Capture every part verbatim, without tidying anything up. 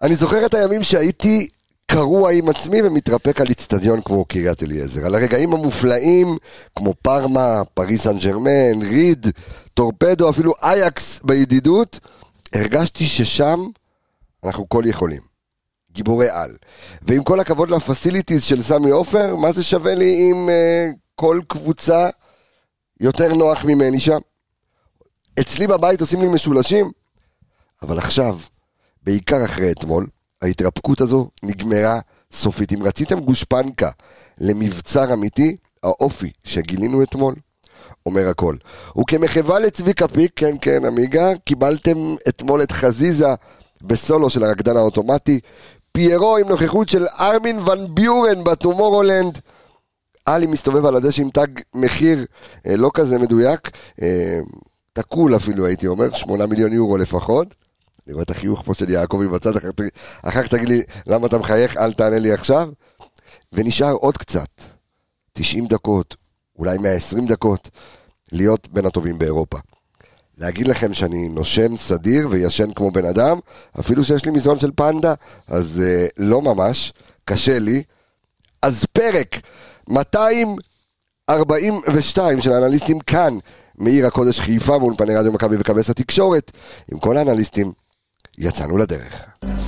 אני זוכר את הימים שהייתי קרוע עם עצמי ומתרפק על אצטדיון כמו קריית אליעזר, על הרגעים המופלאים כמו פרמה, פריס סן ז'רמן, ריד, טורפדו, אפילו אייקס בידידות, הרגשתי ששם אנחנו כל יכולים, גיבורי על. ועם כל הכבוד לפסיליטיז של סמי עופר, מה זה שווה לי עם uh, כל קבוצה יותר נוח ממני שם? אצלי בבית עושים לי משולשים, אבל עכשיו, בעיקר אחרי אתמול, ההתרפקות הזו נגמרה סופית. אם רציתם גושפנקה למבצר אמיתי, האופי שגילינו אתמול אומר הכל. וכמחווה לצביקה פיק, כן כן אמיגה, קיבלתם אתמול את חזיזה בסולו של הרקדן האוטומטי, פיירו עם נוכחות של ארמין ון ביורן בטומורולנד, אלי מסתובב על הדשא עם תג מחיר אה, לא כזה מדויק, אה, תקול אפילו הייתי אומר, שמונה מיליון יורו לפחות. אני רואה את החיוך פה של יעקבי בצד, אחר, אחר כך תגיד לי למה אתה מחייך, אל תענה לי עכשיו. ונשאר עוד קצת, תשעים דקות, אולי מאה ועשרים דקות, להיות בין הטובים באירופה. להגיד לכם שאני נושם סדיר וישן כמו בן אדם, אפילו שיש לי מזרון של פנדה, אז uh, לא ממש, קשה לי. אז פרק מאתיים ארבעים ושתיים של האנליסטים כאן, מעיר הקודש חיפה, מאולפני רדיו מכבי וכבש התקשורת, עם כל האנליסטים, יצאנו לדרך.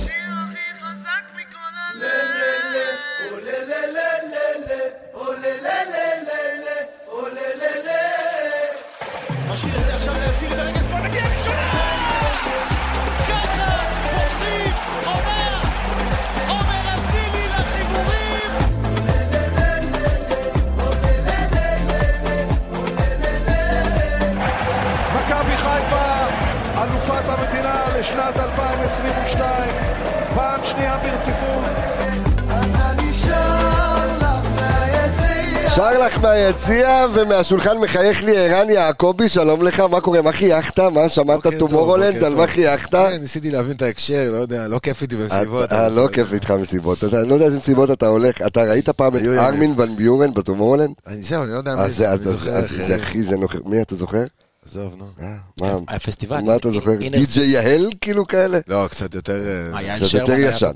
לשנת אלפיים עשרים ושתיים, פעם שנייה ברציפות. אז אני שר לך מהיציע. שר לך מהיציע, ומהשולחן מחייך לי ערן יעקבי, שלום לך, מה קורה? מה חייכת? מה שמעת טומורולנד? על מה חייכת? ניסיתי להבין את ההקשר, לא יודע, לא כיף איתי במסיבות. לא כיף איתך מסיבות, אני לא יודע איזה מסיבות אתה הולך, אתה ראית פעם את ארמין ון ביורן בטומורולנד? אני זהו, אני לא יודע מי זה. אז אחי, זה נוכח, מי אתה זוכר? עזוב, נו. הפסטיבל. מה אתה זוכר? די-ג'יי יהל כאילו כאלה? לא, קצת יותר... קצת יותר ישן.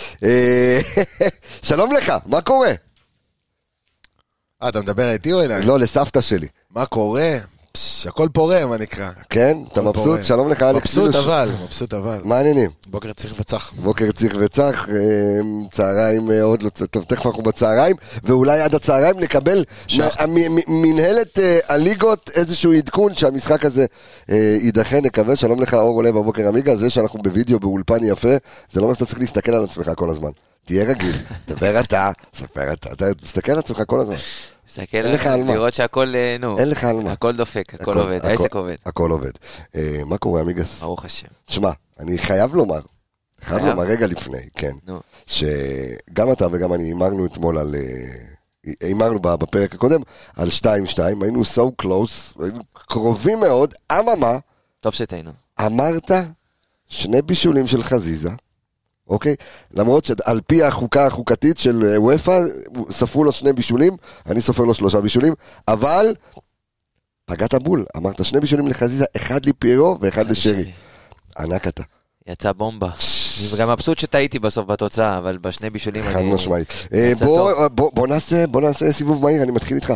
שלום לך, מה קורה? אה, אתה מדבר איתי או אליי? לא, לסבתא שלי. מה קורה? הכל פורה, מה נקרא. כן? אתה מבסוט? שלום לך, אלכס. מבסוט אבל, מבסוט אבל. מה העניינים? בוקר צריך וצח. בוקר צריך וצח, צהריים עוד לא, טוב, תכף אנחנו בצהריים, ואולי עד הצהריים נקבל מנהלת הליגות איזשהו עדכון שהמשחק הזה יידחה, נקווה. שלום לך, אור עולה בבוקר אמיגה, זה שאנחנו בווידאו באולפן יפה, זה לא אומר שאתה צריך להסתכל על עצמך כל הזמן. תהיה רגיל, דבר אתה, ספר אתה, אתה מסתכל על עצמך כל הזמן. מסתכל לראות שהכל, נו, אין לך על מה. הכל דופק, הכל עובד, העסק עובד. הכל עובד. מה קורה, אמיגס? ברוך השם. תשמע, אני חייב לומר, חייב לומר רגע לפני, כן, שגם אתה וגם אני אמרנו אתמול על, אמרנו בפרק הקודם, על שתיים שתיים, היינו so close, היינו קרובים מאוד, אממה, טוב שתהיינו. אמרת שני בישולים של חזיזה, אוקיי? למרות שעל פי החוקה החוקתית של וופא, ספרו לו שני בישולים, אני סופר לו שלושה בישולים, אבל פגעת בול, אמרת שני בישולים לחזיזה, אחד לפיירו ואחד לשרי. ענק אתה. יצא בומבה. אני גם מבסוט שטעיתי בסוף בתוצאה, אבל בשני בישולים אני... חד משמעי. בוא נעשה, בוא נעשה סיבוב מהיר, אני מתחיל איתך.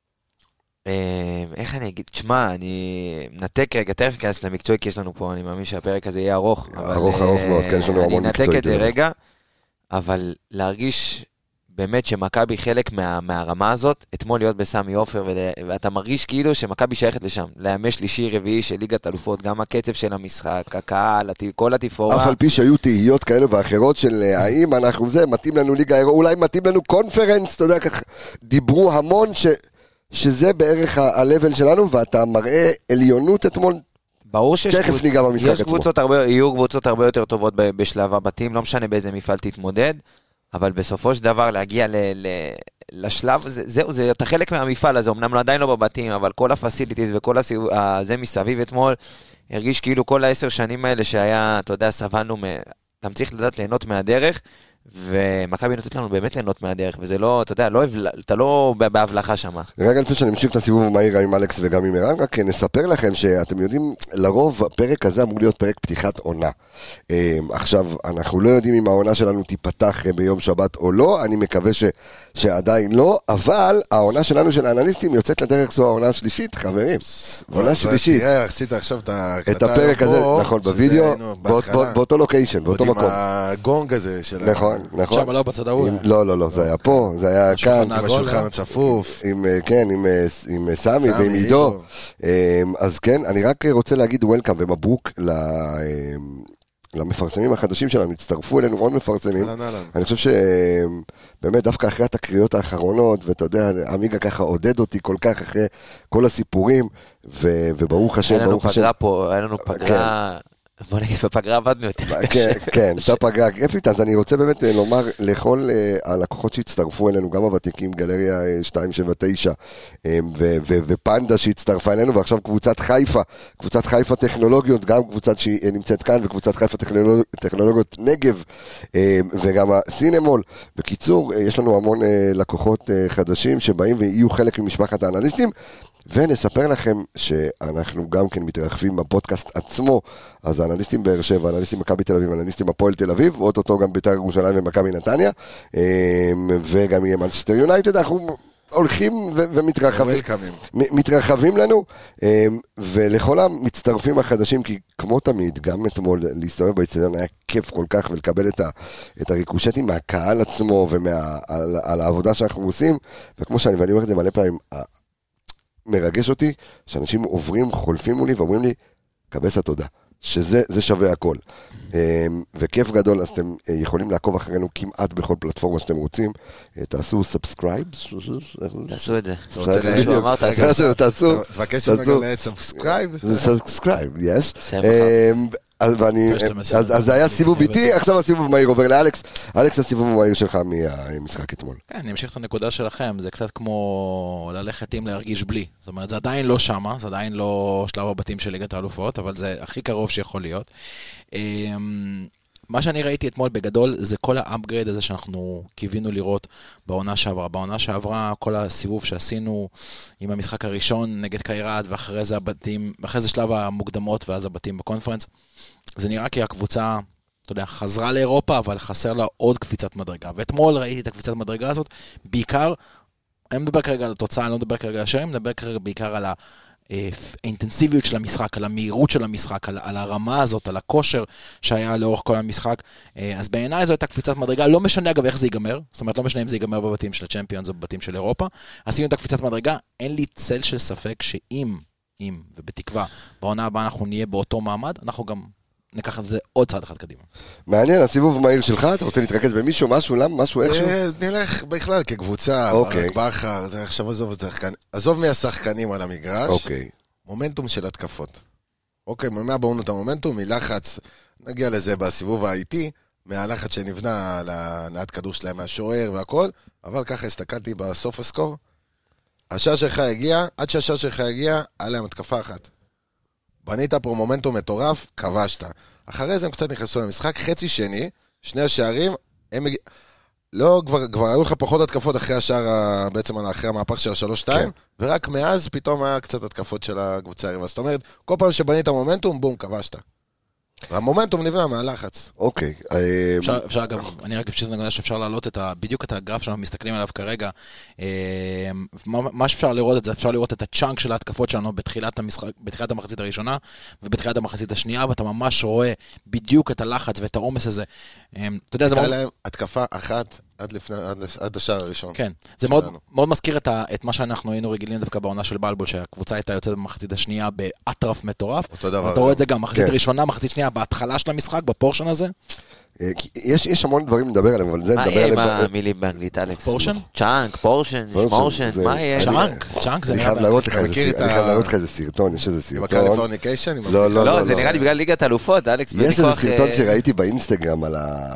איך אני אגיד, תשמע, אני נתק רגע, תכף כנס למקצועי, כי יש לנו פה, אני מאמין שהפרק הזה יהיה ארוך. ארוך ארוך מאוד, כן, יש לנו המון מקצועי. אני נתק את זה רגע, אבל להרגיש באמת שמכבי חלק מהרמה הזאת, אתמול להיות בסמי עופר, ואתה מרגיש כאילו שמכבי שייכת לשם, לימי שלישי רביעי של ליגת אלופות, גם הקצב של המשחק, הקהל, כל התפאורה. אף על פי שהיו תהיות כאלה ואחרות של האם אנחנו זה, מתאים לנו ליגה, אולי מתאים לנו קונפרנס, אתה יודע, כך דיברו המון ש... שזה בערך ה-level שלנו, ואתה מראה עליונות אתמול, ברור שיש תכף ניגע במשחק עצמו. קבוצות הרבה, יהיו קבוצות הרבה יותר טובות בשלב הבתים, לא משנה באיזה מפעל תתמודד, אבל בסופו של דבר להגיע ל, ל, לשלב, זה, זהו, זה אתה חלק מהמפעל הזה, אמנם עדיין לא בבתים, אבל כל הפסיליטיז וכל הסיב, זה מסביב אתמול, הרגיש כאילו כל העשר שנים האלה שהיה, אתה יודע, סבנו, גם צריך לדעת ליהנות מהדרך, ומכבי נותנת לנו באמת ליהנות מהדרך, וזה לא, אתה יודע, לא, אתה לא בהבלחה שם. רגע לפני שאני ממשיך את הסיבוב המהיר עם אלכס וגם עם ערן, רק נספר לכם שאתם יודעים, לרוב הפרק הזה אמור להיות פרק פתיחת עונה. עכשיו, אנחנו לא יודעים אם העונה שלנו תיפתח ביום שבת או לא, אני מקווה ש, שעדיין לא, אבל העונה שלנו של האנליסטים יוצאת לדרך זו העונה השלישית, חברים. העונה שלישית. תראה, עשית עכשיו את הפרק הזה, נכון, בווידאו, באותו לוקיישן, באותו מקום. עם הגונג הזה של... נכון, נכון. שם לא בצד ההוא. לא, לא, לא, זה היה פה, זה היה כאן. עם השולחן הצפוף. כן, עם סמי ועם עידו. אז כן, אני רק רוצה להגיד וולקאם ומברוק למפרסמים החדשים שלנו, הצטרפו אלינו ועוד מפרסמים. אני חושב שבאמת דווקא אחרי התקריות האחרונות, ואתה יודע, עמיגה ככה עודד אותי כל כך אחרי כל הסיפורים, וברוך השם, ברוך השם. היה לנו פגרה פה, היה לנו פגרה... בוא נגיד, בפגרה עבדנו יותר. כן, כן, אותה פגרה כיפית, אז אני רוצה באמת לומר לכל הלקוחות שהצטרפו אלינו, גם הוותיקים, גלריה שתיים שבע תשע, ופנדה שהצטרפה אלינו, ועכשיו קבוצת חיפה, קבוצת חיפה טכנולוגיות, גם קבוצת שהיא נמצאת כאן, וקבוצת חיפה טכנולוגיות נגב, וגם הסינמול. בקיצור, יש לנו המון לקוחות חדשים שבאים ויהיו חלק ממשפחת האנליסטים, ונספר לכם שאנחנו גם כן מתרחבים בפודקאסט עצמו, אז האנליסטים באר שבע, האנליסטים מכבי תל אביב, האנליסטים הפועל תל אביב, ואו-טו-טו גם בית"ר ירושלים ומכבי נתניה, וגם יהיה מנצ'סטר יונייטד, אנחנו הולכים ומתרחבים, מתרחבים לנו, ולכל המצטרפים החדשים, כי כמו תמיד, גם אתמול להסתובב באצטדיון היה כיף כל כך, ולקבל את הריקושטים מהקהל עצמו, ועל העבודה שאנחנו עושים, וכמו שאני, ואני אומר את זה מלא פעמים, מרגש אותי שאנשים עוברים, חולפים מולי ואומרים לי, קבס התודה, שזה זה שווה הכל. וכיף גדול, אז אתם יכולים לעקוב אחרינו כמעט בכל פלטפורמה שאתם רוצים. תעשו סאבסקרייב. תעשו את זה. תעשו. תבקש גם לעד סאבסקרייב. סאבסקרייב, יס. אז זה היה סיבוב איתי, עכשיו הסיבוב מהיר עובר לאלכס. אלכס, הסיבוב מהיר שלך מהמשחק אתמול. כן, אני אמשיך את הנקודה שלכם, זה קצת כמו ללכת עם להרגיש בלי. זאת אומרת, זה עדיין לא שמה, זה עדיין לא שלב הבתים של ליגת האלופות, אבל זה הכי קרוב שיכול להיות. מה שאני ראיתי אתמול בגדול, זה כל האפגרייד הזה שאנחנו קיווינו לראות בעונה שעברה. בעונה שעברה, כל הסיבוב שעשינו עם המשחק הראשון נגד קיירת, ואחרי זה הבתים, ואחרי זה שלב המוקדמות, ואז הבתים בקונפרנס. זה נראה כי הקבוצה, אתה יודע, חזרה לאירופה, אבל חסר לה עוד קפיצת מדרגה. ואתמול ראיתי את הקפיצת מדרגה הזאת, בעיקר, אני מדבר כרגע על התוצאה, אני לא מדבר כרגע על השאר, אני מדבר כרגע בעיקר על ה... האינטנסיביות של המשחק, על המהירות של המשחק, על, על הרמה הזאת, על הכושר שהיה לאורך כל המשחק. אז בעיניי זו הייתה קפיצת מדרגה, לא משנה אגב איך זה ייגמר, זאת אומרת לא משנה אם זה ייגמר בבתים של הצ'מפיונס או בבתים של אירופה, עשינו את הקפיצת מדרגה, אין לי צל של ספק שאם, אם ובתקווה, בעונה הבאה אנחנו נהיה באותו מעמד, אנחנו גם ניקח את זה עוד צעד אחד קדימה. מעניין, הסיבוב מהיר שלך, אתה רוצה להתרכז במישהו, משהו, למה, משהו, איכשהו? נלך בכלל כקבוצה, ברק בכר, זה עכשיו עזוב את השחקנים, עזוב מהשחקנים על המגרש, מומנטום של התקפות. אוקיי, מה בעונות המומנטום? מלחץ, נגיע לזה בסיבוב האיטי, מהלחץ שנבנה על הנעת כדור שלהם מהשוער והכל, אבל ככה הסתכלתי בסוף הסקור, השעה שלך הגיע, עד שהשעה שלך הגיע, עליהם התקפה אחת. בנית פה מומנטום מטורף, כבשת. אחרי זה הם קצת נכנסו למשחק, חצי שני, שני השערים, הם מגיע... לא, כבר, כבר היו לך פחות התקפות אחרי השער, בעצם אחרי המהפך של השלוש שתיים, כן. ורק מאז פתאום היה קצת התקפות של הקבוצה הריבה. זאת אומרת, כל פעם שבנית מומנטום, בום, כבשת. והמומנטום נבנה מהלחץ. אוקיי. אפשר, אפשר אגב, אני רק אפשר לנגד שאפשר להעלות את ה, בדיוק את הגרף שאנחנו מסתכלים עליו כרגע. מה שאפשר לראות את זה, אפשר לראות את הצ'אנק של ההתקפות שלנו בתחילת המשחק, בתחילת המחצית הראשונה, ובתחילת המחצית השנייה, ואתה ממש רואה בדיוק את הלחץ ואת העומס הזה. אתה יודע, זה מאוד... להם התקפה אחת עד לפני, עד, עד השער הראשון. כן. זה מאוד, מאוד מזכיר את, ה, את מה שאנחנו היינו רגילים דווקא בעונה של בלבול, שהקבוצה הייתה יוצאת במחצית השנייה באטרף מטורף. אותו דבר. אתה רואה את זה גם, מחצית ראשונה, מחצית שנייה, בהתחלה של המשחק, בפורשן הזה. יש, יש המון דברים לדבר עליהם, אבל זה נדבר עליהם... מה יהיה עם המילים באנגלית, אלכס? פורשן? צ'אנק, פורשן, שמורשן, מה יהיה? צ'אנק, צ'אנק זה נראה... אני חייב להראות לך איזה סרטון, יש איזה סרטון... עם הקליפורניקיישן? לא, לא, לא, זה נראה לי בגלל ליגת האלופות, אלכס. יש איזה סרטון שראיתי באינסטגרם על ה...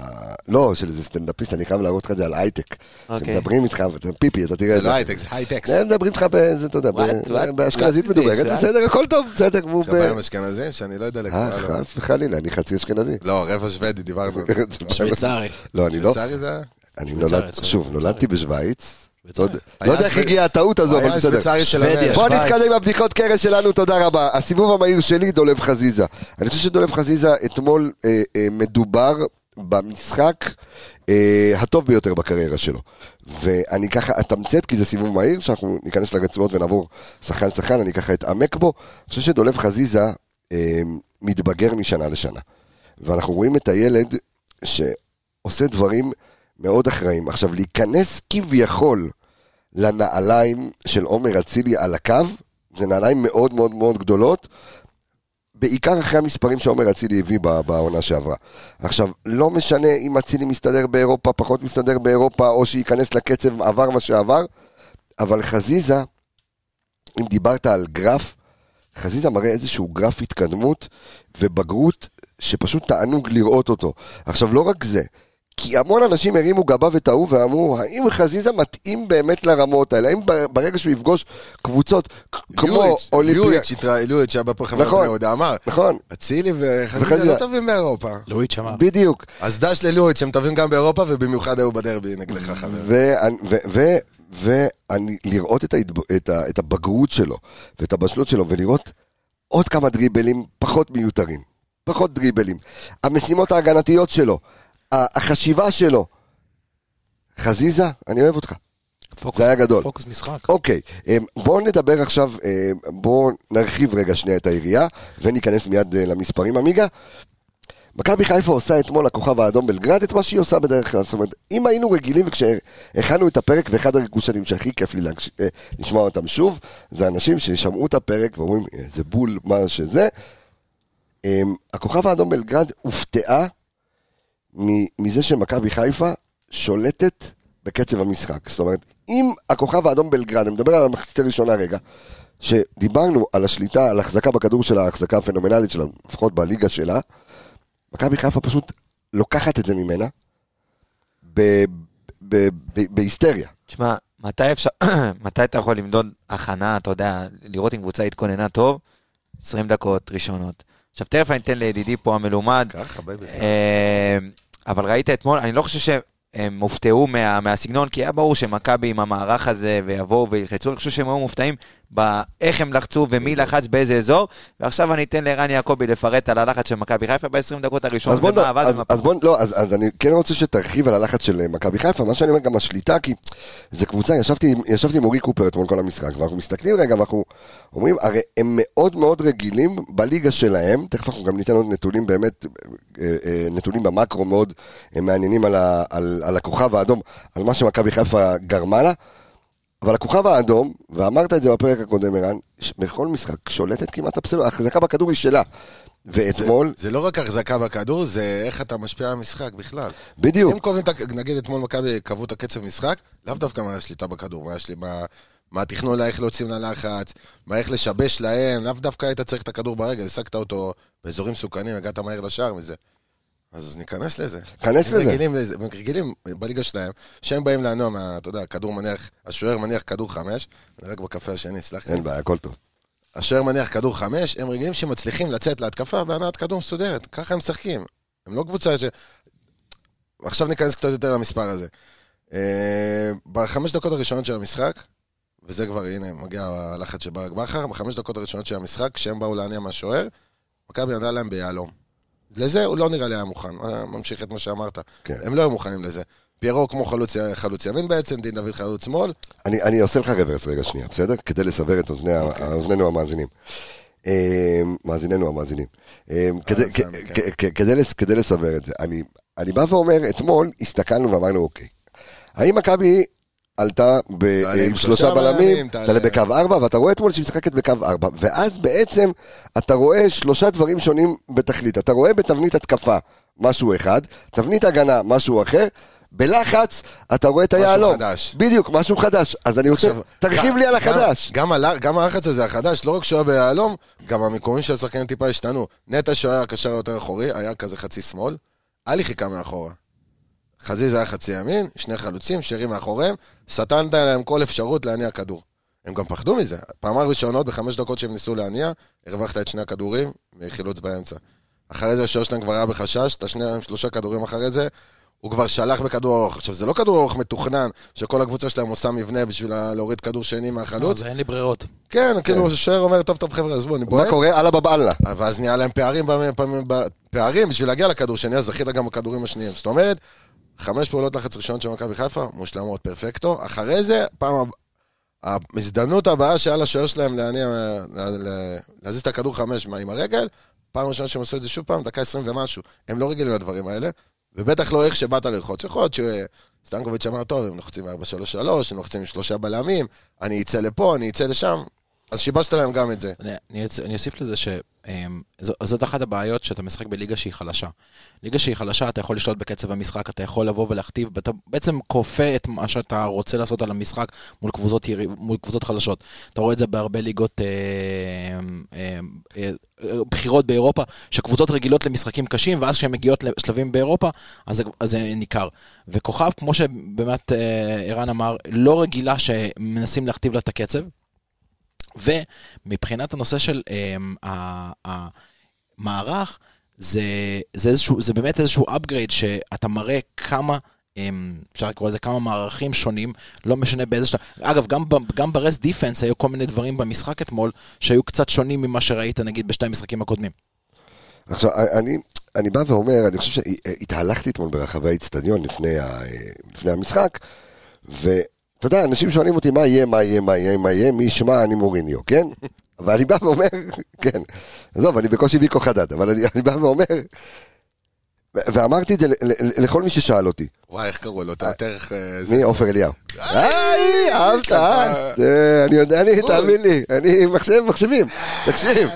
לא, של איזה סטנדאפיסט, אני חייב להראות לך את זה על הייטק. שמדברים איתך, פיפי, אתה תראה את זה. זה לא הייטק, זה הייטקס. הם מדברים איתך באיזה, אתה יודע, באשכנזית מדוברת, בסדר, הכל טוב, בסדר. שבהם אשכנזים, שאני לא יודע לקרוא. אה, חס וחלילה, אני חצי אשכנזי. לא, רבע שוודי, דיברנו. שוויצרי. לא, אני לא. שוויצרי זה? אני נולד, שוב, נולדתי בשוויץ. לא יודע איך הגיעה הטעות הזו, אבל בסדר. בוא נתקדם עם הבדיחות קרש שלנו, תודה רבה. הסיבוב המהיר שלי, דולב חזיזה. אני חושב שדולב חזיזה אתמול מדובר במשחק הטוב ביותר בקריירה שלו. ואני ככה אתמצת, כי זה סיבוב מהיר, שאנחנו ניכנס לרצועות ונעבור שחקן שחקן, אני ככה אתעמק בו. אני חושב שדולב חזיזה מתבגר משנה לשנה. ואנחנו רואים את הילד שעושה דברים מאוד אחראים. עכשיו, להיכנס כביכול לנעליים של עומר אצילי על הקו, זה נעליים מאוד מאוד מאוד גדולות, בעיקר אחרי המספרים שעומר אצילי הביא בעונה שעברה. עכשיו, לא משנה אם אצילי מסתדר באירופה, פחות מסתדר באירופה, או שייכנס לקצב עבר מה שעבר, אבל חזיזה, אם דיברת על גרף, חזיזה מראה איזשהו גרף התקדמות ובגרות שפשוט תענוג לראות אותו. עכשיו, לא רק זה, כי המון אנשים הרימו גבה וטעו ואמרו, האם חזיזה מתאים באמת לרמות האלה? האם ברגע שהוא יפגוש קבוצות כמו אולימפיה... לואיץ' שהיה פה חבר מאוד, אמר, אצילי וחזיזה לא טובים באירופה. לואיץ' אמר. בדיוק. אז דש ללואיץ' שהם טובים גם באירופה, ובמיוחד היו בדרבי נגדך חבר. ולראות את הבגרות שלו, ואת הבשלות שלו, ולראות עוד כמה דריבלים פחות מיותרים. פחות דריבלים. המשימות ההגנתיות שלו, החשיבה שלו, חזיזה, אני אוהב אותך. פוקוס, זה היה גדול. פוקוס משחק. אוקיי, בואו נדבר עכשיו, בואו נרחיב רגע שנייה את העירייה, וניכנס מיד למספרים. עמיגה, מכבי חיפה עושה אתמול הכוכב האדום בלגרד את מה שהיא עושה בדרך כלל. זאת אומרת, אם היינו רגילים וכשהכנו את הפרק, ואחד הריקושנים שהכי כיף לי לשמוע אותם שוב, זה אנשים ששמעו את הפרק ואומרים, זה בול מה שזה. הכוכב האדום בלגרד הופתעה מזה שמכבי חיפה שולטת בקצב המשחק. זאת אומרת, אם הכוכב האדום בלגרד, אני מדבר על המחצית הראשונה רגע, שדיברנו על השליטה, על החזקה בכדור שלה, ההחזקה הפנומנלית שלה, לפחות בליגה שלה, מכבי חיפה פשוט לוקחת את זה ממנה בהיסטריה. תשמע, מתי אפשר, מתי אתה יכול למדוד הכנה, אתה יודע, לראות אם קבוצה התכוננה טוב, עשרים דקות ראשונות. עכשיו, תכף אני אתן לידידי פה המלומד, אבל ראית אתמול, אני לא חושב שהם מופתעו מה, מהסגנון, כי היה ברור שמכבי עם המערך הזה ויבואו וילחצו, אני חושב שהם היו מופתעים באיך הם לחצו ומי לחץ באיזה אזור, ועכשיו אני אתן לערן יעקבי לפרט על הלחץ של מכבי חיפה ב-עשרים דקות הראשונות. אז בוא, אז, אז בוא, לא, אז, אז אני כן רוצה שתרחיב על הלחץ של מכבי חיפה, מה שאני אומר גם השליטה, כי זה קבוצה, ישבתי, ישבתי עם אורי קופר אתמול כל המשחק, ואנחנו מסתכלים רגע, ואנחנו אומרים, הרי הם מאוד מאוד רגילים בליגה שלהם, תכף אנחנו גם ניתן עוד נתונים באמת, נתונים במקרו מאוד מעניינים על, ה, על, על הכוכב האדום, על מה שמכבי חיפה גרמה לה, אבל הכוכב האדום, ואמרת את זה בפרק הקודם, ערן, בכל משחק שולטת כמעט הפסלות, החזקה בכדור היא שלה. ואתמול... זה, זה לא רק החזקה בכדור, זה איך אתה משפיע על המשחק בכלל. בדיוק. אם קובעים, נגיד אתמול מכבי קבעו את הקצב משחק, לאו דווקא מה השליטה בכדור, מה, השלי, מה, מה התכנון לה, איך להוצאים ללחץ, מה איך לשבש להם, לאו דווקא היית צריך את הכדור ברגע, הסקת אותו באזורים סוכנים, הגעת מהר לשער מזה. אז ניכנס לזה. כנס לזה. רגילים, רגילים בליגה שלהם, שהם באים לענוע מה, אתה יודע, כדור מניח, השוער מניח כדור חמש, אני רק בקפה השני, סלח לי. אין בעיה, הכל טוב. השוער מניח כדור חמש, הם רגילים שמצליחים לצאת להתקפה בהנעת כדור מסודרת, ככה הם משחקים. הם לא קבוצה ש... עכשיו ניכנס קצת יותר למספר הזה. בחמש דקות הראשונות של המשחק, וזה כבר, הנה, מגיע הלחץ של ברק בכר, בחמש דקות הראשונות של המשחק, כשהם באו להניע מהשוער, מכבי נתנה להם ביהלום. לזה הוא לא נראה לי היה מוכן, ממשיך את מה שאמרת. כן. הם לא היו מוכנים לזה. פיירו כמו חלוץ, חלוץ ימין בעצם, דין דוד חלוץ שמאל. אני, אני עושה לך רוורס רגע שנייה, בסדר? כדי לסבר את אוזני, okay. אוזנינו המאזינים. מאזיננו המאזינים. כדי, כדי, כדי לסבר את זה. אני, אני בא ואומר, אתמול הסתכלנו ואמרנו, אוקיי, האם מכבי עלתה עם שלושה בלמים, תעלה בקו ארבע, ואתה רואה אתמול שהיא משחקת בקו ארבע, ואז בעצם אתה רואה שלושה דברים שונים בתכלית. אתה רואה בתבנית התקפה משהו אחד, תבנית הגנה משהו אחר, בלחץ אתה רואה את היעלום. משהו חדש. בדיוק, משהו חדש. אז אני רוצה, תרחיב לי על החדש. גם הלחץ הזה החדש, לא רק שהוא היה ביעלום, גם המקומים של השחקנים טיפה השתנו. נטע שהוא היה הקשר יותר אחורי, היה כזה חצי שמאל, אלי חיכה מאחורה. חזיזה היה חצי ימין, שני חלוצים, שרים מאחוריהם, סטנת להם כל אפשרות להניע כדור. הם גם פחדו מזה. פעמיים ראשונות, בחמש דקות שהם ניסו להניע, הרווחת את שני הכדורים, מחילוץ באמצע. אחרי זה השוער שלהם כבר היה בחשש, את השני, שלושה כדורים אחרי זה, הוא כבר שלח בכדור ארוך. עכשיו, זה לא כדור ארוך מתוכנן, שכל הקבוצה שלהם עושה מבנה בשביל להוריד כדור שני מהחלוץ. זה אין לי ברירות. כן, כאילו, השוער אומר, טוב, טוב, חבר'ה, עזבו, אני בועט. מה קורה? אללה בבאללה. ואז נהיה להם פערים, פערים בשביל להגיע לכדור שני, אז זכית גם בכדורים השניים. זאת אומרת, חמש פעולות לחץ ראשונות של מכבי חיפה, מושלמות, פרפקטו. אחרי זה, פעם ההזדמנות הבאה שהיה לשוער שלהם להניע, להזיז את הכדור חמש עם הרגל, פעם ראשונה שהם עשו את זה שוב פעם, דקה עשרים ומשהו. הם לא רגילים לדברים האלה, ובטח לא איך שבאת ללחוץ. יכול להיות שסטנקוביץ' אמר, טוב, הם לוחצים ארבע שלוש שלוש, הם לוחצים עם שלושה בלמים, אני אצא לפה, אני אצא לשם. אז שיבשת להם גם את זה. אני אוסיף לזה שזאת אחת הבעיות שאתה משחק בליגה שהיא חלשה. ליגה שהיא חלשה, אתה יכול לשלוט בקצב המשחק, אתה יכול לבוא ולהכתיב, ואתה בעצם כופה את מה שאתה רוצה לעשות על המשחק מול קבוצות, מול קבוצות חלשות. אתה רואה את זה בהרבה ליגות בחירות באירופה, שקבוצות רגילות למשחקים קשים, ואז כשהן מגיעות לשלבים באירופה, אז זה ניכר. וכוכב, כמו שבאמת ערן אמר, לא רגילה שמנסים להכתיב לה את הקצב, ומבחינת הנושא של המערך, זה, זה, איזשהו, זה באמת איזשהו upgrade שאתה מראה כמה, אפשר לקרוא לזה, כמה מערכים שונים, לא משנה באיזה שלב. אגב, גם, גם ברס דיפנס היו כל מיני דברים במשחק אתמול, שהיו קצת שונים ממה שראית, נגיד, בשתי המשחקים הקודמים. עכשיו, אני, אני בא ואומר, אני חושב שהתהלכתי אתמול ברחבי האצטדיון לפני, לפני המשחק, ו... אתה יודע, אנשים שואלים אותי, מה יהיה, מה יהיה, מה יהיה, מה יהיה, מי ישמע, אני מוריניו, כן? אבל אני בא ואומר, כן, עזוב, אני בקושי ויקו חדד, אבל אני, אני בא ואומר, ואמרתי את זה לכל מי ששאל אותי. וואי, איך קראו לו? אתה יותר... מי? עופר אליהו. איי, אהבת, אני יודע, אני, תאמין לי, אני מחשב, מחשבים, תקשיב.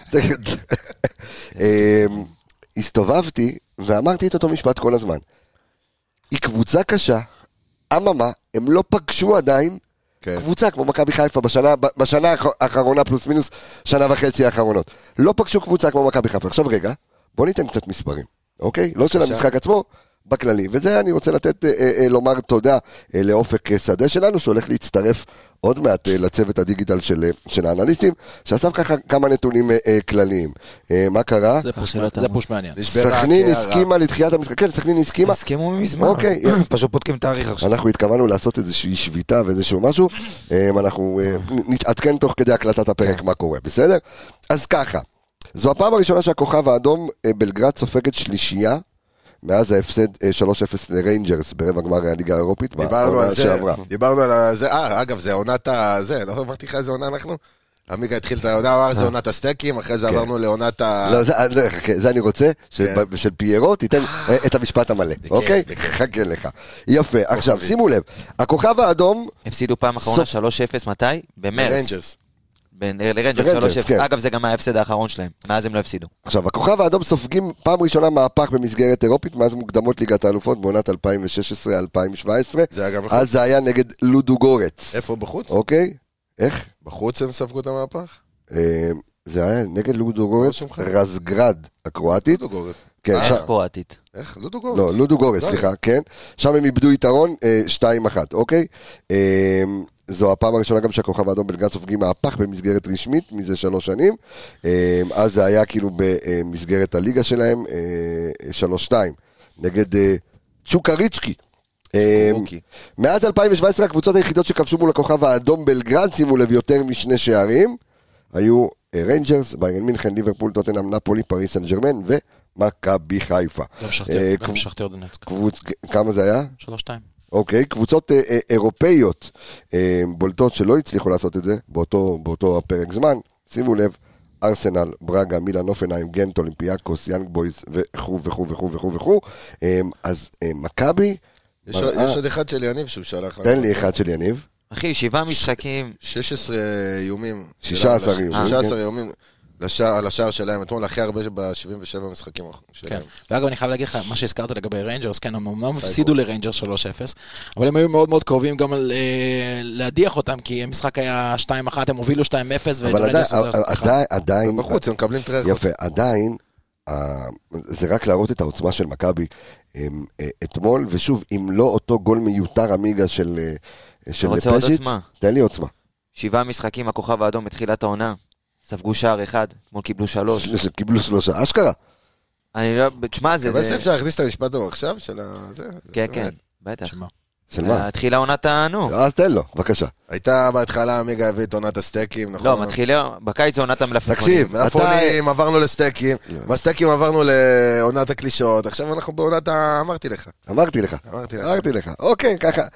הסתובבתי, ואמרתי את אותו משפט כל הזמן. היא קבוצה קשה, אממה, הם לא פגשו עדיין כן. קבוצה כמו מכבי חיפה בשנה, בשנה האחרונה פלוס מינוס שנה וחצי האחרונות. לא פגשו קבוצה כמו מכבי חיפה. עכשיו רגע, בוא ניתן קצת מספרים, אוקיי? לא של המשחק עצמו, בכללי. וזה אני רוצה לתת, אה, אה, לומר תודה אה, לאופק שדה שלנו, שהולך להצטרף עוד מעט אה, לצוות הדיגיטל של, של האנליסטים, שאסף ככה כמה נתונים אה, אה, כלליים. אה, מה קרה? זה פוש, זה פוש מעניין. סכנין הסכימה לתחיית המשחק. כן, סכנין הסכימה. הסכימו מזמן. אוקיי. פשוט בודקים תאריך עכשיו. אנחנו התכוונו לעשות איזושהי שביתה ואיזשהו משהו. אה, אנחנו אה, נתעדכן תוך כדי הקלטת הפרק מה קורה. בסדר? אז ככה. זו הפעם הראשונה שהכוכב האדום אה, בלגרד סופגת שלישייה, מאז ההפסד שלוש אפס לריינג'רס ברבע גמר הליגה האירופית. דיברנו על זה, דיברנו על זה, אה, אגב, זה עונת הזה, לא אמרתי לך איזה עונה אנחנו? עמיגה התחיל את העונה, אמר זה עונת הסטייקים, אחרי זה עברנו לעונת ה... לא, זה אני רוצה, של פיירו, תיתן את המשפט המלא, אוקיי? חכה לך. יפה, עכשיו, שימו לב, הכוכב האדום... הפסידו פעם אחרונה שלוש אפס, מתי? במרץ. לריינג'רס. לריינג'רס שלוש אפס, אגב זה גם ההפסד האחרון שלהם, מאז הם לא הפסידו. עכשיו, הכוכב האדום סופגים פעם ראשונה מהפך במסגרת אירופית, מאז מוקדמות ליגת האלופות בעונת אלפיים ושש עשרה אלפיים שבע עשרה, אז זה היה נגד לודוגורץ. איפה, בחוץ? אוקיי, איך? בחוץ הם ספגו את המהפך? זה היה נגד לודוגורץ, רזגרד הקרואטית. לודוגורץ. איך קרואטית? איך? לודוגורץ. לא, לודוגורץ, סליחה, כן. שם הם איבדו יתרון שתיים אחת, אוקיי? זו הפעם הראשונה גם שהכוכב האדום בלגרד סופגים מהפך במסגרת רשמית, מזה שלוש שנים. אז זה היה כאילו במסגרת הליגה שלהם, שלוש שתיים, נגד צ'וקריצ'קי. מאז אלפיים שבע עשרה הקבוצות היחידות שכבשו מול הכוכב האדום בלגרד, שימו לב, יותר משני שערים, היו ריינג'רס, ביירן מינכן, ליברפול, טוטנהאם, נפולי, פריס סן ז'רמן ומכבי חיפה. גם שכתר דונצק. כמה זה היה? שלוש שתיים. אוקיי, קבוצות אה, אירופאיות אה, בולטות שלא הצליחו לעשות את זה באותו, באותו הפרק זמן, שימו לב, ארסנל, ברגה, מילאן, אופנהיים, גנט, אולימפיאקוס, יאנג בויז וכו' וכו' וכו' וכו' וכו'. אה, אז אה, מכבי... יש, מראה... יש עוד אחד של יניב שהוא שלח לנו. תן לי אחד של יניב. אחי, שבעה משחקים. שש עשרה איומים. שישה עשר איומים. שישה עשר איומים. על השער שלהם, אתמול הכי הרבה ב-שבעים ושבע משחקים שלהם. ואגב, אני חייב להגיד לך, מה שהזכרת לגבי ריינג'רס, כן, הם אמנם הפסידו לריינג'רס שלוש אפס, אבל הם היו מאוד מאוד קרובים גם להדיח אותם, כי המשחק היה שתיים אחת, הם הובילו שתיים אפס, אבל עדיין, בחוץ, הם מקבלים טרחות. יפה, עדיין, זה רק להראות את העוצמה של מכבי, אתמול, ושוב, אם לא אותו גול מיותר אמיגה של פז'יץ', תן לי עוצמה. שבעה משחקים, הכוכב האדום בתחילת העונה, ספגו שער אחד, כמו קיבלו שלוש. קיבלו שלושה, אשכרה. אני לא, תשמע, זה... אבל זה אפשר להכניס את המשפט הזה עכשיו של זה? כן, כן, בטח. של מה? התחילה עונת נו. אז תן לו, בבקשה. הייתה בהתחלה עמיגה הביא את עונת הסטייקים, נכון? לא, מתחילה, בקיץ זה עונת המלפפונים. תקשיב, מלפפונים, עברנו לסטייקים, בסטייקים עברנו לעונת הקלישות, עכשיו אנחנו בעונת ה... אמרתי לך. אמרתי לך. אמרתי לך. אוקיי,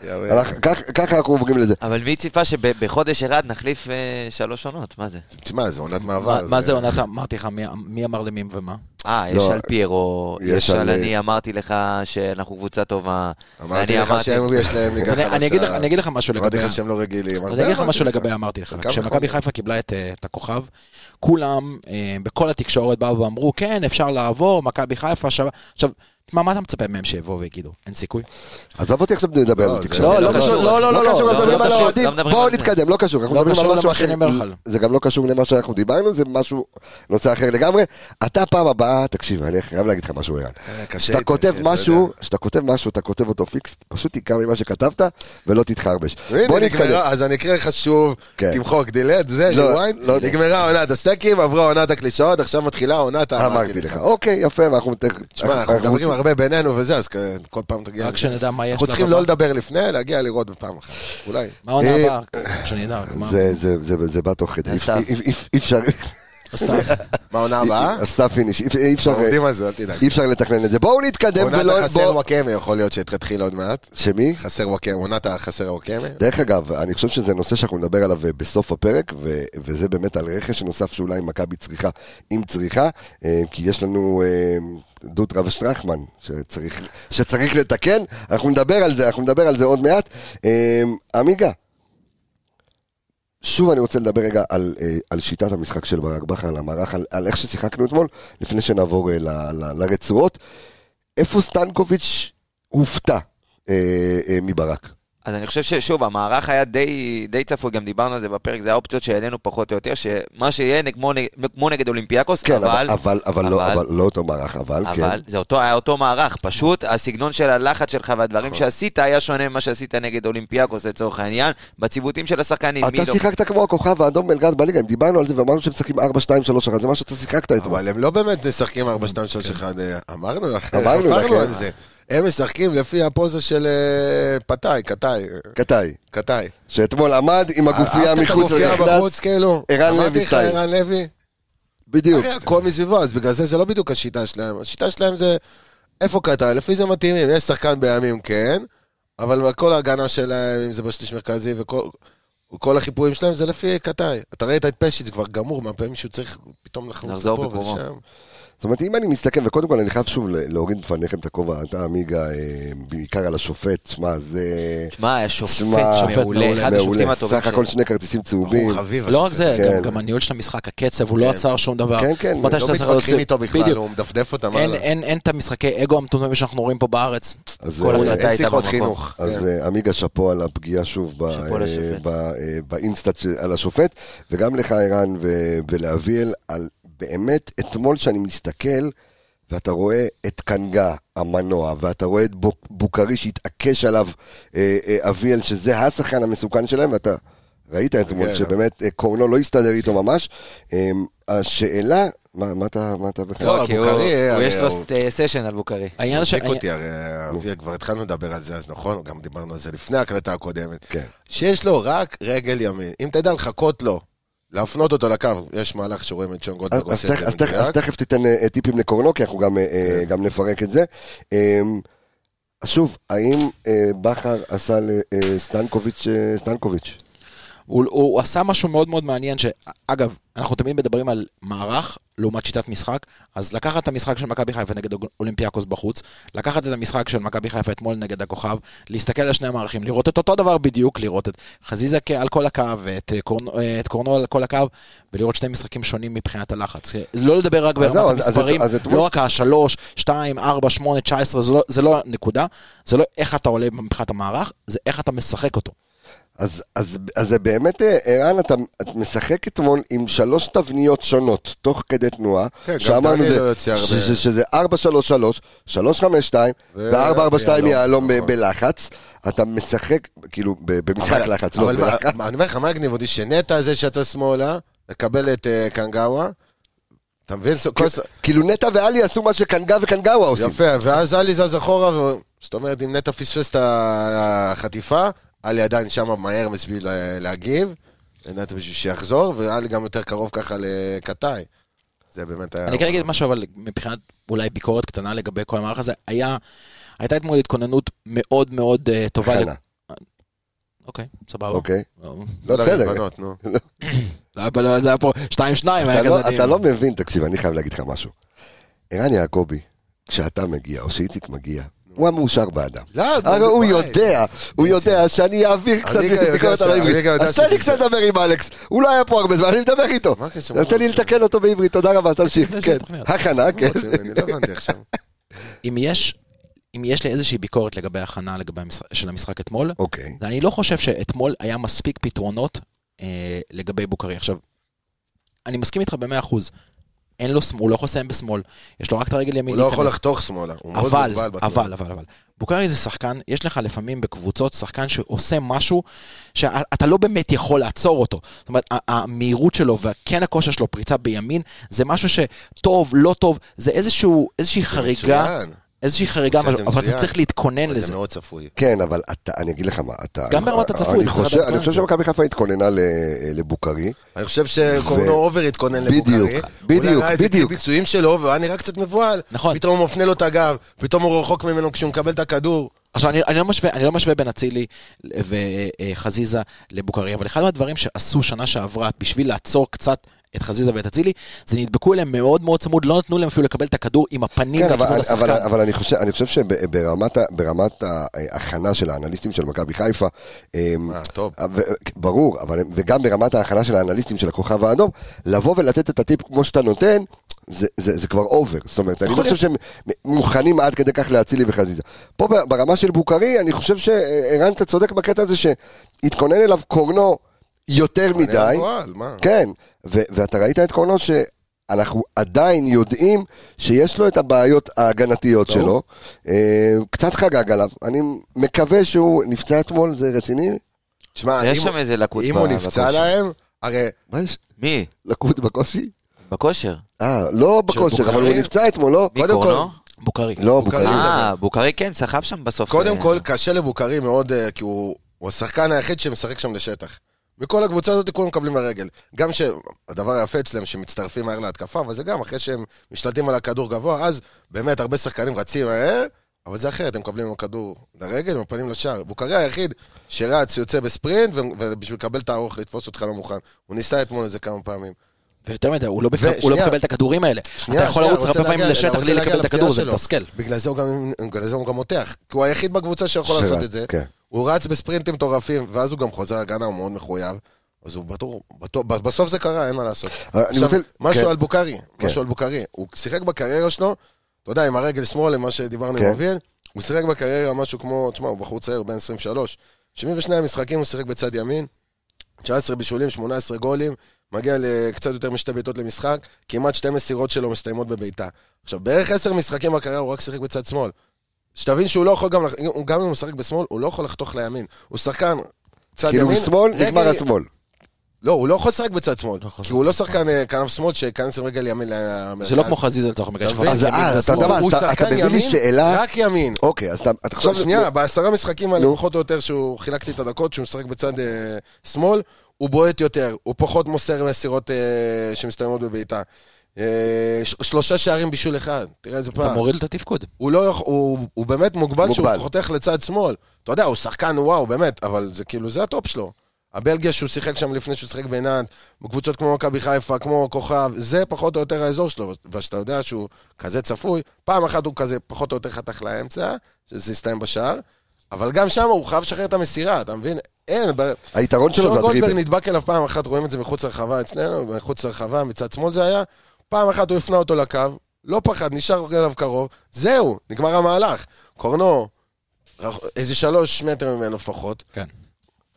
ככה אנחנו עוברים לזה. אבל מי ציפה שבחודש אחד נחליף שלוש עונות? מה זה? תשמע, זה עונת מעבר. מה זה עונת, אמרתי לך, מי אמר למי ומה? אה, יש על פיירו, יש על אני אמרתי לך שאנחנו קבוצה טובה. אמרתי לך שהם יש להם ליגה חדשה. אני אגיד לך משהו לגבי... אמרתי לך שהם לא רגילים. אני אגיד לך משהו לגבי, אמרתי לך. כשמכבי חיפה קיבלה את הכוכב, כולם בכל התקשורת באו ואמרו, כן, אפשר לעבור, מכבי חיפה שווה... עכשיו, מה, מה אתה מצפה מהם שיבואו ויגידו? אין סיכוי? אז עבודתי עכשיו נדבר על תקשורת. לא, לא קשור, לא, לא, לא, לא קשור, מדברים על האוהדים, בואו נתקדם, לא קשור. לא קשור למה שאני אומר לך. זה גם לא קשור למה שאנחנו דיברנו, זה משהו, נושא אחר לגמרי. אתה פעם הבאה, תקשיב, אני חייב להגיד לך משהו, אירן. כשאתה כותב משהו, כשאתה כותב משהו, אתה כותב אותו פיקס, פשוט תקרא ממה שכתבת, ולא תתחרבש. בוא נתקדם. אז אני אקרא לך שוב, תמחוק, דילט, זה, שוואין, נגמרה עונת הסטייקים, עברה עונת הקלישאות, עכשיו מתחילה עונת אמרתי לך. אוקיי, יפה, ואנחנו מדברים הרבה בינינו וזה, אז כל פעם תגיע. רק שנדע מה יש. אנחנו צריכים לא לדבר לפני, להגיע לראות בפעם אחת. אולי. מה עונה הבאה? שנדע. זה בא תוך כדי. אי אפשר... מה עונה הבאה? הסטאפ פיניש. אי אפשר לתכנן את זה. בואו נתקדם. עונת החסר וואקמה יכול להיות שתתחיל עוד מעט. שמי? חסר וואקמה. עונת החסר וואקמה. דרך אגב, אני חושב שזה נושא שאנחנו נדבר עליו בסוף הפרק, וזה באמת על רכש שנוסף שאולי מכבי צריכה, אם צריכה, כי יש לנו דוט רב שטרחמן שצריך לתקן. אנחנו נדבר על זה, אנחנו נדבר על זה עוד מעט. עמיגה. שוב אני רוצה לדבר רגע על, על שיטת המשחק של ברק בכר, על המערך, על, על איך ששיחקנו אתמול, לפני שנעבור ל, ל, לרצועות. איפה סטנקוביץ' הופתע אה, אה, מברק? אז אני חושב ששוב, המערך היה די, די צפוי, גם דיברנו על זה בפרק, זה האופציות שהעלינו פחות או יותר, שמה שיהיה כמו, כמו נגד אולימפיאקוס, כן, אבל, אבל, אבל, אבל, אבל, לא, אבל לא אותו מערך, אבל, אבל כן. זה אותו, היה אותו מערך, פשוט הסגנון של הלחץ שלך והדברים שעשית היה שונה ממה שעשית נגד אולימפיאקוס לצורך העניין, בציוותים של השחקנים. אתה שיחקת כמו הכוכב האדום בלגרד בליגה, אם דיברנו על זה ואמרנו שהם משחקים ארבע שתיים שלוש אחת, זה מה שאתה שיחקת אתמול. אבל הם לא באמת משחקים ארבע שתיים שלוש אחת, אמרנו לך, אמרנו על זה. הם משחקים לפי הפוזה של פתאי, קטאי. קטאי. קטאי. שאתמול עמד עם הגופייה מחוץ לחוץ, כאילו. ערן לוי סטייל. ערן לוי. בדיוק. הרי הכל מסביבו, אז בגלל זה זה לא בדיוק השיטה שלהם. השיטה שלהם זה, איפה קטאי? לפי זה מתאימים. יש שחקן בימים, כן, אבל כל ההגנה שלהם, אם זה בשליש מרכזי, וכל החיפויים שלהם זה לפי קטאי. אתה ראית את פשיט, זה כבר גמור, מהפעמים שהוא צריך פתאום לחלוץ לפה ושם. זאת אומרת, אם אני מסתכל, וקודם כל אני חייב שוב להוריד בפניכם את הכובע, אתה עמיגה, בעיקר על השופט, שמה, זה... שמה, היה שופט מעולה, אחד השופטים הטובים. סך הכל שני כרטיסים צהובים. לא רק זה, גם הניהול של המשחק, הקצב, הוא לא עצר שום דבר. כן, כן. לא מתווכחים איתו בכלל, הוא מדפדף אותם. אין את המשחקי אגו המטומטמים שאנחנו רואים פה בארץ. אין שיחות חינוך. אז עמיגה שפו על הפגיעה שוב באינסטאט על השופט, וגם לך, ערן, ולאביאל, על באמת, אתמול שאני מסתכל, ואתה רואה את קנגה, המנוע, ואתה רואה את בוקרי שהתעקש עליו אביאל, שזה השחקן המסוכן שלהם, ואתה ראית אתמול שבאמת קורנו לא הסתדר איתו ממש. השאלה, מה אתה בכלל? לא, בוקרי, הוא יש לו סשן על בוקרי. העניין אותי, הרי אביאל, כבר התחלנו לדבר על זה, אז נכון, גם דיברנו על זה לפני ההקלטה הקודמת, שיש לו רק רגל ימין, אם תדע לחכות לו, להפנות אותו לקו, יש מהלך שרואים את שון גולדברג עושה את זה. אז תכף תיתן טיפים לקורנו, כי אנחנו גם נפרק את זה. אז שוב, האם בכר עשה לסטנקוביץ' סטנקוביץ'? הוא עשה משהו מאוד מאוד מעניין, שאגב, אנחנו תמיד מדברים על מערך לעומת שיטת משחק, אז לקחת את המשחק של מכבי חיפה נגד אולימפיאקוס בחוץ, לקחת את המשחק של מכבי חיפה אתמול נגד הכוכב, להסתכל על שני המערכים, לראות את אותו דבר בדיוק, לראות את חזיזה על כל הקו, ואת קורנו, את קורנו על כל הקו, ולראות שני משחקים שונים מבחינת הלחץ. לא לדבר רק ברמת המספרים, לא רק השלוש, שתיים, ארבע, שמונה, תשע עשרה, זה לא נקודה, זה לא איך אתה עולה מבחינת המערך, זה איך אתה משחק אותו. אז, אז, אז זה באמת, ערן, אתה, אתה משחק אתמול עם שלוש תבניות שונות, תוך כדי תנועה, כן, שאמרנו זה, ש, ש, ש, שזה ארבע שלוש שלוש, שלוש חמש שתיים, ו-ארבע ארבע שתיים יעלום בלחץ, אתה משחק, כאילו, במשחק אבל, לחץ, אבל לא בלחץ. אני אומר לך, מה הגניב אותי? שנטע זה שאתה שמאלה, לקבל את uh, קנגאווה, אתה מבין? כאילו נטע ואלי עשו מה שקנגה וקנגאווה עושים. יפה, ואז אלי זז אחורה, זאת אומרת, אם נטע פספס את החטיפה, אלי עדיין שם מהר בשביל להגיב, נטע בשביל שיחזור, ואלי גם יותר קרוב ככה לקטאי. זה באמת היה... אני כן אגיד משהו, אבל מבחינת אולי ביקורת קטנה לגבי כל המערך הזה, הייתה אתמול התכוננות מאוד מאוד טובה. הכנה. אוקיי, סבבה. אוקיי. לא בסדר. זה היה פה שתיים שתיים. אתה לא מבין, תקשיב, אני חייב להגיד לך משהו. ערן יעקבי, כשאתה מגיע, או שאיציק מגיע, הוא המאושר באדם. הרי הוא יודע, הוא יודע שאני אעביר קצת ביקורת על העברית. אז תן לי קצת לדבר עם אלכס, הוא לא היה פה הרבה זמן, אני מדבר איתו. תן לי לתקן אותו בעברית, תודה רבה, תמשיך. הכנה, כן. אני לא הבנתי עכשיו. אם יש... אם יש לי איזושהי ביקורת לגבי ההכנה לגבי המשחק, של המשחק אתמול, okay. אני לא חושב שאתמול היה מספיק פתרונות אה, לגבי בוקרי. עכשיו, אני מסכים איתך במאה אחוז. אין לו שמאל, הוא לא יכול לסיים בשמאל. יש לו רק את הרגל ימין. הוא לא יכול לחתוך שמאלה. הוא מאוד אבל, מוגבל בתמול. אבל, אבל, אבל. בוקרי זה שחקן, יש לך לפעמים בקבוצות שחקן שעושה משהו שאתה לא באמת יכול לעצור אותו. זאת אומרת, המהירות שלו והכן הכושר שלו, פריצה בימין, זה משהו שטוב, לא טוב, זה איזשהו, איזושהי חריגה. איזושהי חריגה, אבל אתה צריך להתכונן לזה. זה מאוד צפוי. כן, אבל אני אגיד לך מה, גם ברמת הצפוי. אני חושב שמכבי חיפה התכוננה לבוקרי. אני חושב שקורנו אובר התכונן לבוקרי. בדיוק, בדיוק, בדיוק. ביצועים שלו, והוא נראה קצת מבועל. נכון. פתאום הוא מפנה לו את הגב, פתאום הוא רחוק ממנו כשהוא מקבל את הכדור. עכשיו, אני לא משווה, אני לא משווה בין אצילי וחזיזה לבוקרי, אבל אחד מהדברים שעשו שנה שעברה בשביל לעצור קצת את חזיזה ואת אצילי, זה נדבקו אליהם מאוד מאוד צמוד, לא נתנו להם אפילו לקבל את הכדור עם הפנים כן, לכיוון אבל, השחקן. אבל, אבל אני חושב, אני חושב שברמת ברמת ההכנה של האנליסטים של מכבי חיפה, טוב. ו, ברור, אבל, וגם ברמת ההכנה של האנליסטים של הכוכב האדום, לבוא ולתת את הטיפ כמו שאתה נותן, זה, זה, זה כבר אובר. זאת אומרת, אני לא חושב שהם מוכנים עד כדי כך להצילי וחזיזה. פה ברמה של בוקרי, אני חושב שערן אתה צודק בקטע הזה שהתכונן אליו קורנו יותר מדי, כן, ואתה ראית את קורנו שאנחנו עדיין יודעים שיש לו את הבעיות ההגנתיות שלו, קצת חגג עליו, אני מקווה שהוא נפצע אתמול, זה רציני? תשמע, יש שם איזה לקות אם הוא נפצע להם, הרי... מי? לקות בקושי? בכושר. אה, לא בכושר, אבל הוא נפצע אתמול, לא? מי קורנו? בוקרי. לא, בוקרי. אה, בוקרי כן, סחב שם בסוף. קודם כל, קשה לבוקרי מאוד, כי הוא השחקן היחיד שמשחק שם לשטח. מכל הקבוצה הזאת כולם מקבלים לרגל. גם שהדבר היפה אצלם שמצטרפים מהר להתקפה, אבל זה גם אחרי שהם משתלטים על הכדור גבוה, אז באמת הרבה שחקנים רצים, אה? אבל זה אחרת, הם מקבלים הכדור לרגל, הם מפנים לשער. בוקרי היחיד שרץ יוצא בספרינט, ובשביל לקבל את הארוך לתפוס אותך לא מוכן. הוא ניסה אתמול איזה כמה פעמים. ויותר מדי, הוא לא מקבל את הכדורים האלה. אתה יכול לרוץ הרבה פעמים לשטח בלי לקבל את הכדור, זה מתסכל. בגלל זה הוא גם מותח. כי הוא היחיד בקבוצה שיכול לעשות את זה. הוא רץ בספרינטים מטורפים, ואז הוא גם חוזר הגנה, הוא מאוד מחויב. אז הוא בטור, בסוף זה קרה, אין מה לעשות. עכשיו, משהו על בוקרי, משהו על בוקרי. הוא שיחק בקריירה שלו, אתה יודע, עם הרגל שמאל, למה שדיברנו עם אביאל, הוא שיחק בקריירה משהו כמו, תשמע, הוא בחור צעיר, בן עשרים ושלוש, שבעים ושני המשחקים הוא שיחק בצד ימין, תשע עשרה בישולים, שמונה עשרה גולים, מגיע לקצת יותר משתי ביתות למשחק, כמעט שתי מסירות שלו מסתיימות בביתה. עכשיו, בערך עשר משחקים בקריירה הוא רק שיחק בצד שמאל. שתבין שהוא לא יכול גם, גם אם הוא משחק בשמאל, הוא לא יכול לחתוך לימין. הוא שחקן צד ימין. כאילו שמאל, נגמר השמאל. לא, הוא לא יכול לשחק בצד שמאל. כי הוא לא שחקן כנף שמאל שכנס עם רגל ימין למרכז. זה לא כמו חזיזה לצורך מגש. אז אתה יודע מה, אתה מביא לי שאלה. רק ימין. אוקיי, אז אתה חושב... שנייה, בעשרה משחקים האלה, פחות או יותר, שהוא חילקתי את הדקות, שהוא משחק בצד שמאל, הוא בועט יותר, הוא פחות מוסר מסירות שמסתיימות בביתה. שלושה שערים בישול אחד, תראה איזה פעם. אתה מוריד את התפקוד. הוא באמת מוגבל שהוא חותך לצד שמאל. אתה יודע, הוא שחקן וואו, באמת, אבל זה כאילו, זה הטופ שלו. הבלגיה שהוא שיחק שם לפני שהוא שיחק בעינן, בקבוצות כמו מכבי חיפה, כמו כוכב, זה פחות או יותר האזור שלו, ושאתה יודע שהוא כזה צפוי, פעם אחת הוא כזה פחות או יותר חתך לאמצע, שזה יסתיים בשער, אבל גם שם הוא חייב לשחרר את המסירה, אתה מבין? אין, היתרון שלו זה הדריבל. שון גולדברג נדבק אליו פעם אחת, רואים את זה מחוץ לרחבה אצלנו, מחוץ לרחבה, מצד שמאל זה היה, פעם אחת הוא הפנה אותו לקו, לא פחד, נשאר אליו קרוב, זהו, נגמר המהלך. קורנו, איזה שלוש מטר ממנו לפחות. כן.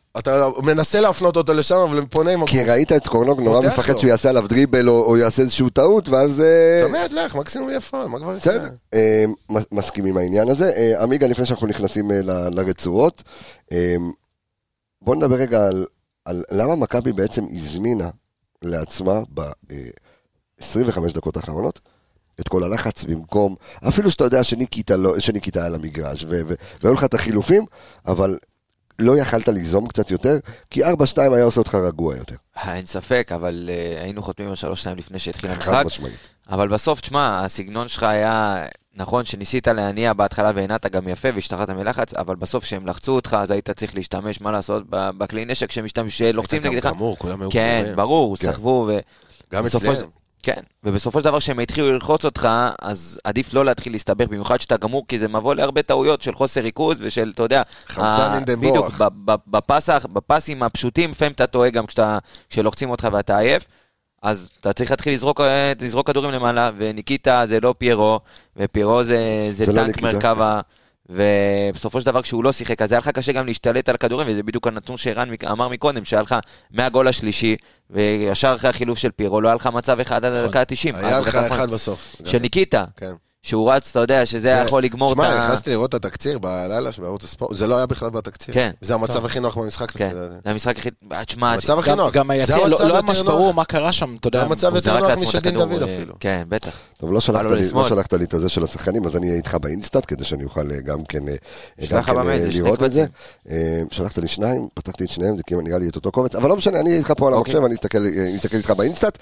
אתה מנסה להפנות אותו לשם, אבל הם פונה עם... כי ראית את קורנו, נורא מפחד שהוא יעשה עליו דריבל, או יעשה איזשהו טעות, ואז... צמד, לך, מקסימום יפה, מה כבר... בסדר, מסכים עם העניין הזה. עמיגה, לפני שאנחנו נכנסים לרצועות, בוא נדבר רגע על למה מכבי בעצם הזמינה לעצמה ב-עשרים וחמש דקות האחרונות, את כל הלחץ במקום, אפילו שאתה יודע שניקיטה על המגרש, והיו לך את החילופים, אבל לא יכלת ליזום קצת יותר, כי ארבע שתיים היה עושה אותך רגוע יותר. אין ספק, אבל היינו חותמים על שלוש שתיים לפני שהתחיל המשחק, אבל בסוף, תשמע, הסגנון שלך היה, נכון שניסית להניע בהתחלה והנעת גם יפה והשתחררת מלחץ, אבל בסוף שהם לחצו אותך, אז היית צריך להשתמש, מה לעשות, בכלי נשק שלוחצים נגדך. כן, ברור, סחבו, גם אצלם. כן, ובסופו של דבר שהם התחילו ללחוץ אותך, אז עדיף לא להתחיל להסתבך, במיוחד שאתה גמור, כי זה מבוא להרבה טעויות של חוסר ריכוז, ושל, אתה יודע, חמצן אינדמבוך. בפסים הפשוטים, לפעמים אתה טועה גם כשלוחצים אותך ואתה עייף, אז אתה צריך להתחיל לזרוק, לזרוק כדורים למעלה, וניקיטה זה לא פיירו, ופיירו זה, זה, זה טנק לא מרכבה, ובסופו של דבר כשהוא לא שיחק, אז היה לך קשה גם להשתלט על הכדורים, וזה בדיוק הנתון שאירן אמר מקודם, שהיה לך מהגול השלישי, וישר אחרי החילוף של פירו, לא היה לך מצב אחד עד הדקה ה-תשעים. היה לך אחד בסוף. של ניקיטה. כן. שהוא רץ, אתה יודע, שזה יכול לגמור את ה... שמע, נכנסתי לראות את התקציר בלילה שבערוץ הספורט, זה לא היה בכלל בתקציר. כן. זה המצב הכי נוח במשחק. כן, זה המשחק הכי... תשמע, המצב הכי נוח. גם היציע, לא ממש ברור מה קרה שם, אתה יודע. המצב יותר נוח משדין דוד אפילו. כן, בטח. טוב, לא שלחת לי את זה של השחקנים, אז אני אהיה איתך באינסטאט, כדי שאני אוכל גם כן לראות את זה. שלחת לי שניים, פתחתי את שניהם, זה כאילו נראה לי את אותו קובץ, אבל לא משנה, אני איתך פה על המחשב, אני אסתכל איתך באינסטאט.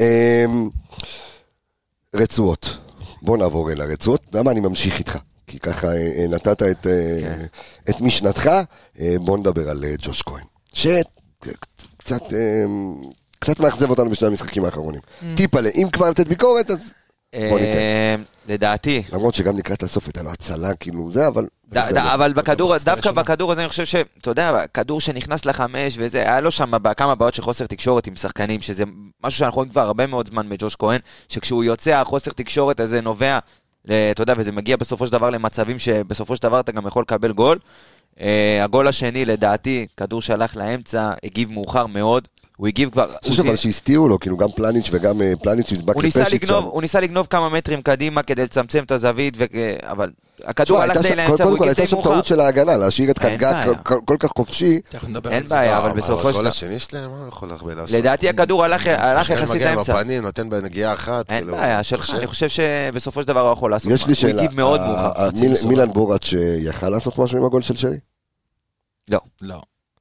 רצועות. בוא נעבור אל הרצועות, למה אני ממשיך איתך? כי ככה נתת את, כן. את משנתך, בוא נדבר על ג'וש כהן. שקצת קצת מאכזב אותנו בשני המשחקים האחרונים. Mm. טיפה, אם כבר לתת ביקורת, אז בוא ניתן. לדעתי. למרות שגם לקראת הסוף הייתה לו הצלה, כאילו זה, אבל... אבל בכדור, דווקא בכדור הזה אני חושב ש... אתה יודע, כדור שנכנס לחמש וזה, היה לו שם כמה בעיות של חוסר תקשורת עם שחקנים, שזה משהו שאנחנו רואים כבר הרבה מאוד זמן מג'וש כהן, שכשהוא יוצא, החוסר תקשורת הזה נובע, אתה יודע, וזה מגיע בסופו של דבר למצבים שבסופו של דבר אתה גם יכול לקבל גול. הגול השני, לדעתי, כדור שהלך לאמצע, הגיב מאוחר מאוד, הוא הגיב כבר... אני חושב אבל שהסתירו לו, כאילו גם פלניץ' וגם פלניץ' שהתבק לפשיץ' שם. הוא ניסה לגנוב כמה מטרים קדימה כדי לצמצם את הזווית, אבל הכדור הלך די לאמצע, הוא הגיב די מאוחר. קודם כל הייתה שם טעות של ההגנה, להשאיר את קנגה כל כך חופשי. אין בעיה, אבל בסופו של... כל השני שלהם, מה הוא יכול להכבל לעשות? לדעתי הכדור הלך יחסית לאמצע. מגיע בפנים, נותן בנגיעה אחת. אין בעיה, שלך, אני חושב שבסופו של דבר הוא יכול לעשות. יש לי שאלה, מילן בוראץ' יכל לעשות משהו עם הגול של שרי? לא. לא.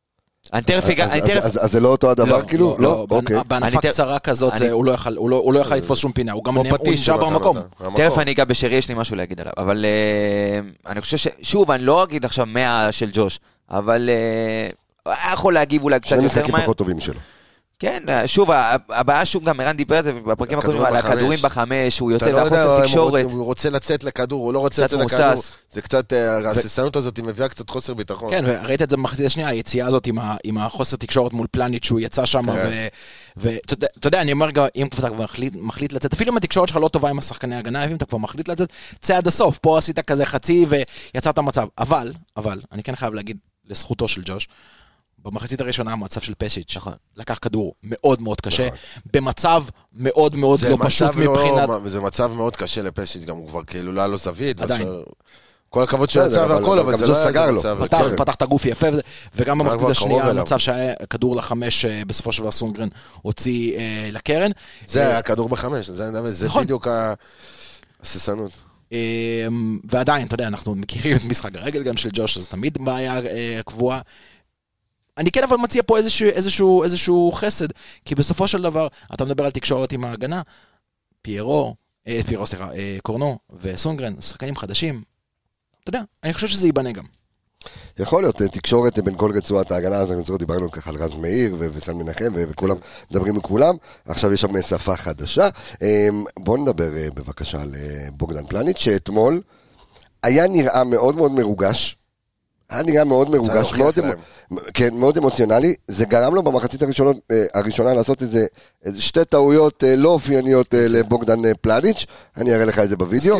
אז זה לא אותו הדבר כאילו? לא, בענפה קצרה כזאת הוא לא יכל לתפוס שום פינה, הוא גם נשאר במקום. תכף אני אגע בשרי, יש לי משהו להגיד עליו, אבל אני חושב ש... שוב, אני לא אגיד עכשיו מאה של ג'וש, אבל היה יכול להגיב אולי קצת יותר מהר. שני משחקים פחות טובים שלו. כן, שוב, הבעיה שוב גם מרן דיבר את זה בפרקים הקודמים על הכדורים בחמש, הוא יוצא לחוסר תקשורת. הוא רוצה לצאת לכדור, הוא לא רוצה לצאת לכדור. זה קצת, הססנות הזאת היא מביאה קצת חוסר ביטחון. כן, ראית את זה במחצית השנייה, היציאה הזאת עם החוסר תקשורת מול פלניץ' שהוא יצא שם, ואתה יודע, אני אומר גם, אם אתה כבר מחליט לצאת, אפילו אם התקשורת שלך לא טובה עם השחקני ההגנה, אם אתה כבר מחליט לצאת, צא עד הסוף, פה עשית כזה חצי ויצאת המצב. אבל, אבל, אני כן חייב להגיד לזכותו של ג'וש, במחצית הראשונה המצב של פשיץ' לקח כדור מאוד מאוד קשה, במצב מאוד מאוד לא פשוט מבחינת... זה מצב מאוד קשה לפשיץ', גם הוא כבר כאילו לא היה לו זווית, כל הכבוד שהוא יצא והכל, אבל זה לא סגר לו. פתח את הגוף יפה, וגם במחצית השנייה המצב שהיה כדור לחמש, בסופו של דבר סונגרן הוציא לקרן. זה היה כדור בחמש, זה בדיוק הססנות. ועדיין, אתה יודע, אנחנו מכירים את משחק הרגל גם של ג'וש, אז תמיד בעיה קבועה. אני כן אבל מציע פה איזשהו, איזשהו, איזשהו חסד, כי בסופו של דבר, אתה מדבר על תקשורת עם ההגנה, פיירו, אה, פיירו, סליחה, אה, קורנו וסונגרן, שחקנים חדשים, אתה יודע, אני חושב שזה ייבנה גם. יכול להיות, תקשורת בין כל רצועת ההגנה, אז אני דיברנו ככה על רז מאיר וסן מנחם, וכולם מדברים מכולם, עכשיו יש שם שפה חדשה. בואו נדבר בבקשה על בוגדן פלניץ', שאתמול היה נראה מאוד מאוד מרוגש, היה נראה מאוד מרוגש, מאוד, כן, מאוד אמוציונלי, זה גרם לו במחצית הראשונה, הראשונה לעשות איזה שתי טעויות לא אופייניות לבוגדן פלניץ', אני אראה לך את זה בווידאו,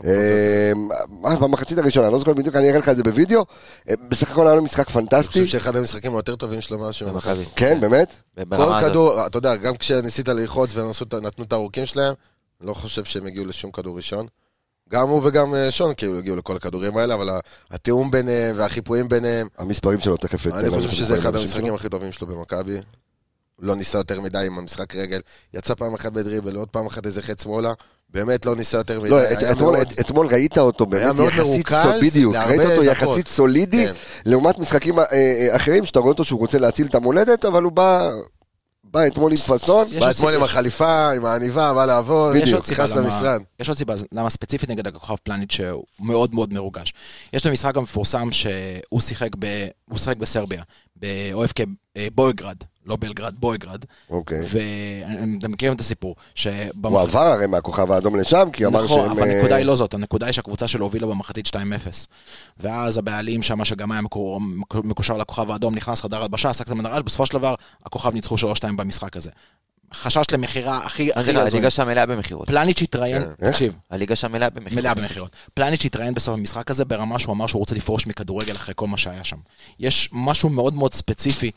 במחצית הראשונה, אני לא זוכר בדיוק, אני אראה לך את זה בווידאו, בסך הכל היה לו משחק פנטסטי. אני חושב שאחד המשחקים היותר טובים שלו משהו במכבי. כן, באמת? כל כדור, אתה יודע, גם כשניסית ללחוץ ונתנו את הארוכים שלהם, לא חושב שהם הגיעו לשום כדור ראשון. גם הוא וגם שון כאילו הגיעו לכל הכדורים האלה, אבל התיאום ביניהם והחיפויים ביניהם, המספרים שלו תכף... אני חושב שזה אחד המשחקים הכי טובים שלו במכבי. לא ניסה יותר מדי עם המשחק רגל, יצא פעם אחת בדריבל, עוד פעם אחת איזה חץ שמאלה, באמת לא ניסה יותר מדי. אתמול ראית אותו באמת יחסית בדיוק, ראית אותו יחסית סולידי, לעומת משחקים אחרים שאתה רואה אותו שהוא רוצה להציל את המולדת, אבל הוא בא... בא אתמול עם פסון, בא אתמול עם החליפה, עם העניבה, בא לעבוד, נכנס למשרד. יש עוד סיבה, למה ספציפית נגד הכוכב פלניץ' שהוא מאוד מאוד מרוגש. יש לו משחק המפורסם שהוא שיחק בסרביה, באוהפקה בויגרד, לא בלגרד, בויגרד. אוקיי. ואתם מכירים את הסיפור. הוא עבר הרי מהכוכב האדום לשם, כי אמר שהם... נכון, אבל הנקודה היא לא זאת, הנקודה היא שהקבוצה שלו הובילה במחצית שתיים אפס. ואז הבעלים שם, שגם היה מקושר לכוכב האדום, נכנס חדר הלבשה, עסק את המנרש, בסופו של דבר, הכוכב ניצחו שלוש שתיים במשחק הזה. חשש למחירה הכי... הליגה שם מלאה במחירות. פלניץ' התראיין, תקשיב. הליגה שם מלאה במחירות. מלאה במחירות. פלניץ' התראיין בסוף המשחק הזה ברמה שהוא אמר שהוא רוצה לפרוש מכדורגל אחרי כל מה שהיה שם. יש משהו מאוד מאוד ספציפי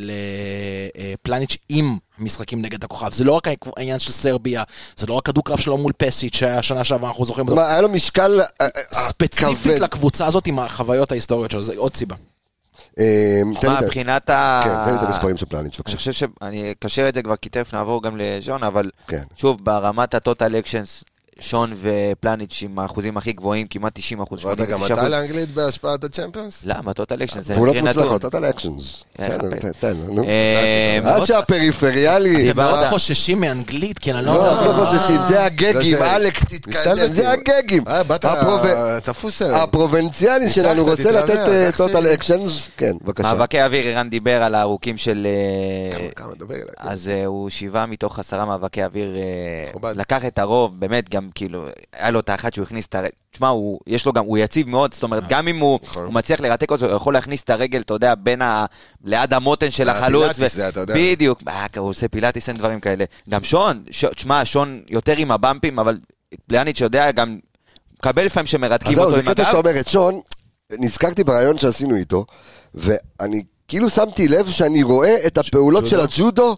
לפלניץ' עם המשחקים נגד הכוכב. זה לא רק העניין של סרביה, זה לא רק הדו-קרב שלו מול פסיץ' שהשנה שעברה אנחנו זוכרים אותו. היה לו משקל ספציפית לקבוצה הזאת עם החוויות ההיסטוריות שלו, זה עוד סיבה. מה, מבחינת ה... כן, תן לי את המספרים של פלניץ', בבקשה. אני חושב שאני אקשר את זה כבר, כי תכף נעבור גם לז'ון, אבל שוב, ברמת הטוטל אקשנס, שון ופלניץ' עם האחוזים הכי גבוהים, כמעט תשעים אחוז. ואתה גם אתה לאנגלית בהשפעת הצ'מפיונס? למה? טוטל אקשנס. פעולות מוצלחות, טוטל אקשנס. תן, נו. עד שהפריפריאלי... אתם מאוד חוששים מאנגלית, כי אני לא... לא חוששים, זה הגגים, אלכס תתקדם, זה הגגים. הפרובנציאלי שלנו רוצה לתת טוטל אקשנס. כן, בבקשה. מאבקי אוויר, ערן דיבר על הארוכים של... אז הוא שבעה מתוך עשרה מאבקי אוויר, לקח את הרוב, באמת גם כאילו, היה לו את האחת שהוא הכניס את הרגל, תשמע, יש לו גם, הוא יציב מאוד, זאת אומרת, גם אם הוא מצליח לרתק אותו, הוא יכול להכניס את הרגל, אתה יודע, בין ה... ליד המותן של החלוץ, בדיוק, הוא עושה פילאטיס, אין דברים כאלה. גם שון, תשמע, שון יותר עם הבמפים, אבל פלניץ' שיודע גם, מקבל לפעמים שמרתקים אותו עם הגב. זה קטע שאתה אומר, את שון, נזכרתי ברעיון שעשינו איתו, ואני כאילו שמתי לב שאני רואה את הפעולות של הג'ודו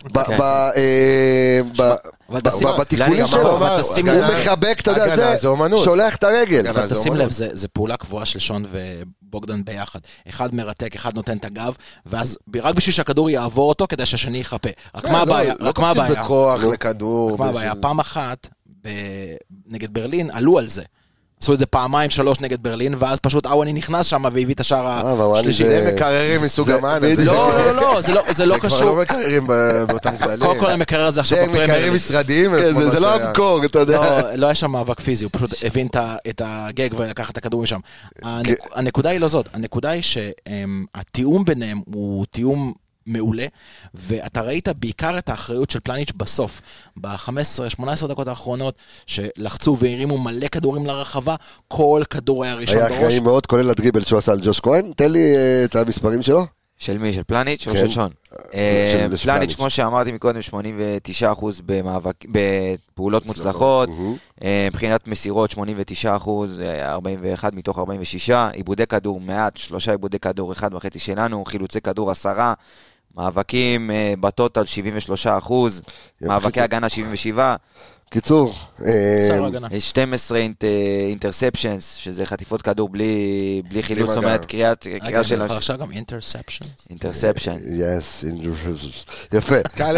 בתיקונים שלו. הוא מחבק, אתה יודע, זה שולח את הרגל. אבל תשים לב, זה פעולה קבועה של שון ובוגדן ביחד. אחד מרתק, אחד נותן את הגב, ואז רק בשביל שהכדור יעבור אותו, כדי שהשני יחפה. רק מה הבעיה? לא קופצים בכוח לכדור. רק מה הבעיה? פעם אחת, נגד ברלין, עלו על זה. עשו את זה פעמיים שלוש נגד ברלין, ואז פשוט אוואני נכנס שם והביא את השער השלישי. זה מקררים מסוג המן. לא, לא, לא, זה לא קשור. זה כבר לא מקררים באותם כללים. קודם כל המקרר הזה עכשיו בפרמייר. זה מקררים משרדיים. זה לא המקור, אתה יודע. לא היה שם מאבק פיזי, הוא פשוט הבין את הגג ולקח את הכדור משם. הנקודה היא לא זאת, הנקודה היא שהתיאום ביניהם הוא תיאום מעולה, ואתה ראית בעיקר את האחריות של פלניץ' בסוף, ב-חמש עשרה שמונה עשרה דקות האחרונות, שלחצו והרימו מלא כדורים לרחבה, כל כדור היה ראשון בראש. היה אחראי מאוד, כולל הדריבל שהוא עשה על ג'וש כהן. תן לי את המספרים שלו. של מי? של פלניץ' או של שון? פלניץ', כמו שאמרתי מקודם, שמונים ותשעה אחוז בפעולות מוצלחות, מבחינת מסירות שמונים ותשעה אחוז, ארבעים ואחת מתוך ארבעים ושש, עיבודי כדור מעט, שלושה עיבודי כדור, אחד וחצי שלנו, חילוצי כדור עשרה, מאבקים בטוטל שבעים ושלושה אחוז, מאבקי הגנה שבעים ושבע. קיצור, שתים עשרה אינטרספשנס, שזה חטיפות כדור בלי חילוץ, זאת אומרת, קריאה של... רגע, עכשיו גם אינטרספשנס? אינטרספשן. יס, אינטרספשנס. יפה.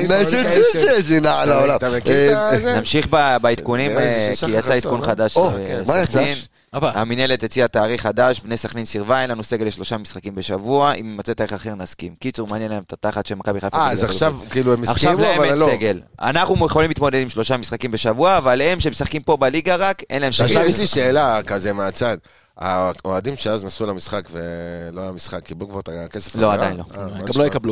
נמשיך בעדכונים, כי יצא עדכון חדש. מה יצא? המנהלת הציעה תאריך חדש, בני סכנין סירבה, אין לנו סגל לשלושה משחקים בשבוע, אם ימצא תאריך אחר נסכים. קיצור, מעניין להם את התחת של מכבי חיפה. אה, אז עכשיו כאילו הם הסכימו, אבל לא. עכשיו להם אין סגל. אנחנו יכולים להתמודד עם שלושה משחקים בשבוע, אבל הם שמשחקים פה בליגה רק, אין להם סגל. עכשיו יש לי שאלה כזה מהצד. האוהדים שאז נסעו למשחק ולא היה משחק, קיבלו כבר את הכסף? לא, עדיין לא. גם לא יקבלו.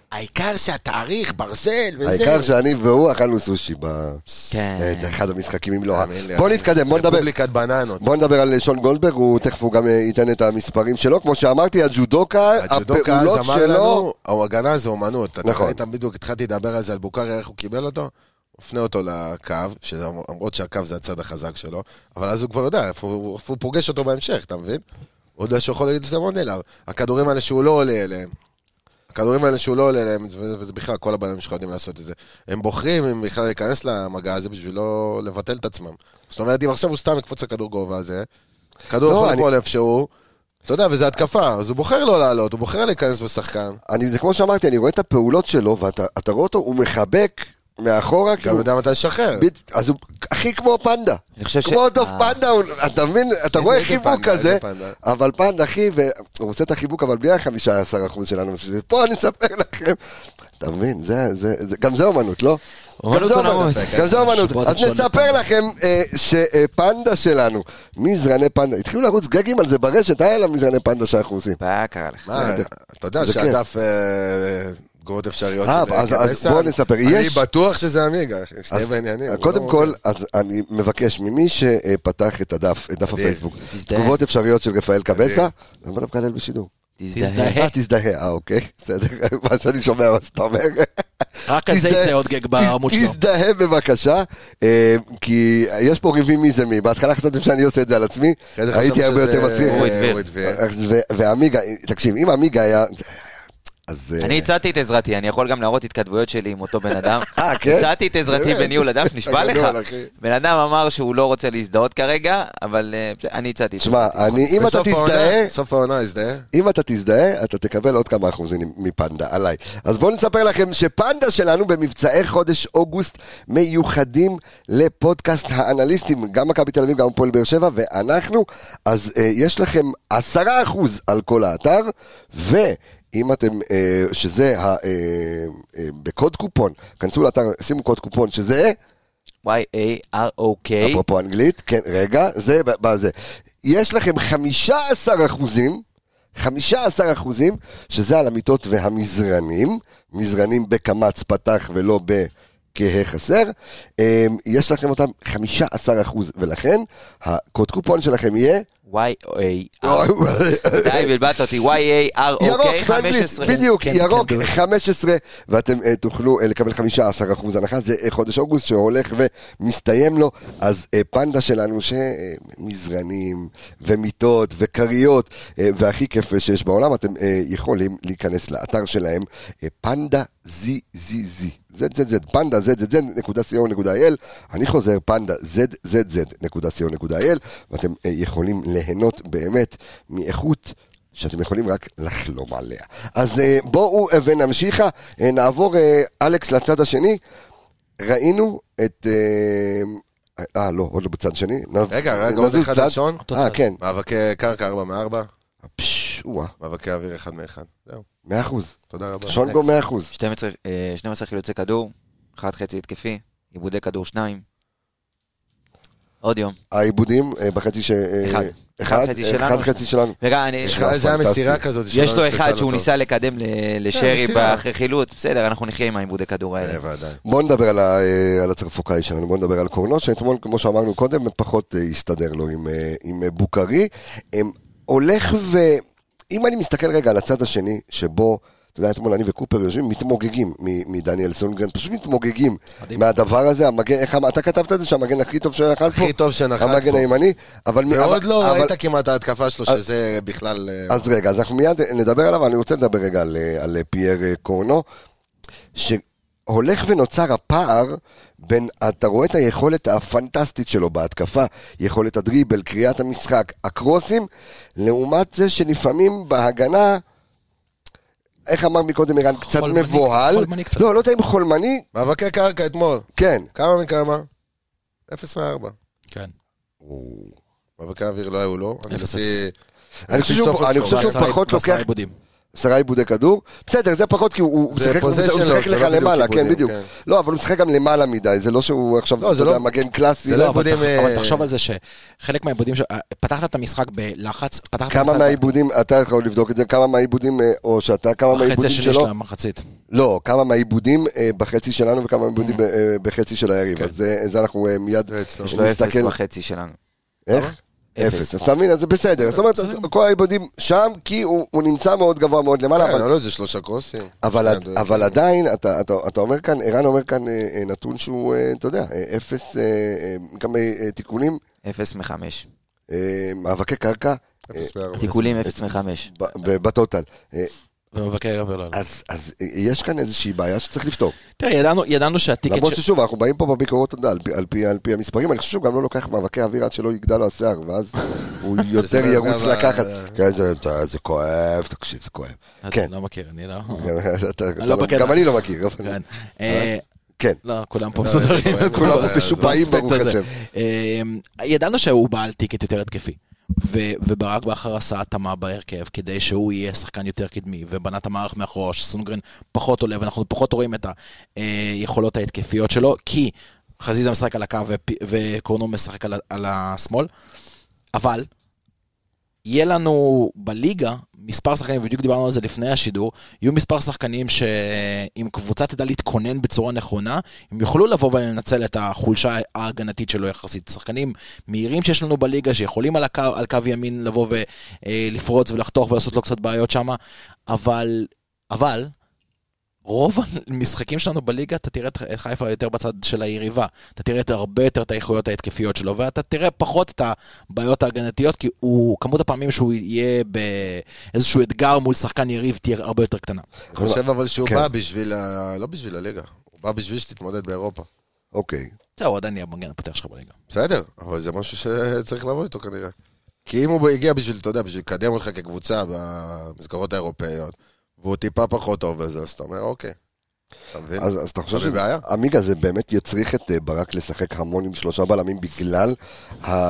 העיקר שהתאריך, ברזל וזה. העיקר שאני והוא אכלנו סושי כן. באחד המשחקים עם לואה. בוא נתקדם, בוא נדבר. רפובליקת בננות. בוא נדבר על שון גולדברג, הוא תכף הוא גם ייתן את המספרים שלו. כמו שאמרתי, הג'ודוקה, הפעולות שלו... ההגנה זה אומנות. נכון. אתה בדיוק התחלתי לדבר על זה, על בוקריה, איך הוא קיבל אותו. מפנה אותו לקו, למרות שהקו זה הצד החזק שלו, אבל אז הוא כבר יודע, איפה הוא, איפה הוא פוגש אותו בהמשך, אתה מבין? הוא יודע שהוא יכול להגיד את זה מאוד אליו. הכדורים האלה שהוא לא עולה אליהם, הכדורים האלה שהוא לא עולה אליהם, וזה בכלל, כל הבנים שלך יודעים לעשות את זה. הם בוחרים אם בכלל להיכנס למגע הזה בשביל לא לבטל את עצמם. זאת אומרת, אם עכשיו הוא סתם יקפוץ הכדור גובה הזה, כדור יכול לכל איפשהו, אתה יודע, וזה התקפה, אז הוא בוחר לא לעלות, הוא בוחר להיכנס בשחקן. אני, זה כמו שאמרתי, אני רואה את הפעולות שלו, ואתה רואה אותו, הוא מחבק מאחורה, גם יודע מתי לשחרר. אז הוא הכי כמו פנדה. כמו דוב פנדה, אתה מבין, אתה רואה חיבוק כזה, אבל פנדה הכי, והוא רוצה את החיבוק, אבל בלי ה-חמישה עשר אחוז שלנו, פה אני אספר לכם, אתה מבין, גם זה אומנות, לא? אומנות אומנות. גם זה אומנות. אז נספר לכם שפנדה שלנו, מזרני פנדה, התחילו לרוץ גגים על זה ברשת, היה לה מזרני פנדה שאנחנו עושים. מה קרה לך? אתה יודע שהדף... תגובות אפשריות של גבסה. בוא נספר. אני בטוח שזה אמיגה, שתהיה בעניינים. קודם כל, אז אני מבקש ממי שפתח את הדף, את דף הפייסבוק, תגובות אפשריות של רפאל גבסה, אז מה אתה מקלל בשידור? תזדהה. תזדהה, אה, אוקיי, בסדר, מה שאני שומע מה שאתה אומר. רק על זה יצא עוד גג בעמוד שלו. תזדהה בבקשה, כי יש פה ריבים מי זה מי, בהתחלה חשבתם שאני עושה את זה על עצמי, הייתי הרבה יותר מצחיק. ואמיגה, תקשיב, אם אמיגה היה... אני הצעתי את עזרתי, אני יכול גם להראות התכתבויות שלי עם אותו בן אדם. אה, כן? הצעתי את עזרתי בניהול הדף, נשבע לך. בן אדם אמר שהוא לא רוצה להזדהות כרגע, אבל אני הצעתי את זה. שמע, אם אתה תזדהה, סוף העונה הזדהה. אם אתה תזדהה, אתה תקבל עוד כמה אחוזים מפנדה, עליי. אז בואו נספר לכם שפנדה שלנו במבצעי חודש אוגוסט מיוחדים לפודקאסט האנליסטים, גם מכבי תל אביב, גם הפועל באר שבע, ואנחנו, אז יש לכם עשרה אחוז על כל האתר, ו... אם אתם, שזה בקוד קופון, כנסו לאתר, שימו קוד קופון, שזה וואי איי אר או קיי. אפרופו אנגלית, כן, רגע, זה בזה. יש לכם חמישה עשר אחוזים, חמישה עשר אחוזים, שזה על המיטות והמזרנים, מזרנים בקמץ פתח ולא בכהה חסר, יש לכם אותם חמישה עשר אחוז, ולכן הקוד קופון שלכם יהיה וואי איי אר די בלבט אותי, וואי איי אר או קיי חמש עשרה. בדיוק, ירוק חמש עשרה, ואתם תוכלו לקבל חמישה עשר אחוז הנחה, זה חודש אוגוסט שהולך ומסתיים לו, אז פנדה שלנו שמזרנים ומיטות וקריות, והכי כיף שיש בעולם, אתם יכולים להיכנס לאתר שלהם, פנדה זי זי זי. זד זד זד, פנדה זד זד זד נקודה סי או נקודה איי אל, אני חוזר פנדה זד זד זד נקודה סי או נקודה איי אל, ואתם יכולים ליהנות באמת מאיכות שאתם יכולים רק לחלום עליה. אז בואו ונמשיכה, נעבור אלכס לצד השני, ראינו את... אה לא, עוד לא בצד שני. רגע, רגע, עוד אחד ראשון? אה כן. מאבקי קרקע ארבע מארבע. פשוט. מאבקי אוויר אחד מאחד. זהו. מאה אחוז. תודה רבה. שונגו מאה אחוז. שתים עשרה חילוצי כדור, אחד חצי התקפי, עיבודי כדור שניים. עוד יום. העיבודים בחצי ש... אחד. אחד חצי שלנו. אחד חצי שלנו. רגע, אני... זה המסירה כזאת. יש לו אחד שהוא ניסה לקדם לשרי באחרי חילוץ. בסדר, אנחנו נחיה עם העיבודי כדור האלה. בואו נדבר על הצרפוקאי שלנו, בואו נדבר על קורנו, שאתמול, כמו שאמרנו קודם, פחות הסתדר לו עם בוקרי. הולך ו... אם אני מסתכל רגע על הצד השני, שבו, אתה יודע, אתמול אני וקופר יושבים, מתמוגגים מדניאל סונגרן, פשוט מתמוגגים מהדבר הזה, המגן, איך, אתה כתבת את זה שהמגן הכי טוב שנחל פה? הכי טוב שנחל פה. המגן הימני, אבל... ועוד לא ראית כמעט ההתקפה שלו, שזה בכלל... אז רגע, אז אנחנו מיד נדבר עליו, אני רוצה לדבר רגע על פייר קורנו, שהולך ונוצר הפער בין, אתה רואה את היכולת הפנטסטית שלו בהתקפה, יכולת הדריבל, קריאת המשחק, הקרוסים, לעומת זה שלפעמים בהגנה, איך אמר מקודם אירן, קצת מבוהל. לא, לא יודע אם חולמני. מאבקי קרקע אתמול. כן. כמה מכמה? אפס מארבע. כן. מאבקי אוויר לא היו לו. אני חושב שהוא פחות לוקח... עשרה עיבודי כדור, בסדר, זה פחות כי הוא משחק לך למעלה, כן, בדיוק. לא, אבל הוא משחק גם למעלה מדי, זה לא שהוא עכשיו, אתה יודע, מגן קלאסי. אבל תחשוב על זה שחלק מהעיבודים, פתחת את המשחק בלחץ, כמה מהעיבודים, אתה יכול לבדוק את זה, כמה מהעיבודים, או שאתה, כמה מהעיבודים שלו. בחצי שלי של המחצית. לא, כמה מהעיבודים בחצי שלנו וכמה מהעיבודים בחצי של היריב. אז זה אנחנו מיד יש לו אפס בחצי שלנו. איך? אפס, אז תאמין, אז זה בסדר, זאת אומרת, כל העיבודים שם, כי הוא נמצא מאוד גבוה מאוד למעלה, כן, לא, זה שלושה קרוסים. אבל עדיין, אתה אומר כאן, ערן אומר כאן נתון שהוא, אתה יודע, אפס, גם תיקולים. אפס מחמש. מאבקי קרקע. תיקולים אפס מחמש. בטוטל. ומבקר אבל לא. אז, אז יש כאן איזושהי בעיה שצריך לפתור. תראה, ידענו, ידענו שהטיקט... למרות ששוב, אנחנו באים פה בביקורות על פי, על פי, על פי המספרים, אני חושב שהוא גם לא לוקח מאבקי אוויר עד שלא יגדל לו השיער, ואז הוא יותר ירוץ לקחת. כן, זה, זה כואב, תקשיב, זה כואב. כן. לא מכיר, אני לא... גם אני לא מכיר. כן. לא, כולם פה מסודרים. כולם פה משופעים ברוך השם. ידענו שהוא בעל טיקט יותר התקפי. וברק באחר עשה התאמה בהרכב כדי שהוא יהיה שחקן יותר קדמי ובנת המערך מאחורה שסונגרן פחות עולה ואנחנו פחות רואים את היכולות ההתקפיות שלו כי חזיזה משחק על הקו וקורנו משחק על השמאל אבל יהיה לנו בליגה מספר שחקנים, ובדיוק דיברנו על זה לפני השידור, יהיו מספר שחקנים שאם קבוצה תדע להתכונן בצורה נכונה, הם יוכלו לבוא ולנצל את החולשה ההגנתית שלו יחסית. שחקנים מהירים שיש לנו בליגה, שיכולים על הקו, על קו ימין לבוא ולפרוץ ולחתוך ולעשות לו קצת בעיות שם, אבל, אבל, רוב המשחקים שלנו בליגה, אתה תראה את חיפה יותר בצד של היריבה, אתה תראה את הרבה יותר את האיכויות ההתקפיות שלו, ואתה תראה פחות את הבעיות ההגנתיות, כי הוא, כמות הפעמים שהוא יהיה באיזשהו אתגר מול שחקן יריב, תהיה הרבה יותר קטנה. אני חושב אבל שהוא בא בשביל, לא בשביל הליגה, הוא בא בשביל שתתמודד באירופה. אוקיי. זהו, עדיין יהיה מגן הפתח שלך בליגה. בסדר, אבל זה משהו שצריך לעבוד איתו כנראה. כי אם הוא הגיע בשביל, אתה יודע, בשביל לקדם אותך כקבוצה במסגרות האירופאיות, והוא טיפה פחות טוב בזה, אז אתה אומר, אוקיי. אז, אז אתה חושב שהמיגה זה באמת יצריך את ברק לשחק המון עם שלושה בלמים בגלל ה...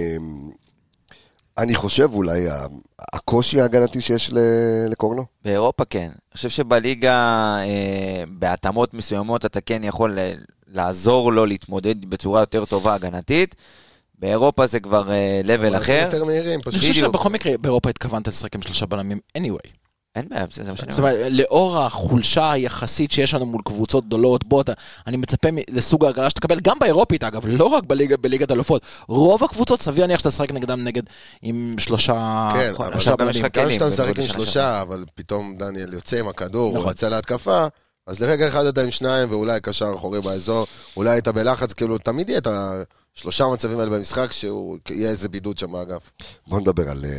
אני חושב אולי הקושי ההגנתי שיש לקורנו? באירופה כן. אני חושב שבליגה בהתאמות מסוימות אתה כן יכול לעזור לו להתמודד בצורה יותר טובה הגנתית. באירופה זה כבר לבל אחר. יותר מהירים, אני חושב שבכל מקרה באירופה התכוונת לשחק עם שלושה בלמים anyway. אין בעיה, זה מה שאני אומר. זאת אומרת, לאור החולשה היחסית שיש לנו מול קבוצות גדולות, בוא, אני מצפה לסוג ההגרה שתקבל, גם באירופית אגב, לא רק בליגת אלופות, רוב הקבוצות סביר אני שאתה שחק נגדם נגד עם שלושה... כן, אבל גם שאתה משחק עם שלושה, אבל פתאום דניאל יוצא עם הכדור, הוא יוצא להתקפה, אז לרגע אחד אתה עם שניים, ואולי קשר אחורי באזור, אולי היית בלחץ, כאילו תמיד יהיה את השלושה מצבים האלה במשחק, שיהיה איזה בידוד שם באגף. בוא נדבר על...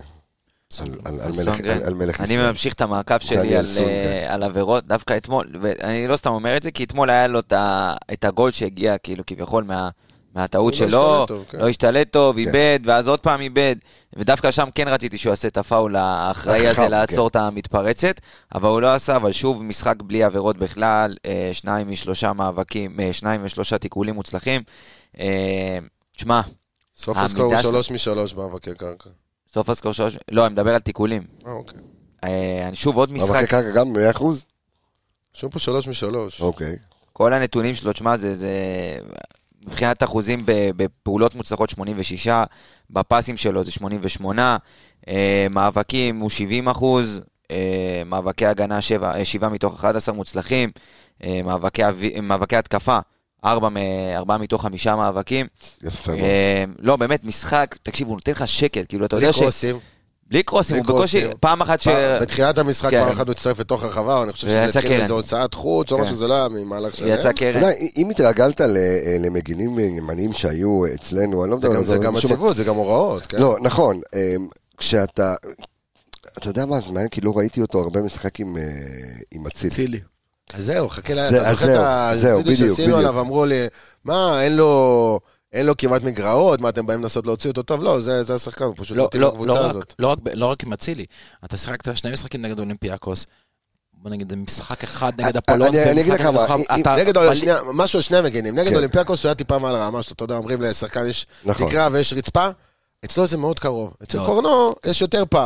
על מלך אני ממשיך את המעקב שלי על עבירות, דווקא אתמול, ואני לא סתם אומר את זה, כי אתמול היה לו את הגול שהגיע, כאילו כביכול מהטעות שלו, לא השתלט טוב, איבד, ואז עוד פעם איבד, ודווקא שם כן רציתי שהוא יעשה את הפאול האחראי הזה לעצור את המתפרצת, אבל הוא לא עשה, אבל שוב משחק בלי עבירות בכלל, שניים משלושה מאבקים, שניים ושלושה תיקולים מוצלחים, תשמע, סוף הסקור הוא שלוש משלוש מאבקי קרקע. סוף הסקור שלוש, לא, אני מדבר על תיקולים. אה, אוקיי. אני שוב עוד משחק. מאבקי קרקע גם מאה אחוז? שוב פה שלוש משלוש. אוקיי. כל הנתונים שלו, תשמע, זה, זה, מבחינת אחוזים בפעולות מוצלחות שמונים ושש, בפסים שלו זה שמונים ושמונה, מאבקים הוא שבעים אחוז, מאבקי הגנה שבע, שבע מתוך אחד עשר מוצלחים, מאבקי, מאבקי התקפה, ארבע, ארבע מתוך חמישה מאבקים. יפה. לא, באמת, משחק, תקשיב, הוא נותן לך שקט, כאילו, אתה יודע ש... בלי קרוסים. בלי קרוסים, הוא בקושי, פעם אחת ש... בתחילת המשחק, פעם אחת הוא הצטרף לתוך הרחבה, אני חושב שזה התחיל איזו הוצאת חוץ, או משהו שזה לא היה ממהלך שלהם. יצא קרן. אתה יודע, אם התרגלת למגינים ימניים שהיו אצלנו, אני לא יודע... זה גם הציבות, זה גם הוראות, כן? לא, נכון. כשאתה... אתה יודע מה, זה מעניין, כי לא ראיתי אותו הרבה משחק עם אצילי. אז זהו, חכה לה, אתה זוכר את הוידאו שעשינו עליו, אמרו לי, מה, אין לו, אין לו כמעט מגרעות, מה אתם באים לנסות להוציא אותו טוב? לא, זה השחקן, הוא פשוט מתאים לקבוצה הזאת. לא רק עם אצילי, אתה שחקת שני משחקים נגד אולימפיאקוס, בוא נגיד, זה משחק אחד נגד אפולון, אני אגיד לך מה, נגד משהו שני מגנים, נגד אולימפיאקוס הוא היה טיפה מעל הרמה שלו, אתה יודע, אומרים לשחקן יש תקרה ויש רצפה, אצלו זה מאוד קרוב, אצל קורנו יש יותר פער.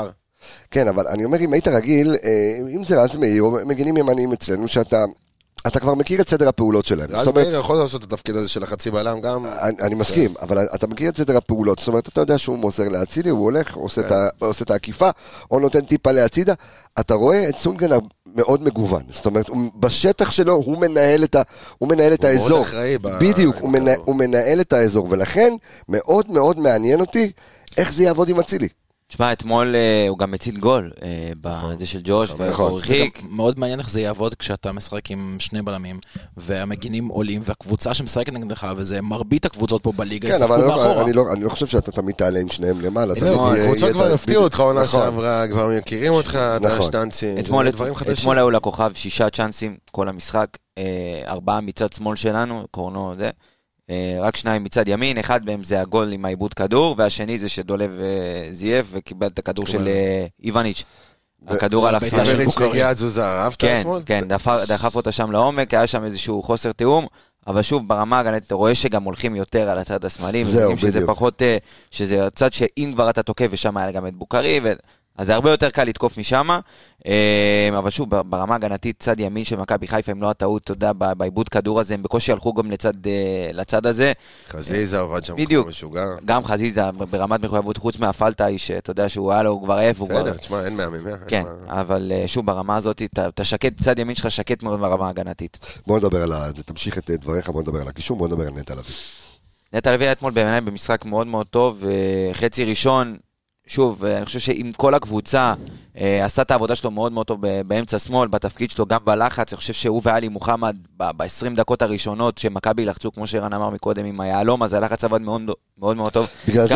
כן, אבל אני אומר, אם היית רגיל, אם זה רז מאיר, או מגנים ימניים אצלנו, שאתה... אתה כבר מכיר את סדר הפעולות שלהם. רז מאיר יכול לעשות את התפקיד הזה של החצי בלם גם... אני מסכים, אבל אתה מכיר את סדר הפעולות, זאת אומרת, אתה יודע שהוא מוסר להצידי, הוא הולך, עושה את העקיפה, או נותן טיפה להצידה, אתה רואה את סונגרן מאוד מגוון, זאת אומרת, בשטח שלו הוא מנהל את האזור. הוא מאוד אחראי. בדיוק, הוא מנהל את האזור, ולכן מאוד מאוד מעניין אותי איך זה יעבוד עם אצילי. תשמע, אתמול הוא גם מציל גול בזה של ג'וש, והוא הרחיק. מאוד מעניין איך זה יעבוד כשאתה משחק עם שני בלמים, והמגינים עולים, והקבוצה שמשחקת נגדך, וזה מרבית הקבוצות פה בליגה, כן, אבל אני לא חושב שאתה תמיד תעלה עם שניהם למעלה. הקבוצות כבר הפתיעו אותך, עונה שעברה, כבר מכירים אותך, אתה שטנצים, דברים חדשים. אתמול היו לכוכב שישה צ'אנסים, כל המשחק, ארבעה מצד שמאל שלנו, קורנו זה. רק שניים מצד ימין, אחד מהם זה הגול עם העיבוד כדור, והשני זה שדולב זייף וקיבל את הכדור של איווניץ'. הכדור על הפסקה של בוקרי. כן, כן, דחף אותה שם לעומק, היה שם איזשהו חוסר תיאום, אבל שוב, ברמה הגנתית, אתה רואה שגם הולכים יותר על הצד השמאלי, זהו, שזה פחות, שזה הצד שאם כבר אתה תוקף, ושם היה גם את בוקרי, אז זה הרבה יותר קל לתקוף משם, אבל שוב, ברמה הגנתית, צד ימין של מכבי חיפה, הם לא הטעות, אתה יודע, בעיבוד כדור הזה, הם בקושי הלכו גם לצד, לצד הזה. חזיזה עובד שם בדיוק, משוגע. גם חזיזה, ברמת מחויבות, חוץ מהפלטה, שאתה יודע שהוא היה לו, הוא כבר עף, הוא כבר... בסדר, תשמע, אין מאה ממאה. כן, אבל שוב, ברמה הזאת, אתה שקט, צד ימין שלך שקט מאוד ברמה הגנתית. בוא נדבר על זה, תמשיך את דבריך, בוא נדבר על הקישור, בוא נדבר על נטע לביא. נטע לביא אתמול בעיניי במשחק מאוד מאוד טוב, חצי ראשון, שוב, אני חושב שעם כל הקבוצה, עשה את העבודה שלו מאוד מאוד טוב באמצע שמאל, בתפקיד שלו גם בלחץ, אני חושב שהוא ואלי מוחמד ב-עשרים דקות הראשונות שמכבי לחצו, כמו שרן אמר מקודם עם היעלום, אז הלחץ עבד מאוד מאוד מאוד טוב. בגלל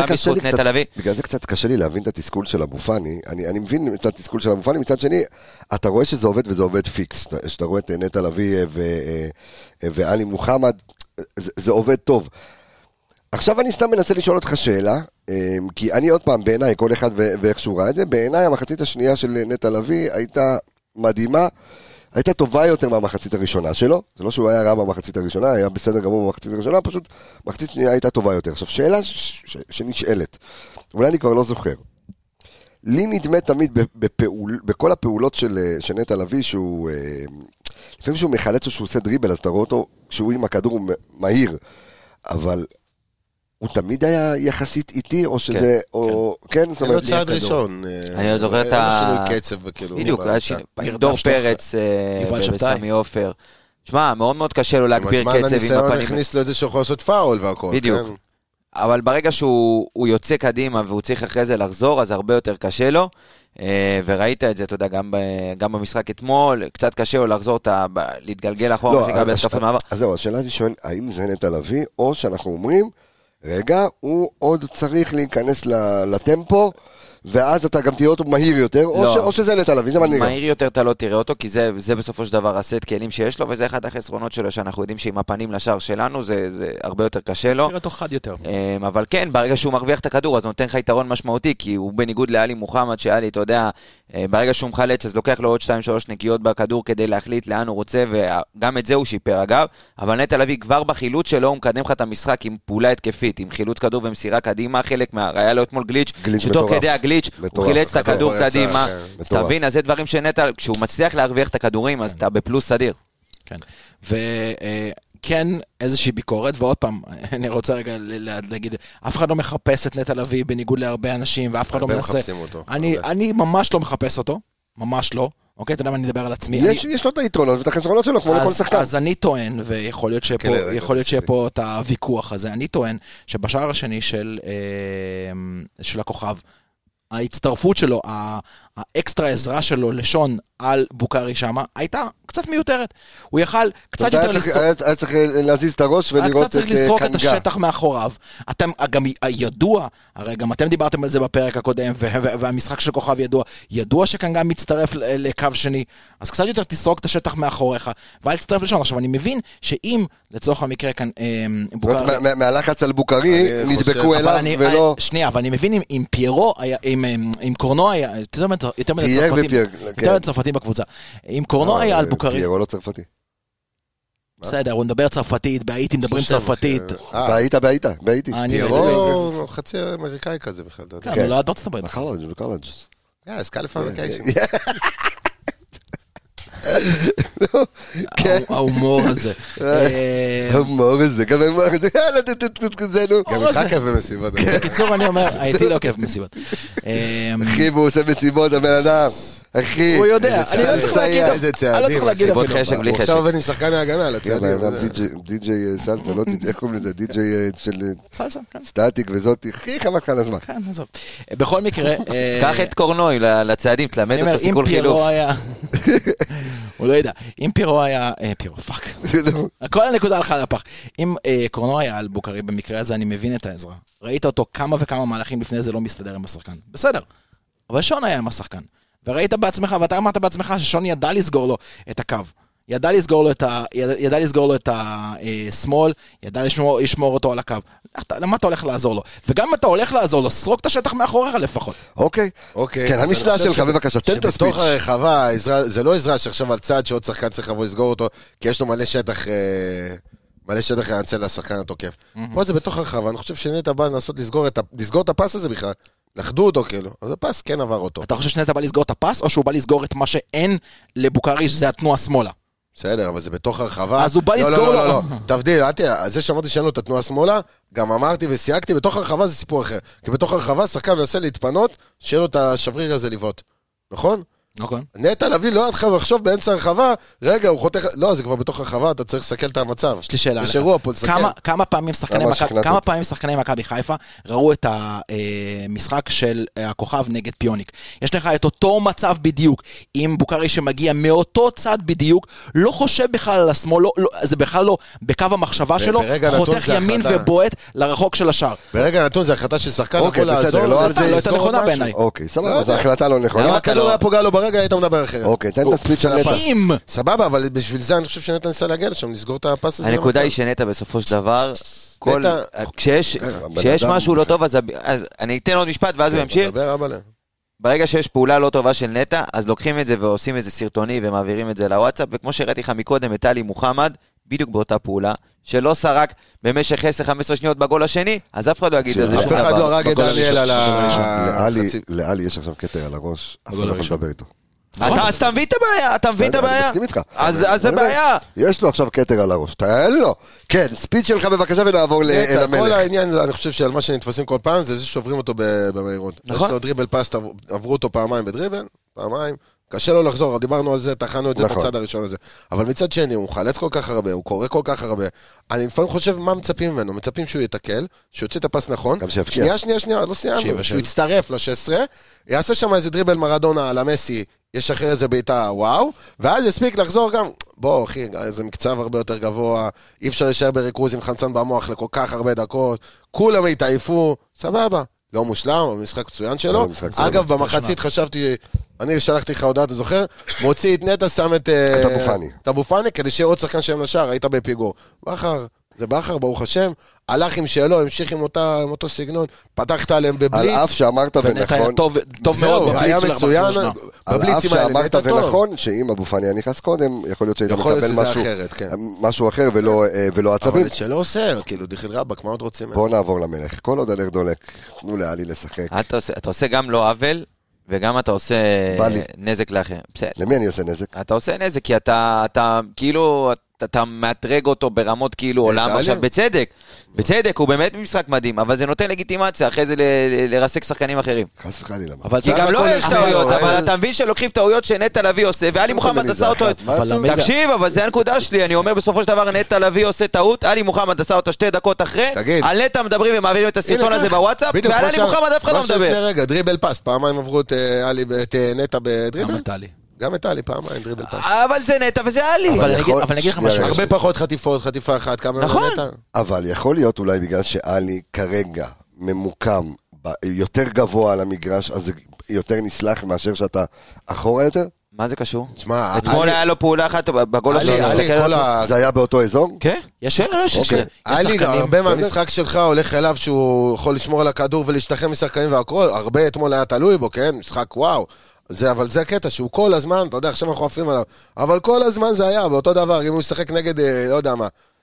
זה קצת קשה לי להבין את התסכול של אבו פאני, אני מבין את התסכול של אבו פאני, מצד שני, אתה רואה שזה עובד וזה עובד פיקס, שאתה רואה את נטע לביא ואלי מוחמד, זה עובד טוב. עכשיו אני סתם מנסה לשאול אותך שאלה, כי אני עוד פעם, בעיניי, כל אחד ואיך שהוא ראה את זה, בעיניי המחצית השנייה של נטע לביא הייתה מדהימה, הייתה טובה יותר מהמחצית הראשונה שלו, זה לא שהוא היה רע במחצית הראשונה, היה בסדר גמור במחצית הראשונה, פשוט מחצית שנייה הייתה טובה יותר. עכשיו, שאלה ש- ש- שנשאלת, אולי אני כבר לא זוכר, לי נדמה תמיד בפעול, בכל הפעולות של, של נטע לביא, שהוא, לפעמים שהוא מחלץ או שהוא עושה דריבל, אז אתה רואה אותו, כשהוא עם הכדור הוא מהיר, אבל... הוא תמיד היה יחסית איטי, או שזה, או, כן, זאת אומרת, זה לא צעד ראשון. אני זוכר את ה... אין לו שינוי קצב וכאילו... בדיוק, עם דור פרץ וסמי עופר. שמע, מאוד מאוד קשה לו להגביר קצב עם הפנים. בזמן הניסיון הכניס לו את זה שיכול לעשות פאול והכל. בדיוק. אבל ברגע שהוא יוצא קדימה והוא צריך אחרי זה לחזור, אז הרבה יותר קשה לו. וראית את זה, אתה יודע, גם במשחק אתמול, קצת קשה לו לחזור, להתגלגל אחורה, אז זהו, השאלה היא שואל, האם זה נטע לביא, או שאנחנו אומרים, רגע, הוא עוד צריך להיכנס לטמפו, ואז אתה גם תראה אותו מהיר יותר, לא. או, ש, או שזה נטע לביא, זה מה נראה. מהיר יותר אתה לא תראה אותו, כי זה, זה בסופו של דבר הסט כלים שיש לו, וזה אחד החסרונות שלו, שאנחנו יודעים שעם הפנים לשער שלנו, זה, זה הרבה יותר קשה לו. תראה אותו חד יותר. אבל כן, ברגע שהוא מרוויח את הכדור, אז נותן לך יתרון משמעותי, כי הוא בניגוד לאלי מוחמד, שאלי, אתה יודע, ברגע שהוא מחלץ, אז לוקח לו עוד שתיים שלוש נקיות בכדור, כדי להחליט לאן הוא רוצה, וגם את זה הוא שיפר אגב, אבל נטע לביא כבר בחילוץ שלו, הוא מקדם לך את המשחק עם פעולה התקפית, עם חילוץ כדור ומסירה קדימה, חלק מה, היה לו אתמול גליץ', שתוך כדי הגליץ', הוא חילץ את הכדור קדימה, אז תבין, אז זה דברים שנטע, כשהוא מצליח להרוויח את הכדורים, אז אתה בפלוס סדיר. כן, וכן איזושהי ביקורת, ועוד פעם, אני רוצה רגע להגיד, אף אחד לא מחפש את נטע לביא בניגוד להרבה אנשים, ואף אחד לא מנסה, אני ממש לא מחפש אותו, ממש לא, אוקיי, אתה יודע מה אני אדבר על עצמי. יש לו את היתרונות ואת החסרונות שלו, כמו לכל שחקן. אז אני טוען, ויכול להיות שיהיה פה את הוויכוח הזה, אני טוען שבשער השני של הכוכב, ההצטרפות שלו, האקסטרה עזרה שלו לשון על בוקרי שמה, הייתה קצת מיותרת. הוא יכל קצת יותר לסרוק. היה צריך להזיז את הראש ולראות את קנגה. היה קצת צריך לסרוק את השטח מאחוריו. אתם, גם ידוע, הרי גם אתם דיברתם על זה בפרק הקודם, והמשחק של כוכב ידוע, ידוע שקנגה מצטרף לקו שני, אז קצת יותר תסרוק את השטח מאחוריך, ואל תצטרף לשון. עכשיו, אני מבין שאם, לצורך המקרה כאן, בוקרי... מהלחץ על בוקרי, נדבקו אליו ולא... שנייה, אבל אני מבין אם פיירו היה, אם קורנו היה, יותר מדי צרפתים בקבוצה. אם קורנו היה על בוקרי... פיירו לא צרפתי. בסדר, הוא מדבר צרפתית, בהאיטי מדברים צרפתית. בהאיטי, בהאיטי, בהאיטי. פיירו חצי אמריקאי כזה בכלל. כן, הוא לא עד ארצות הברית. בקולג', בקולג'. Yeah, it's Californication. ההומור הזה. ההומור הזה, גם ההומור הזה, יאללה, תתקזנו. גם איתך כיף במסיבות. בקיצור, אני אומר, הייתי לא כיף במסיבות. אחי, והוא עושה מסיבות, הבן אדם. אחי. הוא יודע, אני לא צריך להגיד, איזה צעדים. אני לא צריך להגיד מסיבות חשק בלי הוא חשק. עכשיו עובד עם שחקן ההגנה על הצעדים. די-ג'יי סלסה, לא די-ג'יי, איך קוראים לזה? די-ג'יי של סלסה, כן. סטטיק וזאת, הכי חמק לך על הזמן. כן, עזוב. בכל מקרה... קח את קורנוי לצעדים, תלמד אני אותו אומר, אם סיכול חילוף. פירו היה... הוא לא ידע. אם פירו היה... פירו, פאק. כל הנקודה הלכה לפח. אם קורנוי היה על בוקרי, במקרה הזה אני מבין את העזרה. ראית אותו כמה וכמה מהלכים לפני זה לא מסתדר עם השחקן. בסדר. אבל שון היה עם השחקן. וראית בעצמך, ואתה אמרת בעצמך ששון ידע לסגור לו את הקו. ידע לסגור לו את ה... ידע לסגור לו את השמאל, ידע לשמור, לשמור אותו על הקו. למה אתה הולך לעזור לו? וגם אם אתה הולך לעזור לו, סרוק את השטח מאחוריך לפחות. אוקיי. אוקיי. כן, המשנה שלך, בבקשה, תן את הספיץ'. שבתוך הרחבה, זה לא עזרה שעכשיו על צד שעוד שחקן צריך לבוא לסגור אותו, כי יש לו מלא שטח... מלא שטח ינצל לשחקן התוקף. פה זה בתוך הרחבה, אני חושב שנטע בא לנסות לסגור את הפס הזה בכלל. לחדו אותו כאילו, אז הפס כן עבר אותו. אתה חושב שנטע בא לסגור את הפס, או שהוא בא לסגור את מה שאין לבוקרי, שזה התנועה שמאלה? בסדר, אבל זה בתוך הרחבה. אז הוא בא לסגור לו. לא, לא, לא, תבדיל, זה שאמרתי שאין לו את התנועה שמאלה, גם אמרתי וסייגתי, בתוך הרחבה זה סיפור אחר. כי בתוך הרחבה שחקן מנסה להתפנות, שיהיה לו את השבריר הזה לבעוט. נכון? נכון. נטע לביא לא יתחב לחשוב באמצע הרחבה, רגע, הוא חותך, לא, זה כבר בתוך הרחבה, אתה צריך לסכל את המצב. יש לי שאלה יש אירוע פה, לסכל. כמה פעמים שחקני מכבי חיפה ראו את המשחק של הכוכב נגד פיוניק? יש לך את אותו מצב בדיוק, עם בוקרי שמגיע מאותו צד בדיוק, לא חושב בכלל על השמאל, זה בכלל לא בקו המחשבה שלו, חותך ימין ובועט לרחוק של השאר. ברגע נתון זה החלטה של שחקן, אוקיי, בסדר, לא על זה יותר נכונה בעיניי. אוקיי, סבבה, זו החלטה לא נכונה. הכדור היה פוגע לו ברגע, היית מדבר אחרת. אוקיי, תן את הספיץ' של נטע. סבבה, אבל בשביל זה אני חושב שנטע ניסה להגיע לשם, לסגור את הפס הזה. הנקודה היא שנטע בסופו של דבר, כשיש משהו לא טוב, אז אני אתן עוד משפט ואז הוא ימשיך. ברגע שיש פעולה לא טובה של נטע, אז לוקחים את זה ועושים איזה סרטוני ומעבירים את זה לוואטסאפ, וכמו שהראיתי לך מקודם, את טלי מוחמד, בדיוק באותה פעולה, שלא סרק במשך עשר חמש עשרה שניות בגול השני, אז אף אחד לא יגיד את זה. אף אחד לא הרג את דניאל על ה... לאלי יש עכשיו קטר על הראש, אף אחד לא יכול לדבר איתו. אז אתה מבין את הבעיה, אתה מבין את הבעיה. אני מסכים איתך. אז זה בעיה. יש לו עכשיו קטר על הראש, תן לו. כן, ספיץ' שלך בבקשה ונעבור אל המלך. כל העניין, אני חושב שעל מה שנתפסים כל פעם, זה זה שעוברים אותו במהירות. יש לו דריבל פס, עברו אותו פעמיים בדריבל, פעמיים. קשה לו לחזור, דיברנו על זה, תחנו את זה בצד הראשון הזה. אבל מצד שני, הוא חלץ כל כך הרבה, הוא קורא כל כך הרבה. אני לפעמים חושב מה מצפים ממנו, מצפים שהוא יתקל, שהוא יוצא את הפס נכון. שנייה, שנייה, שנייה, לא סיימנו. שהוא יצטרף ל-שש עשרה, יעשה שם איזה דריבל מרדונה על המסי, יש אחרי זה בעיטה, וואו, ואז יספיק לחזור גם, בוא אחי, זה מקצב הרבה יותר גבוה, אי אפשר להישאר בריכוז עם חמצן במוח לכל כך הרבה דקות, כולם התעייפו, סבבה. לא מושלם, אבל משחק מצוין שלו. אגב, במחצית חשבתי, אני שלחתי לך הודעה, אתה זוכר? מוציא את נטע, שם את... את אבו פאני. את אבו פאני, כדי שיהיה עוד שחקן שם לשער, היית בפיגור. בכר, זה בכר, ברוך השם, הלך עם שאלו, המשיך עם אותו סגנון, פתחת עליהם בבליץ. על אף שאמרת ונכון. טוב מאוד, היה מצוין. על אף שאמרת ונכון, שאם אבו פאני נכנס קודם, יכול להיות שהיית מקבל משהו אחר ולא עצבים. אבל שלא עושה, כאילו, דיחיל רבק, מה עוד רוצים? בוא נעבור למלך. כל עוד הלך דולק, תנו לאלי לשחק. אתה עושה גם לא עוול, וגם אתה עושה נזק לאחר. למי אני עושה נזק? אתה עושה נזק, כי אתה כאילו... אתה מאתרג אותו ברמות כאילו עולם, עכשיו בצדק, בצדק, הוא באמת במשחק מדהים, אבל זה נותן לגיטימציה אחרי זה לרסק שחקנים אחרים. חס וחלילה. כי גם לא יש טעויות, אבל אתה מבין שלוקחים טעויות שנטע לביא עושה, ואלי מוחמד עשה אותו... תקשיב, אבל זה הנקודה שלי, אני אומר בסופו של דבר נטע לביא עושה טעות, אלי מוחמד עשה אותו שתי דקות אחרי, על נטע מדברים ומעבירים את הסרטון הזה בוואטסאפ, ועל אלי מוחמד אף אחד לא מדבר. רגע, דריבל פס, פעמיים עברו את נטע בדריבל. גם את אלי פעמיים, דריבל פס. אבל זה נטע וזה אלי. אבל אני אגיד לך משהו. הרבה פחות חטיפות, חטיפה אחת, כמה נטע. אבל יכול להיות אולי בגלל שאלי כרגע ממוקם יותר גבוה על המגרש, אז זה יותר נסלח מאשר שאתה אחורה יותר? מה זה קשור? תשמע, אתמול היה לו פעולה אחת בגול השני. זה היה באותו אזור? כן, יש שחקנים. אלי, הרבה מהמשחק שלך הולך אליו שהוא יכול לשמור על הכדור ולהשתחרר משחקנים והכל, הרבה אתמול היה תלוי בו, כן? משחק וואו. זה, אבל זה הקטע שהוא כל הזמן, אתה יודע, עכשיו אנחנו עפים עליו, אבל כל הזמן זה היה, באותו דבר, אם הוא ישחק נגד, לא יודע מה,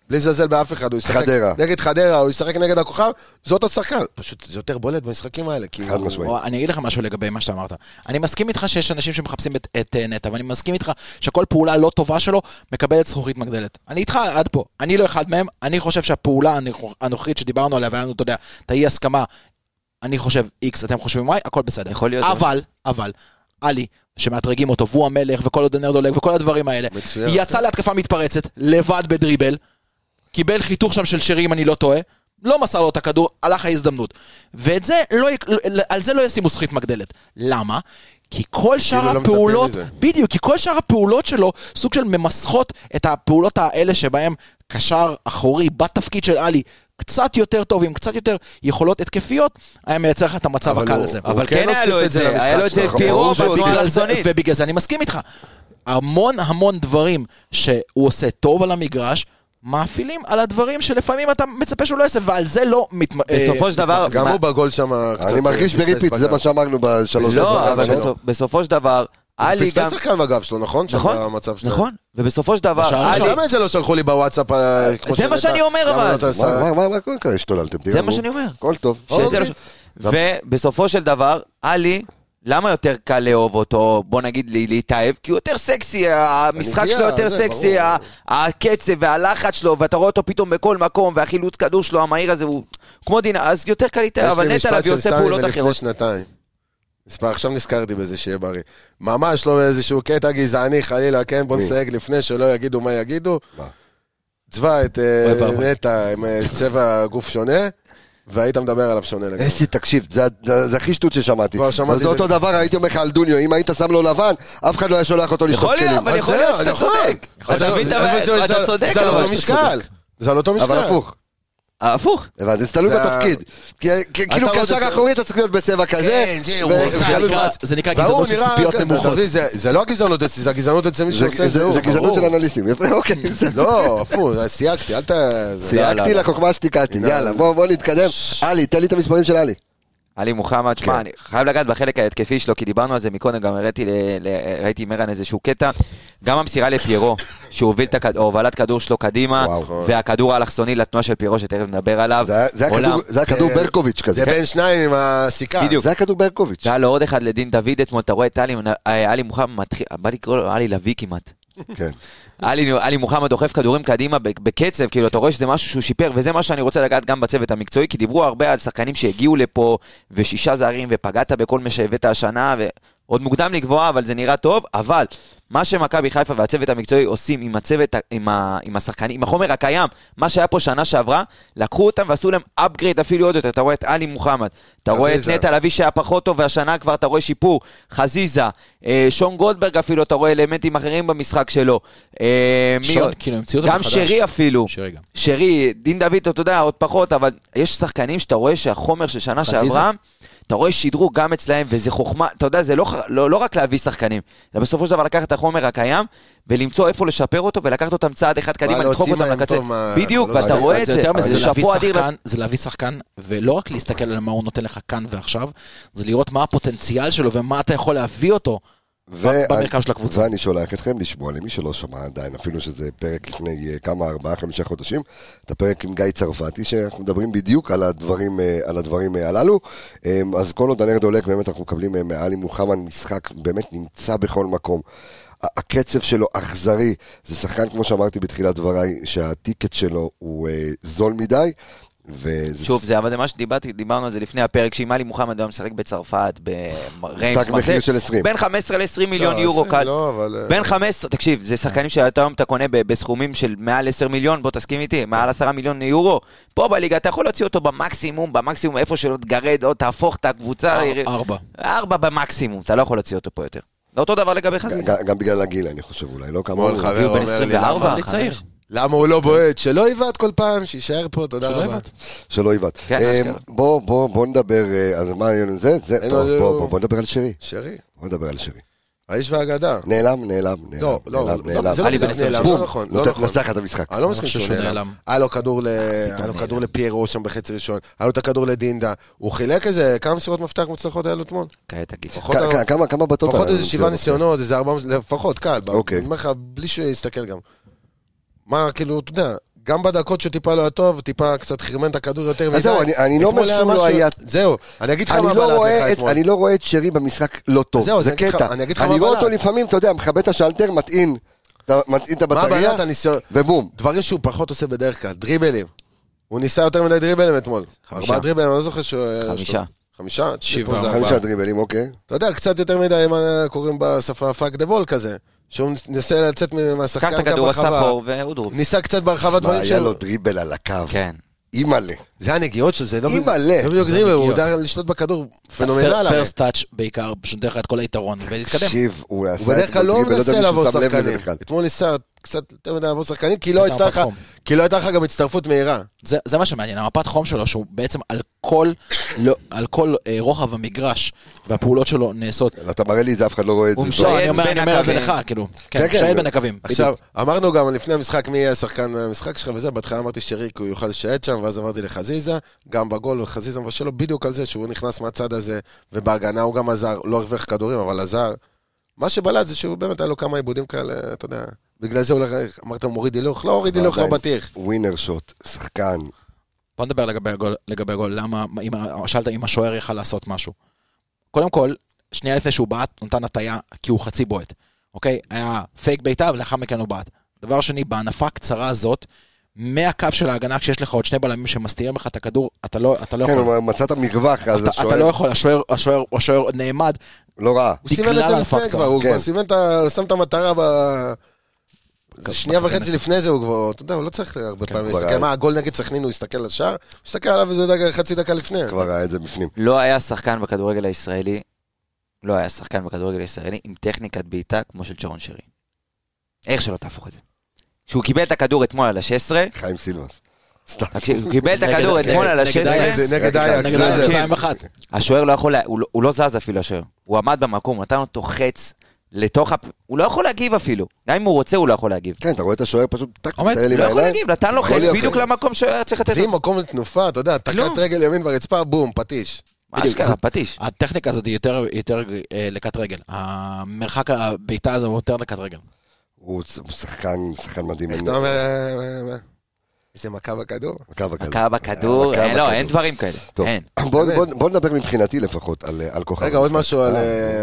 בלי זלזל באף אחד, הוא ישחק נגד חדרה, הוא ישחק נגד הכוכב, זאת השחקן. פשוט זה יותר בולט במשחקים האלה. אני אגיד לך משהו לגבי מה שאתה אמרת. אני מסכים איתך שיש אנשים שמחפשים את נטע, ואני מסכים איתך שכל פעולה לא טובה שלו מקבלת זכוכית מגדלת. אני איתך עד פה, אני לא אחד מהם, אני חושב שהפעולה הנוכחית שדיברנו עליה, ואנו, אתה יודע, תהי הסכמה, אני חושב X, אתם חושבים Y, הכל בסדר. אבל, אבל, עלי, שמאתרגים אותו, והוא המלך, וכל עוד הנר דולג, וכל הדברים האלה. יצא להתקפה מתפרצת, לבד בדריבל, קיבל חיתוך שם של שרי, אם אני לא טועה, לא מסר לו את הכדור, הלך ההזדמנות. ואת זה, לא, על זה לא ישימו זכוכית מגדלת. למה? כי כל שאר הפעולות, בדיוק, כי כל שאר הפעולות שלו, סוג של ממסכות את הפעולות האלה שבהם קשר אחורי, בתפקיד של עלי, קצת יותר טוב, עם קצת יותר יכולות התקפיות, היה מייצר לך את המצב הקל הזה. אבל כן היה לו את זה, היה לו את זה פירו בתנועה אלכסונית. ובגלל זה אני מסכים איתך. המון המון דברים שהוא עושה טוב על המגרש, מאפילים על הדברים שלפעמים אתה מצפה שהוא לא יעשה, ועל זה לא בסופו של דבר... גם הוא בגול שם... אני מרגיש בריפית, זה מה שאמרנו בשלוש... לא, אבל בסופו של דבר... הוא פספס שחקן בגב שלו, נכון? נכון, נכון, ובסופו של דבר... למה את זה לא שלחו לי בוואטסאפ? זה מה שאני אומר, אבל... מה קורה כאלה השתוללתם? זה מה שאני אומר. הכל טוב. ובסופו של דבר, עלי... למה יותר קל לאהוב אותו, בוא נגיד להתאהב? כי הוא יותר סקסי, המשחק שלו יותר סקסי, הקצב והלחץ שלו, ואתה רואה אותו פתאום בכל מקום, והחילוץ כדור שלו, המהיר הזה, הוא כמו דינה, אז יותר קל להתאהב, אבל נטע לביא עושה פעולות אחרות. עכשיו נזכרתי בזה שיהיה בריא. ממש לא איזשהו קטע גזעני, חלילה, כן, בוא נסייג לפני שלא יגידו מה יגידו. צבע את נטע עם צבע גוף שונה, והיית מדבר עליו שונה לגמרי. אסי, תקשיב, זה הכי שטות ששמעתי. וזה אותו דבר, הייתי אומר לך על דוניו, אם היית שם לו לבן, אף אחד לא היה שולח אותו לשטוף כלים. יכול להיות, אבל יכול להיות שאתה צודק. אתה צודק. זה על אותו משקל. זה על אותו משקל. אבל הפוך. הפוך. הבנתי, זה תלוי בתפקיד. כאילו קשר אחורי אתה צריך להיות בצבע כזה. זה נקרא גזענות של ציפיות נמוכות. זה לא הגזענות, זה הגזענות אצל מי שעושה זה. זה גזענות של אנליסטים. אוקיי. לא, הפוך, סייגתי, אל ת... סייגתי לחוכמה שתיקעתי. יאללה, בוא נתקדם. עלי, תן לי את המספרים של עלי. עלי מוחמד, שמע, אני חייב לגעת בחלק ההתקפי שלו, כי דיברנו על זה מקודם, גם ראיתי מרן איזשהו קטע, גם המסירה לפיירו, שהוא הוביל את הובלת כדור שלו קדימה, והכדור האלכסוני לתנועה של פיירו, שתכף נדבר עליו. זה הכדור ברקוביץ' כזה. זה בין שניים עם הסיכה. זה הכדור ברקוביץ'. זה היה לו עוד אחד לדין דוד אתמול, אתה רואה את עלי מוחמד, בא לקרוא לו עלי לביא כמעט. כן. עלי מוחמד דוחף כדורים קדימה בקצב, כאילו אתה רואה שזה משהו שהוא שיפר, וזה מה שאני רוצה לגעת גם בצוות המקצועי, כי דיברו הרבה על שחקנים שהגיעו לפה, ושישה זרים, ופגעת בכל מה שהבאת השנה, ועוד מוקדם לקבוע, אבל זה נראה טוב, אבל מה שמכבי חיפה והצוות המקצועי עושים עם הצוות, עם, ה, עם השחקנים, עם החומר הקיים, מה שהיה פה שנה שעברה, לקחו אותם ועשו להם upgrade אפילו עוד יותר, אתה רואה את עלי מוחמד, אתה רואה את נטע לביא שהיה פחות טוב, והשנה כבר אתה רואה שיפור, חזיזה, שון גולדברג אפילו, אתה רואה אלמנטים אחרים במשחק שלו, שון, כאילו, גם שרי אפילו, שרי, גם. שרי, דין דוד, אתה יודע, עוד פחות, אבל יש שחקנים שאתה רואה שהחומר של שנה חזיזה. שעברה, אתה רואה שידרו גם אצלהם, וזה חוכמה, אתה יודע, זה לא, לא, לא רק להביא שחקנים, אלא בסופו של דבר לקחת את החומר הקיים, ולמצוא איפה לשפר אותו, ולקחת אותם צעד אחד קדימה, לדחוק אותם לקצה. בדיוק, ואתה רואה את זה, זה שפו אדיר. זה להביא שחקן, ולא רק להסתכל על מה הוא נותן לך כאן ועכשיו, זה לראות מה הפוטנציאל שלו, ומה אתה יכול להביא אותו, במרקם של הקבוצה. ואני שולח אתכם לשמוע למי שלא שמע עדיין, אפילו שזה פרק לפני כמה, ארבעה, חמישה חודשים, את הפרק עם גיא צרפתי, שאנחנו מדברים בדיוק על הדברים, על הדברים הללו. אז כל עוד הנר דולק, באמת אנחנו מקבלים מעלי מוחמד, משחק באמת נמצא בכל מקום. הקצב שלו אכזרי, זה שחקן כמו שאמרתי בתחילת דבריי, שהטיקט שלו הוא זול מדי, שוב, זה אבל מה שדיברתי, דיברנו על זה לפני הפרק, שאם עלי מוחמד היה משחק בצרפת, תג מחיר של עשרים. בין חמש עשרה ל-עשרים מיליון יורו, בין חמש עשרה, תקשיב, זה שחקנים שאתה היום אתה קונה בסכומים של מעל עשרה מיליון, בוא תסכים איתי, מעל עשרה מיליון יורו, פה בליגה, אתה יכול להוציא אותו במקסימום, במקסימום איפה שלא תגרד, או תהפוך את הקבוצה, ארבע. ארבע במקסימום, אתה לא יכול להוציא אותו פה יותר. לא אותו דבר לגבי חזיזה. גם בגלל הגיל, אני חושב, אולי לא כמה הוא חבר אומר לי, למה? למה הוא לא בועט? שלא יבעט כל פעם, שישאר פה, תודה רבה. שלא יבעט. בוא, בוא, בוא נדבר על מה זה, בוא נדבר על שרי. שרי? בוא נדבר על שרי. האיש והאגדה. נעלם, נעלם, נעלם. לא, לא, זה לא נעלם, לא נכון. נצח את המשחק. אני לא מסכים שהוא נעלם. היה לו כדור לפיירו שם בחצי ראשון, היה לו את הכדור לדינדה, הוא חילק איזה, כמה מסירות מפתח מוצלחות היה לו אתמול? כעת תגיד. כמה בטוטל? לפחות איזה שבעה ניסיונות, איזה ארבע, לפחות, קל. אני אומר לך, בלי שיסתכל גם. מה, כאילו, אתה יודע, גם בדקות שהוא טיפה לא היה טוב, טיפה קצת חרמן את הכדור יותר מדי. אז זהו, אני לא אומר שהוא לא היה... זהו, אני אגיד לך מה בלט לך אתמול. אני לא רואה את שרי במשחק לא טוב, זה קטע. אני רואה אותו לפעמים, אתה יודע, מכבה את השלטר, מטעין את הבטריה, ובום. דברים שהוא פחות עושה בדרך כלל, דריבלים. הוא ניסה יותר מדי דריבלים אתמול. ארבעה דריבלים, אני לא זוכר שהוא... חמישה. חמישה? חמישה דריבלים, אוקיי. אתה יודע, קצת יותר מדי, מה קוראים בשפה פאק דה בול כזה. שהוא ניסה לצאת מהשחקן גם ברחבה. ניסה קצת ברחבה דברים שלו. היה לו דריבל על הקו. כן. אימאלה. זה הנגיעות שלו, זה לא בדיוק דריבל, הוא יודע לשלוט בכדור פנומנל. פרסט טאץ' בעיקר, פשוט דרך את כל היתרון, ולהתקדם. תקשיב, הוא עשה בדרך כלל לא מנסה לעבור שחקנים. אתמול ניסה קצת יותר מדי לעבור שחקנים, כי לא הייתה לך גם הצטרפות מהירה. זה מה שמעניין, המפת חום שלו, שהוא בעצם על כל, על כל רוחב המגרש, והפעולות שלו נעשות. אתה מראה לי את זה, אף אחד לא רואה את זה. אני אומר את זה לך, כאילו. כן, שייד בין הקווים. עכשיו, אמרנו גם לפני המשחק, מי יהיה השחקן המשחק שלך וזה, בהתחלה אמרתי שריק, הוא יוכל לשייד שם, ואז עברתי לחזיזה, גם בגול, חזיזה מבשל לו בדיוק על זה, שהוא נכנס מהצד הזה, ובהגנה הוא גם עזר, לא הרוויח כדורים, אבל עזר. מה שבלט זה שהוא באמת היה לו כמה עיבודים כאלה, אתה יודע, בגלל זה אולי אמרת מוריד הילוך, לא הוריד הילוך, לא בטיח. ווינר שוט, שחקן. בוא נדבר לגבי הגול, למה, שאלת אם השוער יכל לעשות משהו. קודם כל, שנייה לפני שהוא בעט, נותן הטיה, כי הוא חצי בועט. אוקיי? היה פייק ביתה, ולאחר מכן הוא בעט. דבר שני, בהנפה הקצרה הזאת, מהקו של ההגנה, כשיש לך עוד שני בלמים שמסתירים לך את הכדור, אתה לא, אתה לא יכול. כן, מצאת מרווח, אז השוער. אתה לא יכול, השוער, השוער, השוער נעמד. לא רע. הוא סימן את זה לפני כבר, הוא כבר סימן את, שם את המטרה ב... שנייה וחצי לפני זה הוא כבר, אתה יודע, הוא לא צריך הרבה פעמים להסתכל, מה, הגול נגד סכנין, הוא הסתכל על השער, הוא הסתכל עליו וזה חצי דקה לפני. כבר ראה את זה בפנים. לא היה שחקן בכדורגל הישראלי, לא היה שחקן בכדורגל הישראלי עם טכניקת בעיטה כמו של שרון שרי. איך שלא תהפוך את זה? שהוא קיבל את הכדור אתמול על ה-שש עשרה, חיים סילבס. הוא קיבל את הכדור אתמול על ה-שש עשרה, נגד אייקס, השוער לא יכול, הוא לא זז אפילו השוער, הוא עמד במקום, נתן אותו חץ, לתוך הפ... הוא לא יכול להגיב אפילו. גם אם הוא רוצה, הוא לא יכול להגיב. כן, אתה רואה את השוער פשוט טק, הוא לא יכול להגיב, נתן לו חץ בדיוק למקום שצריך לתת. ואם מקום לתנופה, אתה יודע, תקת רגל ימין ברצפה, בום, פטיש. מה שקרה, פטיש. הטכניקה הזאת היא יותר לקט רגל. המרחק הביתה הזה הוא יותר לקט רגל. הוא שחקן, שחקן מדהים. איך אתה אומר... איזה מכה בכדור? מכה בכדור, לא, אין דברים כאלה. טוב, בוא נדבר מבחינתי לפחות על כוכב. רגע, עוד משהו על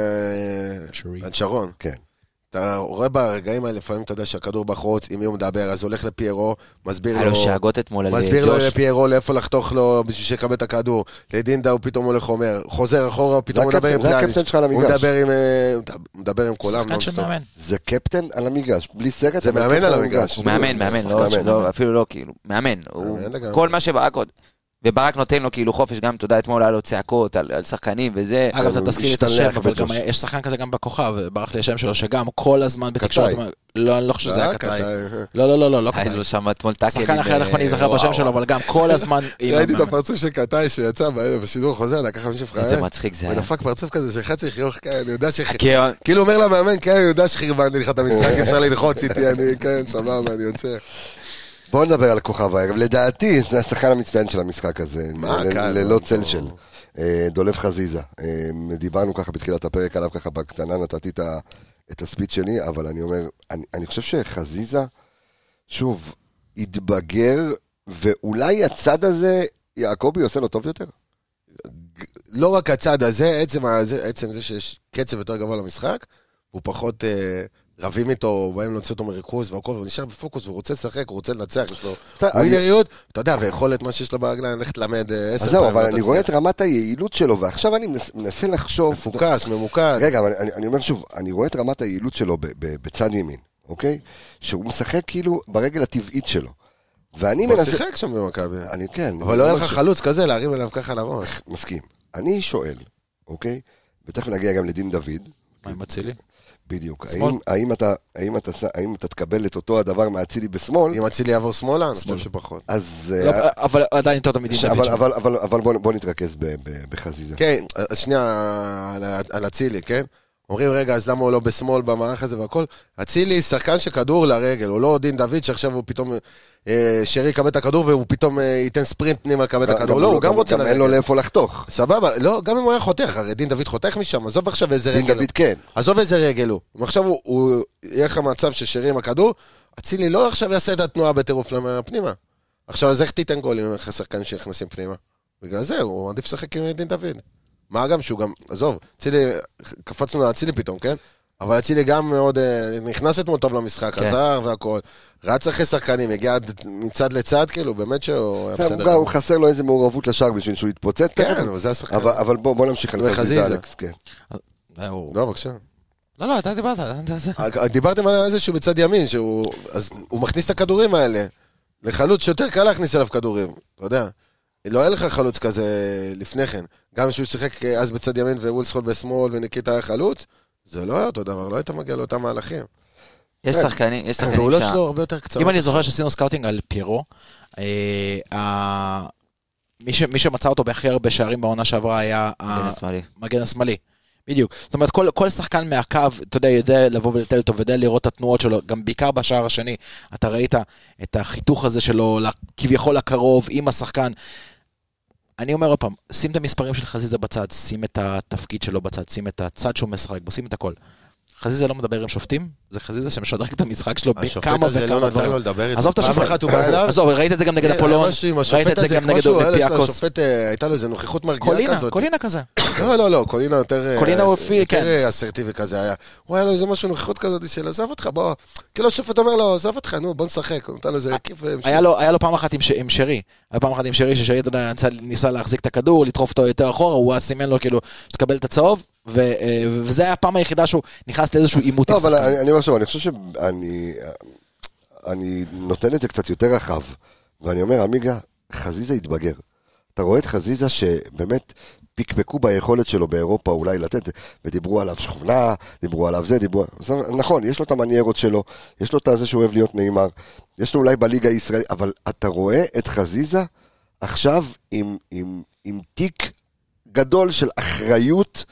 שרון. כן. אתה רואה ברגעים האלה, לפעמים אתה יודע שהכדור בחוץ, אם הוא מדבר, אז הולך לפיירו, מסביר לו... היה לו שאגות אתמול על ג'וש. מסביר לו לפיירו, לאיפה לחתוך לו, בשביל שיקבל את הכדור. לדינדה הוא פתאום הולך אומר, חוזר אחורה, פתאום הוא מדבר עם פלניץ'. הוא מדבר עם כולם. שחקן שמאמן. זה קפטן על המגרש, בלי סרט. זה מאמן על המגרש. הוא מאמן, מאמן, אפילו לא כאילו, מאמן. כל מה שברק עוד. וברק נותן לו כאילו חופש גם, אתה יודע, אתמול היה לו צעקות על, על שחקנים וזה. אגב, אתה תזכיר את השם, אבל גם יש שחקן כזה גם בכוכב, ברח לי השם שלו, שגם כל הזמן בתקשורת, לא, אני לא חושב שזה היה קטעי. לא, לא, לא, לא, לא קטעי. היינו שם אתמול טאקל. שחקן אחר, איך אני אזכר בשם שלו, אבל גם כל הזמן... ראיתי את הפרצוף של קטעי שיצא בשידור חוזר, לקח אנשים פחייך. איזה מצחיק זה היה. ודפק פרצוף כזה שחצי חיוך, כן, אני יודע ש... כאילו אומר למאמן, כן, אני יודע שחירבנתי לך את המשחק, אפשר ללחוץ איתי, אני, כן, סבבה, אני יוצא. בואו נדבר על כוכב הערב. לדעתי, זה השחקן המצטיין של המשחק הזה. ללא צל של דולב חזיזה. דיברנו ככה בתחילת הפרק עליו, ככה בקטנה נתתי את הספיץ שלי, אבל אני אומר, אני חושב שחזיזה, שוב, התבגר, ואולי הצד הזה, יעקובי עושה לו טוב יותר? לא רק הצד הזה, עצם זה שיש קצב יותר גבוה למשחק, הוא פחות... רבים איתו, באים להוציא אותו מריכוז והכל, הוא נשאר בפוקוס, הוא רוצה לשחק, הוא רוצה לנצח, יש לו ווינריות, אתה יודע, ויכולת מה שיש לו ברגליים, ללכת למד עשר פעמים. אז זהו, אבל אני רואה את רמת היעילות שלו, ועכשיו אני מנסה לחשוב... מפוקס, ממוקד. רגע, אבל אני אומר שוב, אני רואה את רמת היעילות שלו בצד ימין, אוקיי? שהוא משחק כאילו ברגל הטבעית שלו. ואני מנסה... הוא שיחק שם במכבי. אני כן. אבל לא היה לך חלוץ כזה, להרים אליו ככה לראש. מסכים. אני שואל, אוקיי? ותכף נגיע גם לדין דוד. מה עם אצילי? בדיוק. האם, האם אתה, האם אתה, האם אתה תקבל את אותו הדבר מאצילי בשמאל? אם אצילי יעבור שמאלה, אני חושב שפחות. אז... אבל עדיין אותו תמיד דוד. אבל, אבל, אבל, אבל בוא, בוא נתרכז בחזיזה. כן, אז שנייה על אצילי, כן? אומרים, רגע, אז למה הוא לא בשמאל במערך הזה והכל? אצילי שחקן שכדור לרגל, הוא לא דין דוד שעכשיו הוא פתאום, שרי יקבל את הכדור והוא פתאום ייתן ספרינט פנימה לקבל את הכדור. לא, הוא גם רוצה לרגל. אין לו לאיפה לחתוך. סבבה, לא, גם אם הוא היה חותך, הרי דין דוד חותך משם, עזוב עכשיו איזה רגל. דין דוד כן. עזוב איזה רגל הוא. עכשיו הוא, יהיה לך מצב ששרי עם הכדור, אצילי לא עכשיו יעשה את התנועה בטירוף לפנימה. עכשיו, אז איך תיתן גולים עם שחקנים שנכנסים פנימה? בגלל זה, הוא עדיף לשחק עם דין דוד. מה גם שהוא גם, עזוב, אצילי, קפצנו לאצילי פתאום, כן? אבל אצילי גם מאוד, נכנס אתמול טוב למשחק, עזר והכל. רץ אחרי שחקנים, הגיע מצד לצד, כאילו, באמת שהוא היה בסדר. הוא חסר לו איזה מעורבות לשער בשביל שהוא יתפוצץ. כן, אבל זה השחקן. אבל בוא נמשיך על חזיזה, אלכס, כן. לא, בבקשה. לא, לא, אתה דיברת. דיברתם על זה שהוא בצד ימין, שהוא מכניס את הכדורים האלה. לחלוץ שיותר קל להכניס אליו כדורים, אתה יודע. לא היה לך חלוץ כזה לפני כן. גם שהוא שיחק אז בצד ימין ווילסחוט בשמאל וניקית היה חלוץ, זה לא היה אותו דבר, לא היית מגיע לאותם מהלכים. יש שחקנים, יש שחקנים פעולות שלו הרבה יותר קצרות. אם אני זוכר שעשינו סקאוטינג על פיירו, מי שמצא אותו בהכי הרבה שערים בעונה שעברה היה המגן השמאלי. בדיוק. זאת אומרת, כל, כל שחקן מהקו, אתה יודע, יודע לבוא ולתל אותו, ויודע לראות את התנועות שלו, גם בעיקר בשער השני, אתה ראית את החיתוך הזה שלו, כביכול הקרוב, עם השחקן. אני אומר עוד פעם, שים את המספרים של חזיזה בצד, שים את התפקיד שלו בצד, שים את הצד שהוא משחק, שים את הכל. חזיזה לא מדבר עם שופטים, זה חזיזה שמשדרג את המשחק שלו בכמה וכמה דברים. השופט הזה לא נתן לו לדבר איתו. עזוב את השופט. עזוב, ראית את זה גם נגד אפולון, ראית את זה גם נגד אולימפיאקוס. השופט, הייתה לו איזו נוכחות מרגיעה כזאת. קולינה כזה. לא, לא, לא, קולינה יותר... קולינה הוא אפי, כן. יותר אסרטיבי כזה היה. הוא היה לו איזה משהו נוכחות כזאת של עזב אותך, בוא. כאילו השופט אומר לו, עזב אותך, נו, בוא נשחק. הוא נתן לו איזה כיף. היה לו פעם אחת עם שרי. היה פעם אחת עם שרי, ששרי ניסה להחזיק את הכדור, לדחוף אותו יותר אחורה, הוא סימן לו כאילו שתקבל את הצהוב, וזה היה הפעם היחידה שהוא נכנס לאיזשהו עימות. לא, אבל אני אומר שוב, אני חושב שאני אני נותן את זה קצת יותר רחב, ואני אומר, עמיגה, חזיזה יתבגר. אתה רואה את חזיזה שבאמת פיקפקו ביכולת שלו באירופה אולי לתת, ודיברו עליו שכונה, דיברו עליו זה, דיברו... נכון, יש לו את המניירות שלו, יש לו את זה שהוא אוהב להיות נאמר, יש לו אולי בליגה הישראלית, אבל אתה רואה את חזיזה עכשיו עם, עם, עם תיק גדול של אחריות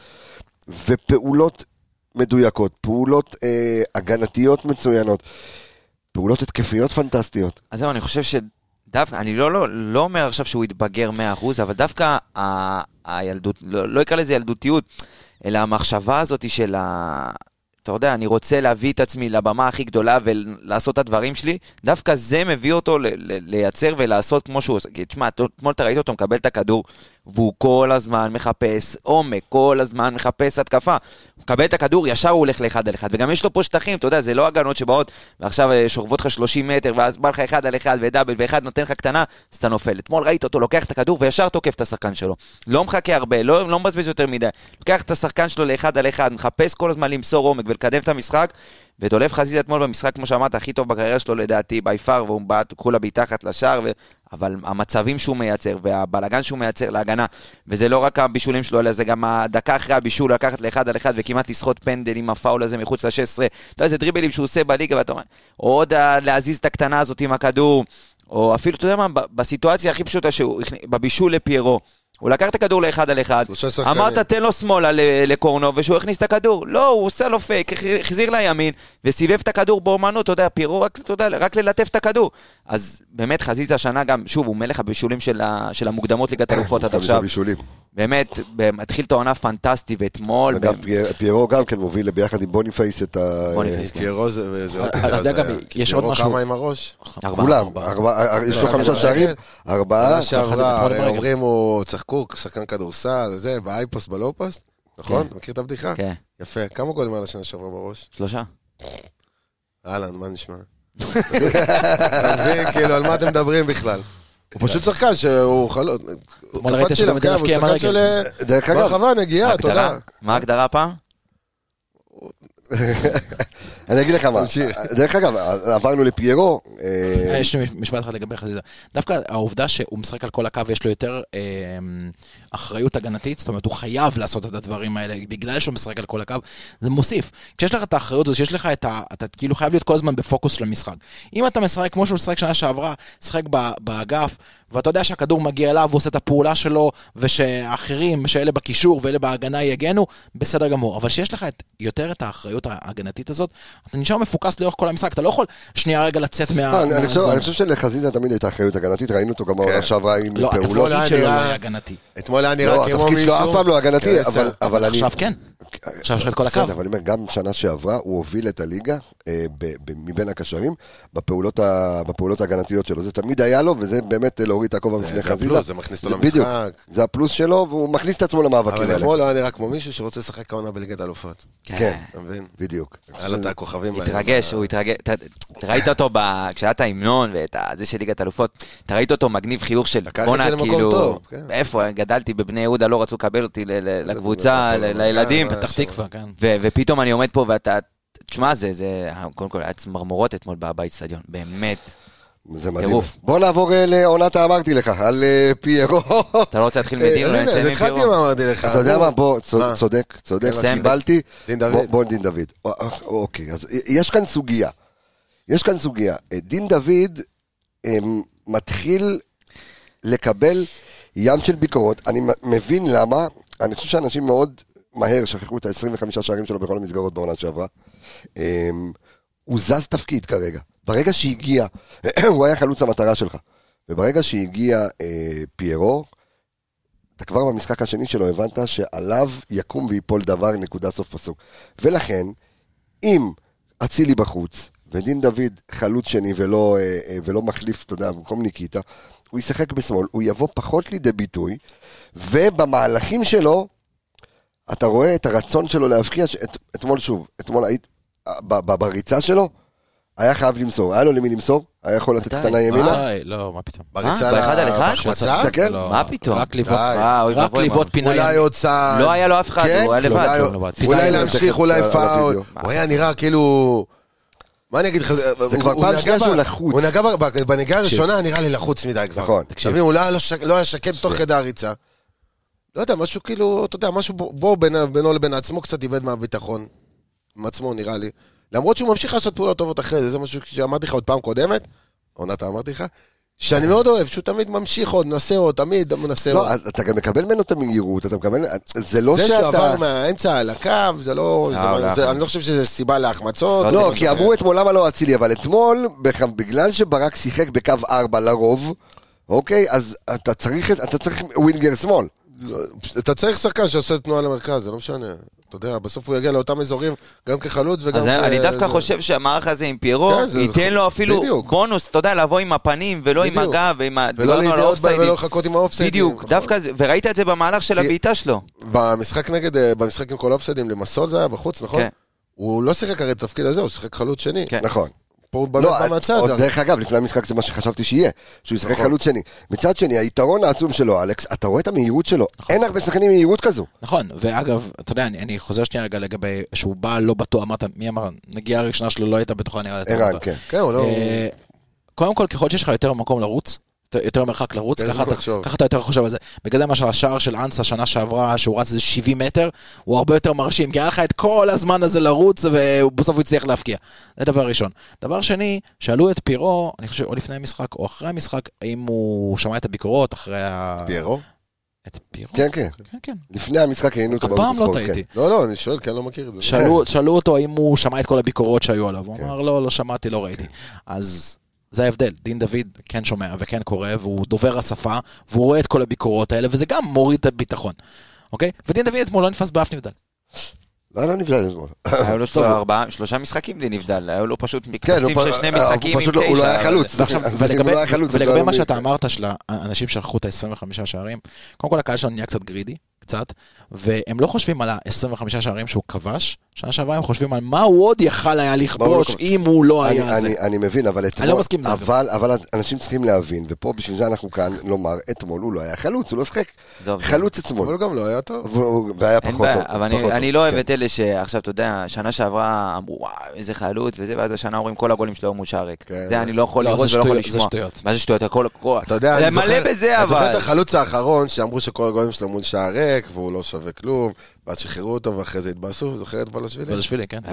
ופעולות מדויקות, פעולות אה, הגנתיות מצוינות, פעולות התקפיות פנטסטיות. אז זהו, אני חושב שדווקא, אני לא, לא, לא אומר עכשיו שהוא יתבגר מאה אחוז, אבל דווקא ה, הילדות, לא, לא יקרא לזה ילדותיות, אלא המחשבה הזאת של ה... אתה יודע, אני רוצה להביא את עצמי לבמה הכי גדולה ולעשות את הדברים שלי, דווקא זה מביא אותו ל- ל- לייצר ולעשות כמו שהוא עושה. תשמע, אתמול אתה ראית אותו מקבל את הכדור, והוא כל הזמן מחפש עומק, כל הזמן מחפש התקפה. הוא מקבל את הכדור, ישר הוא הולך לאחד על אחד, וגם יש לו פה שטחים, אתה יודע, זה לא הגנות שבאות, ועכשיו שוכבות לך שלושים מטר, ואז בא לך אחד על אחד ודאבל, ואחד נותן לך קטנה, אז אתה נופל. אתמול ראית אותו, לוקח את הכדור, וישר תוקף את השחקן שלו. לא מחכה הרבה, לא, לא מבזבז יותר מדי. לוקח את השחקן שלו לאחד על אחד, מחפש כל הזמן למסור עומק ולקדם את המשחק, ודולף חזיזה אתמול במשחק, כמו שאמרת, הכי טוב בקריירה שלו לדעתי, ביפר, והוא בא כולה ביתחת לשער, ו... אבל המצבים שהוא מייצר, והבלגן שהוא מייצר להגנה, וזה לא רק הבישולים שלו, אלא זה גם הדקה אחרי הבישול, לקחת לאחד על אחד, וכמעט לסחוט פנדל עם הפאול הזה מחוץ ל-שש עשרה, אתה יודע, זה דריבלים שהוא עושה בליגה, ואתה אומר, או עוד להזיז את הקטנה הזאת עם הכדור, או אפילו, אתה יודע מה, בסיטואציה הכי פשוטה, שהוא, בבישול לפיירו, הוא לקח את הכדור לאחד על אחד, אמרת תן לו שמאלה לקורנו, ושהוא הכניס את הכדור, לא, הוא עושה לו פייק, החזיר לימין, וסיבב את הכדור באומנות, אתה יודע, פירו רק, אתה יודע, רק ללטף את הכדור. אז באמת חזיזה השנה גם, שוב, הוא מלך הבישולים של, ה, של המוקדמות ליגת האלופות עד עכשיו. באמת, התחיל את העונה פנטסטי, ואתמול... וגם פיירו גם כן מוביל ביחד עם בוניפייס את ה... פיירו זה... יש עוד משהו. כמה עם הראש? כולם, יש לו חמישה שערים, ארבעה. אומרים הוא צחקו, שחקן כדורסל, זה, באייפוסט, בלואופוסט, נכון? מכיר את הבדיחה? כן. יפה, כמה גולים היה לשנה שעברה בראש? שלושה. אהלן, מה נשמע? כאילו, על מה אתם מדברים בכלל? הוא פשוט שחקן שהוא חלוט. קפצתי להם גם, הוא שחקן של... דרך אגב. ברחבה, נגיעה, תודה. מה ההגדרה הפעם? אני אגיד לך מה, דרך אגב, עברנו לפיירו. יש לי משפט אחד לגבי חזיזה. דווקא העובדה שהוא משחק על כל הקו ויש לו יותר אחריות הגנתית, זאת אומרת, הוא חייב לעשות את הדברים האלה, בגלל שהוא משחק על כל הקו, זה מוסיף. כשיש לך את האחריות הזאת, שיש לך את ה... אתה כאילו חייב להיות כל הזמן בפוקוס של המשחק. אם אתה משחק כמו שהוא משחק שנה שעברה, משחק באגף, ואתה יודע שהכדור מגיע אליו, הוא עושה את הפעולה שלו, ושאחרים, שאלה בקישור ואלה בהגנה יגנו, בסדר גמור. אבל שיש לך יותר את האחריות ההגנתית הזאת, אתה נשאר מפוקס לאורך כל המשחק. אתה לא יכול שנייה רגע לצאת מה, אני חושב שלחזיזה תמיד הייתה אחריות הגנתית, ראינו אותו גם העונה שעברה עם פעולות. לא, התפקיד שלו לא היה הגנתי. אתמול היה נראה כמו מישהו... לא, התפקיד שלו אף פעם לא הגנתי, אבל אני... עכשיו כן. עכשיו יש את כל הקו. אבל אני אומר, גם שנה שעברה הוא הוביל את הליגה מבין הקשרים בפעולות ההגנתיות שלו. זה תמיד היה לו, וזה באמת להוריד את הכובע בפני חזיזה. זה מכניס אותו למשחק. זה הפלוס שלו, והוא מכניס את עצמו למאבקים האלה. אבל אתמול לא היה נראה כמו מישהו שרוצה לשחק העונה בליגת האלופות. כן, בדיוק. היה לו את הכוכבים. התרגש, הוא התרגש. ראית אותו כשהיה את ההמנון ואת זה של ליגת האלופות, אתה ראית אותו מגניב חיוך של בונה, כאילו, איפה, גדלתי בבני יהודה, לא רצו לקבל אותי לקבוצה, לילדים, פתח תקווה, כן. ופתאום אני עומד פה ואתה, תשמע, זה, קודם כל, היה מרמורות אתמול באצטדיון, באמת. זה מדהים. בוא נעבור לעונת האמרתי לך, על פיירו. אתה לא רוצה להתחיל מדין? אז התחלתי מה אמרתי לך. אתה יודע מה, בוא, צודק, צודק, קיבלתי. דין דוד. בוא דין דוד. אוקיי, אז יש כאן סוגיה. יש כאן סוגיה. דין דוד מתחיל לקבל ים של ביקורות. אני מבין למה. אני חושב שאנשים מאוד מהר שכחו את ה-עשרים וחמישה שערים שלו בכל המסגרות בעונה שעברה. הוא זז תפקיד כרגע. ברגע שהגיע, הוא היה חלוץ המטרה שלך. וברגע שהגיע פיירו, אתה כבר במשחק השני שלו הבנת שעליו יקום ויפול דבר, נקודה סוף פסוק. ולכן, אם אצילי בחוץ, ודין דוד חלוץ שני ולא, ולא מחליף, אתה יודע, במקום ניקיטה, הוא ישחק בשמאל, הוא יבוא פחות לידי ביטוי, ובמהלכים שלו, אתה רואה את הרצון שלו להבקיע, את, אתמול שוב, אתמול היית, בריצה שלו, היה חייב למסור, היה לו למי למסור, היה יכול לתת קטנה ימינה. לא, מה פתאום. בריצה באחד על אחד? תסתכל. מה פתאום? רק לבעוט פינה. אולי הוצאה... לא היה לו אף אחד, הוא היה לבד. אולי להמשיך, אולי פאול. הוא היה נראה כאילו... מה אני אגיד לך? זה כבר פעם שנייה שהוא לחוץ. הוא נגע בנגיעה הראשונה, נראה לי לחוץ מדי כבר. נכון. תקשיב, הוא לא היה שקט תוך כדי הריצה. לא יודע, משהו כאילו, אתה יודע, משהו בו בינו לבין עצמו קצת איבד מהביטחון. עם עצמו נראה לי. למרות שהוא ממשיך לעשות פעולות טובות אחרי זה, זה משהו שאמרתי לך עוד פעם קודמת, עונת אמרתי לך, שאני מאוד אוהב, שהוא תמיד ממשיך עוד, מנסה עוד, תמיד מנסה עוד. לא, אתה גם מקבל ממנו את המהירות, אתה מקבל, זה לא שאתה... זה שעבר שאתה... מהאמצע על הקו, זה לא, אני לא חושב שזה סיבה להחמצות. לא, כי אמרו אתמול למה לא אצילי, אבל אתמול, בגלל שברק שיחק בקו ארבע לרוב, אוקיי, אז אתה צריך, אתה צריך ווינגר שמאל. אתה צריך שחקן שעושה תנועה למרכז, זה לא משנה. אתה יודע, בסוף הוא יגיע לאותם אזורים, גם כחלוץ וגם... אני דווקא חושב שהמערך הזה עם פיירו, ייתן לו אפילו בונוס, אתה יודע, לבוא עם הפנים, ולא עם הגב, ולא להתייעות בהם, ולא לחכות עם האופסיידים. בדיוק, דווקא, וראית את זה במהלך של הבעיטה שלו. במשחק נגד, במשחק עם כל האופסיידים, למסול זה היה בחוץ, נכון? הוא לא שיחק הרי את התפקיד הזה, הוא שיחק חלוץ שני. נכון. פה במצד. דרך אגב, לפני המשחק זה מה שחשבתי שיהיה, שהוא ישחק חלוץ שני. מצד שני, היתרון העצום שלו, אלכס, אתה רואה את המהירות שלו, אין הרבה שחקנים מהירות כזו. נכון, ואגב, אתה יודע, אני חוזר שנייה רגע לגבי, שהוא בא לא בטוח, אמרת, מי אמר, נגיעה הראשונה שלו לא הייתה בטוחה, נראה לי. ערן, כן. כן, הוא לא... קודם כל, ככל שיש לך יותר מקום לרוץ, יותר מרחק לרוץ, ככה אתה יותר חושב על זה. בגלל זה מה שהשער של אנסה שנה שעברה, שהוא רץ איזה שבעים מטר, הוא הרבה יותר מרשים, כי היה לך את כל הזמן הזה לרוץ, ובסוף הוא הצליח להפקיע. זה דבר ראשון. דבר שני, שאלו את פירו, אני חושב, או לפני המשחק, או אחרי המשחק, האם הוא שמע את הביקורות אחרי ה... פירו? את פירו? כן, כן. כן, כן. לפני המשחק היינו אותו הפעם לא טעיתי. לא, לא, אני שואל, כי אני לא מכיר את זה. שאלו אותו האם הוא שמע את כל הביקורות שהיו עליו. הוא אמר, לא, לא שמעתי, לא ראיתי. אז זה ההבדל, דין דוד כן שומע וכן קורא, והוא דובר השפה, והוא רואה את כל הביקורות האלה, וזה גם מוריד את הביטחון, אוקיי? ודין דוד אתמול לא נפס באף נבדל. לא, לא נבדל אתמול. היו לו שלושה משחקים בלי נבדל, היו לו פשוט מקבצים של שני משחקים עם תשע. הוא לא היה חלוץ. ולגבי מה שאתה אמרת של האנשים שרחו את ה-עשרים וחמישה שערים, קודם כל הקהל שלנו נהיה קצת גרידי, קצת, והם לא חושבים על ה-עשרים וחמישה שערים שהוא כבש, שנה שעברה הם חושבים על מה הוא עוד יכל היה לכבוש אם הוא לא היה זה. אני מבין, אבל אתמול, אבל אנשים צריכים להבין, ופה בשביל זה אנחנו כאן לומר, אתמול הוא לא היה חלוץ, הוא לא שחק חלוץ אתמול. אבל גם לא היה טוב. והיה פחות טוב. אבל אני לא אוהב את אלה שעכשיו, אתה יודע, שנה שעברה אמרו, וואו, איזה חלוץ וזה, ואז השנה אומרים כל הגולים שלו הוא שער ריק. זה אני לא יכול לראות ולא יכול לשמוע. מה זה שטויות? אתה יודע, מלא בזה, אבל... אתה זוכר את החלוץ האחרון שאמרו שכל הגולים שלו מול שער ריק והוא לא שווה כלום, ואז שחררו אותו ואחרי זה התבאסו, זוכר את בלשווילי? בלשווילי, כן.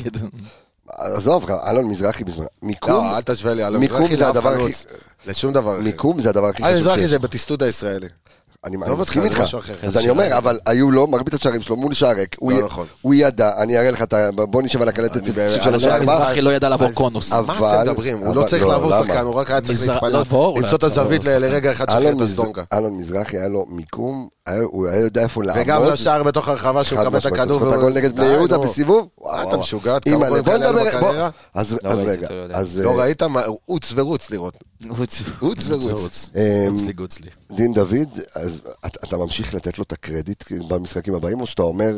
עזוב, אלון מזרחי בזמן. לא, אל תשווה לי, אלון מזרחי זה הדבר הכי... לשום דבר אחר. מיקום זה הדבר הכי אלון מזרחי זה בטיסטות הישראלי. אני מסכים איתך, אז אני אומר, אבל היו לו, מרבית השערים שלו מול שער ריק, הוא ידע, אני אראה לך, בוא נשב על הקלטת של השער, מזרחי לא ידע לעבור קונוס. מה אתם מדברים? הוא לא צריך לעבור שחקן, הוא רק היה צריך להתפנות, למצוא את הזווית לרגע אחד שחרר את הסדונקה. אלון מזרחי היה לו מיקום, הוא היה יודע איפה לעמוד. וגם לשער בתוך הרחבה שהוא קבל את הכדור. זכות הגול נגד בני יהודה בסיבוב. אתה משוגעת, כמה גול כאלה בקריירה. אז רגע. לא ראית? עוץ ורוץ לראות. עוץ ורוץ. דין דוד, אתה ממשיך לתת לו את הקרדיט במשחקים הבאים, או שאתה אומר,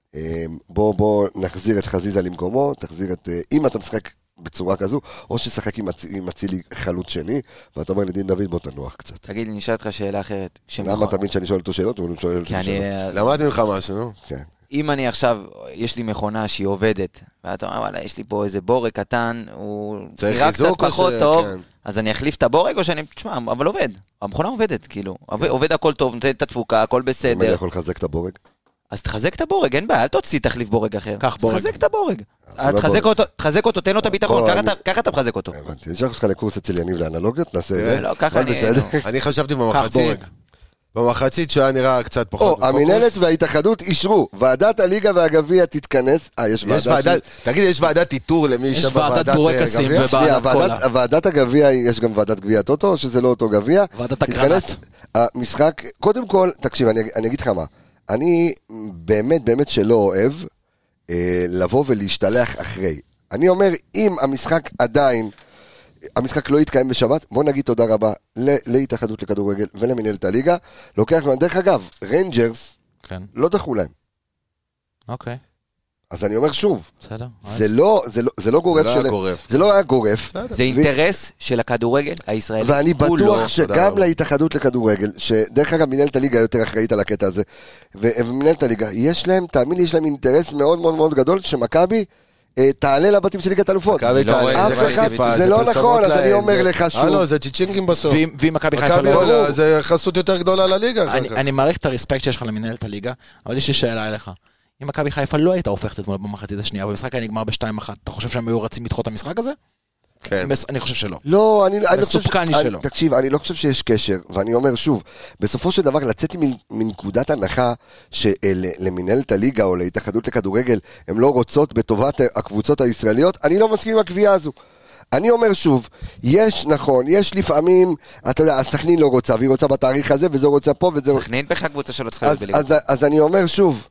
בוא נחזיר את חזיזה למקומו, תחזיר את, אם אתה משחק בצורה כזו, או ששחק עם אצילי חלוץ שני, ואתה אומר לדין דוד, בוא תנוח קצת. תגיד, אני אשאל אותך שאלה אחרת. למה תמיד שאני שואל אותו שאלות, הוא שואל אותו שאלות? למדתי ממך משהו, נו? כן. אם אני עכשיו, יש לי מכונה שהיא עובדת, ואתה אומר, וואלה, יש לי פה איזה בורג קטן, הוא נראה קצת פחות טוב, אז אני אחליף את הבורג, או שאני, תשמע, אבל עובד. המכונה עובדת, כאילו. עובד הכל טוב, נותן את התפוקה, הכל בסדר. אם אני יכול לחזק את הבורג? אז תחזק את הבורג, אין בעיה, אל תוציא תחליף בורג אחר. קח בורג. תחזק את הבורג. תחזק אותו, תן לו את הביטחון, ככה אתה מחזק אותו. הבנתי, נשאר לך לקורס אצל יניב לאנלוגיות, נעשה את זה. לא, ככה אני... אני חשבתי במחצית, במחצית שהיה נראה קצת פחות. או, המנהלת וההתאחדות אישרו, ועדת הליגה והגביע תתכנס, אה, יש ועדת... תגיד, יש ועדת איתור למי יש ועדת בורקסים ובעדת קולה. ועדת הגביע, יש גם ועדת גביע טוטו, או שזה לא אותו גביע. ועדת הקרנת. המשחק, קודם כל, תקשיב, אני אגיד לך מה, אני באמת באמת שלא אוהב לבוא ולהשתלח אחרי. אני אומר, אם המשחק עדיין, המשחק לא יתקיים בשבת, בוא נגיד תודה רבה להתאחדות לכדורגל ולמנהלת הליגה. לוקח, דרך אגב, ריינג'רס לא דחו להם. אוקיי. אז אני אומר שוב, בסדר. זה לא, זה לא, זה לא גורף של... זה לא היה גורף. זה אינטרס של הכדורגל הישראלי. ואני בטוח שגם להתאחדות לכדורגל, שדרך אגב מנהלת הליגה יותר אחראית על הקטע הזה, ומנהלת הליגה, יש להם, תאמין לי, יש להם אינטרס מאוד מאוד מאוד גדול, שמכבי תעלה לבתים של ליגת אלופות. זה לא נכון, אז אני אומר לך שוב. הלו, זה צ'יצ'ינגים בסוף. ואם מכבי חיפה לא... זה חסות יותר גדולה לליגה. אני מעריך את הרספקט שיש לך למנהלת הליגה, אבל יש לי שאלה אליך. אם מכבי חיפה לא הייתה הופכת אתמול במחצית השנייה, ובמשחק היה נגמר ב-שתיים אחת, אתה חושב שהם היו רצים לדחות את המשחק הזה? כן. אני חושב שלא. לא, אני לא חושב שלא. תקשיב, אני לא חושב שיש קשר, ואני אומר שוב, בסופו של דבר לצאת מנקודת הנחה שלמנהלת הליגה או להתאחדות לכדורגל, הן לא רוצות בטובת הקבוצות הישראליות, אני לא מסכים עם הקביעה הזו. אני אומר שוב, יש נכון, יש לפעמים, אתה יודע, הסכנין לא רוצה, והיא רוצה בתאריך הזה, וזו רוצה פה, וזה... סכנין בכלל קבוצה שלא צריכה להיות בליגה. אז אני אומר שוב,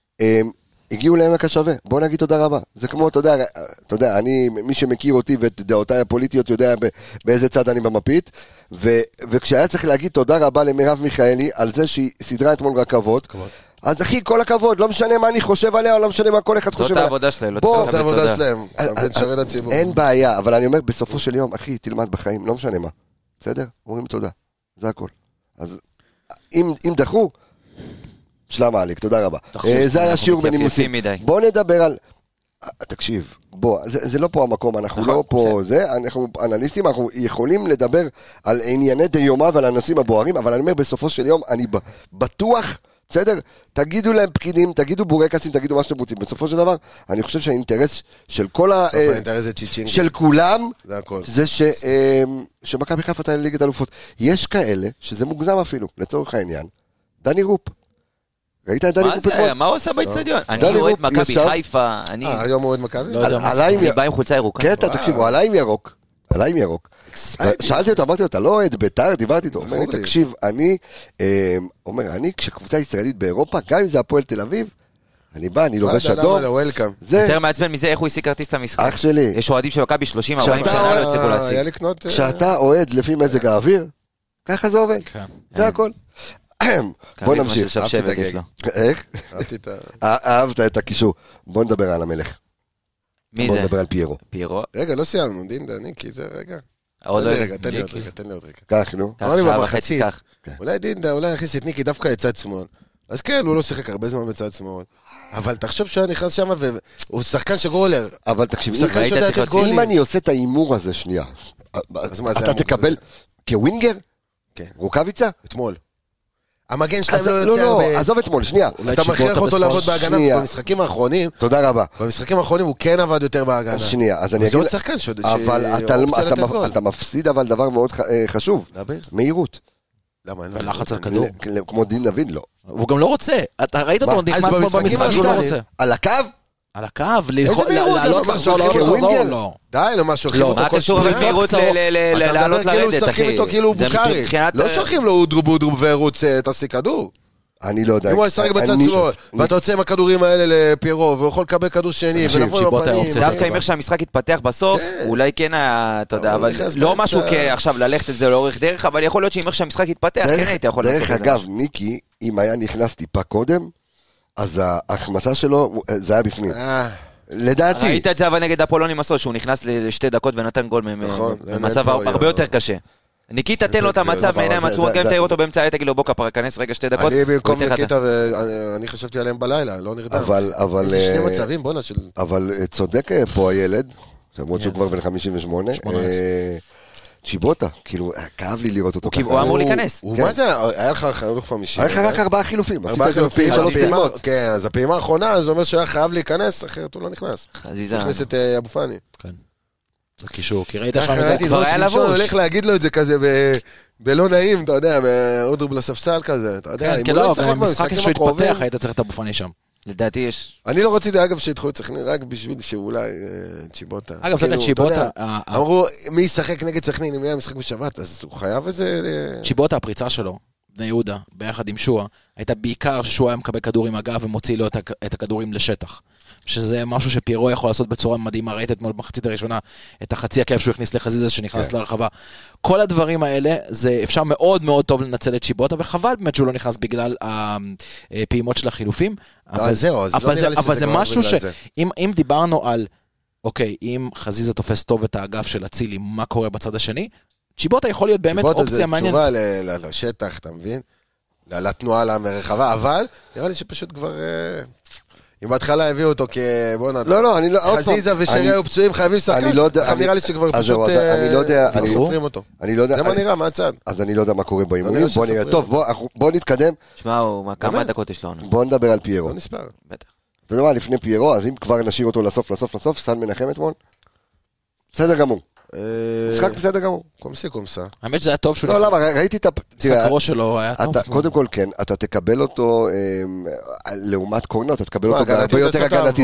הגיעו לעמק השווה, בוא נגיד תודה רבה. זה כמו, אתה יודע, אתה יודע, אני, מי שמכיר אותי ואת דעותיי הפוליטיות יודע באיזה צד אני במפית, וכשהיה צריך להגיד תודה רבה למרב מיכאלי על זה שהיא סדרה אתמול רכבות, אז אחי, כל הכבוד, לא משנה מה אני חושב עליה, או לא משנה מה כל אחד חושב עליה. זאת העבודה שלהם, לא צריך העבודה שלהם, זה תשרת הציבור. אין בעיה, אבל אני אומר, בסופו של יום, אחי, תלמד בחיים, לא משנה מה. בסדר? אומרים תודה. זה הכל. אז אם דחו, שלום עליק, תודה רבה. זה היה שיעור בנימוסים. בוא נדבר על... תקשיב, בוא, זה לא פה המקום, אנחנו לא פה זה, אנחנו אנליסטים, אנחנו יכולים לדבר על ענייני דיומה ועל הנושאים הבוערים, אבל אני אומר, בסופו של יום, אני בטוח, בסדר? תגידו להם פקידים, תגידו בורקסים, תגידו מה שאתם רוצים. בסופו של דבר, אני חושב שהאינטרס של כל ה... של כולם, זה שמכבי חיפה תעלה ליגת אלופות. יש כאלה שזה מוגזם אפילו, לצורך העניין, דני רופ. ראית את דני רופ אתמול? מה הוא עושה באצטדיון? אני רואה את מכבי חיפה, אני... אה, היום הוא רואה את מכבי? אני בא עם חולצה ירוקה. קטע, תקשיבו, עליי עם ירוק. עליי עם ירוק. שאלתי אותו, אמרתי לו, אתה לא אוהד בית"ר, דיברתי איתו, אומר לי, תקשיב, אני, אומר, אני כשקבוצה ישראלית באירופה, גם אם זה הפועל תל אביב, אני בא, אני לובש אדום. יותר מעצבן מזה, איך הוא השיג כרטיס את המשחק. אח שלי. יש אוהדים של מכבי שלושים ארבעים שנה לא הצליחו להשיג. כשאתה אוהד לפי מזג האוויר, ככה זה עובד. זה הכל. בוא נמשיך. איך? אהבת את הקישור. בוא נדבר על המלך. מי זה? בוא נדבר על פיירו. פיירו? רגע, לא סיימנו, דינדה, ניקי, זה רגע. עוד לא רגע, תן לי עוד רגע, תן לי עוד רגע. כך, נו. אמר לי במחצית, אולי דינדה, אולי נכניס את ניקי דווקא לצד שמאל. אז כן, הוא לא שיחק הרבה זמן בצד שמאל. אבל תחשוב שהוא נכנס שם והוא שחקן שגולר. אבל תקשיב, אם אני עושה את האימור הזה שנייה, אתה תקבל כווינגר? כן. רוקביצה? אתמול. המגן שלהם לא יוצא הרבה... לא, לא, עזוב אתמול, שנייה. אתה מכריח אותו לעבוד בהגנה, במשחקים האחרונים... תודה רבה. במשחקים האחרונים הוא כן עבד יותר בהגנה. שנייה, אז אני אגיד... זה עוד שחקן שאופציה לתת גול. אבל אתה מפסיד אבל דבר מאוד חשוב. מהירות. למה? ולחץ על כדור. כמו דין דוד, לא. והוא גם לא רוצה. אתה ראית אותו נכנס פה במשחק שהוא לא רוצה. על הקו? על הקו, לעלות לחזור, כווינגר? לא. די, לא מה שולחים אותו כל שפריץ. מה קשור המהירות לעלות לרדת, אחי? משחקים איתו כאילו בוקארי. לא שולחים לו אודרו בודרו ורוץ תעשי כדור. אני לא יודע. אם הוא ישחק בצד שמאל, ואתה יוצא עם הכדורים האלה לפיירו, והוא יכול לקבל כדור שני, ולבוא לו פנים. דווקא אם איך שהמשחק יתפתח בסוף, אולי כן היה, אתה יודע, אבל לא משהו עכשיו ללכת את זה לאורך דרך, אבל יכול להיות שאם איך שהמשחק יתפתח, כן היית יכול לעשות את זה. דרך אגב, ניקי, אם היה נכנס טיפה קודם, אז ההחמצה שלו, זה היה בפנים. לדעתי. ראית את זה אבל נגד אפולונים עשו, שהוא נכנס לשתי דקות ונתן גול במצב הרבה יותר קשה. ניקיטה תן לו את המצב מעיניים עצמות, גם תאיר אותו באמצע העלי, תגיד לו בוא כפרה, כנס רגע שתי דקות. אני במקום ניקיטה, ואני חשבתי עליהם בלילה, לא נרדם. אבל... איזה שני מצבים, בוא נשל... אבל צודק פה הילד, למרות שהוא כבר בן חמישים ושמונה, צ'יבוטה, כאילו, כאב לי לראות אותו ככה. הוא אמור להיכנס. מה זה? היה לך חילוף חמישי. היה לך רק ארבעה חילופים. ארבעה חילופים, שלוש פעימות. כן, אז הפעימה האחרונה, זה אומר שהוא היה חייב להיכנס, אחרת הוא לא נכנס. חזיזה. נכנס את אבו פאני. כן. זה קישור, כי ראית שם זה כבר היה לבוש. הוא הולך להגיד לו את זה כזה בלא נעים, אתה יודע, באודרו בלספסל כזה, אתה יודע. כן, לא, גם המשחק שהוא התפתח, היית צריך את אבו פאני שם. לדעתי יש... אני לא רציתי, אגב, שידחו את סכנין, רק בשביל שאולי צ'יבוטה. אגב, זה צ'יבוטה... אמרו, מי ישחק נגד סכנין, אם היה משחק בשבת, אז הוא חייב איזה... צ'יבוטה, הפריצה שלו, בני יהודה, ביחד עם שואה, הייתה בעיקר ששואה היה מקבל כדור עם הגב ומוציא לו את הכדורים לשטח. שזה משהו שפיירו יכול לעשות בצורה מדהימה, ראית אתמול במחצית הראשונה, את החצי עקב שהוא הכניס לחזיזה שנכנס לרחבה. כל הדברים האלה, זה אפשר מאוד מאוד טוב לנצל את שיבוטה, וחבל באמת שהוא לא נכנס בגלל הפעימות של החילופים. אבל זה משהו שאם דיברנו על, אוקיי, אם חזיזה תופס טוב את האגף של הצילי, מה קורה בצד השני? שיבוטה יכול להיות באמת אופציה מעניינת. תשובה לשטח, אתה מבין? לתנועה למרחבה, אבל נראה לי שפשוט כבר... אם בהתחלה הביאו אותו כבוא נתן. לא, לא, אני לא... חזיזה ושרי היו פצועים, חייבים שחקן. אני לא יודע... עכשיו נראה לי שכבר פשוט... אני לא יודע... כבר סופרים אותו. אני לא יודע... זה מה נראה, מה הצד? אז אני לא יודע מה קורה באימונים. בוא נראה. טוב, בוא נתקדם. שמע, כמה דקות יש לו? בוא נדבר על פיירו. לא נספר. בטח. אתה יודע מה, לפני פיירו, אז אם כבר נשאיר אותו לסוף, לסוף, לסוף, סן מנחם אתמול? בסדר גמור. משחק בסדר גמור. קומסי קומסה. האמת שזה היה טוב שהוא... לא, למה, ראיתי את... סקרו שלו היה טוב. קודם כל כן, אתה תקבל אותו לעומת קורנו, אתה תקבל אותו הרבה יותר הגנתית.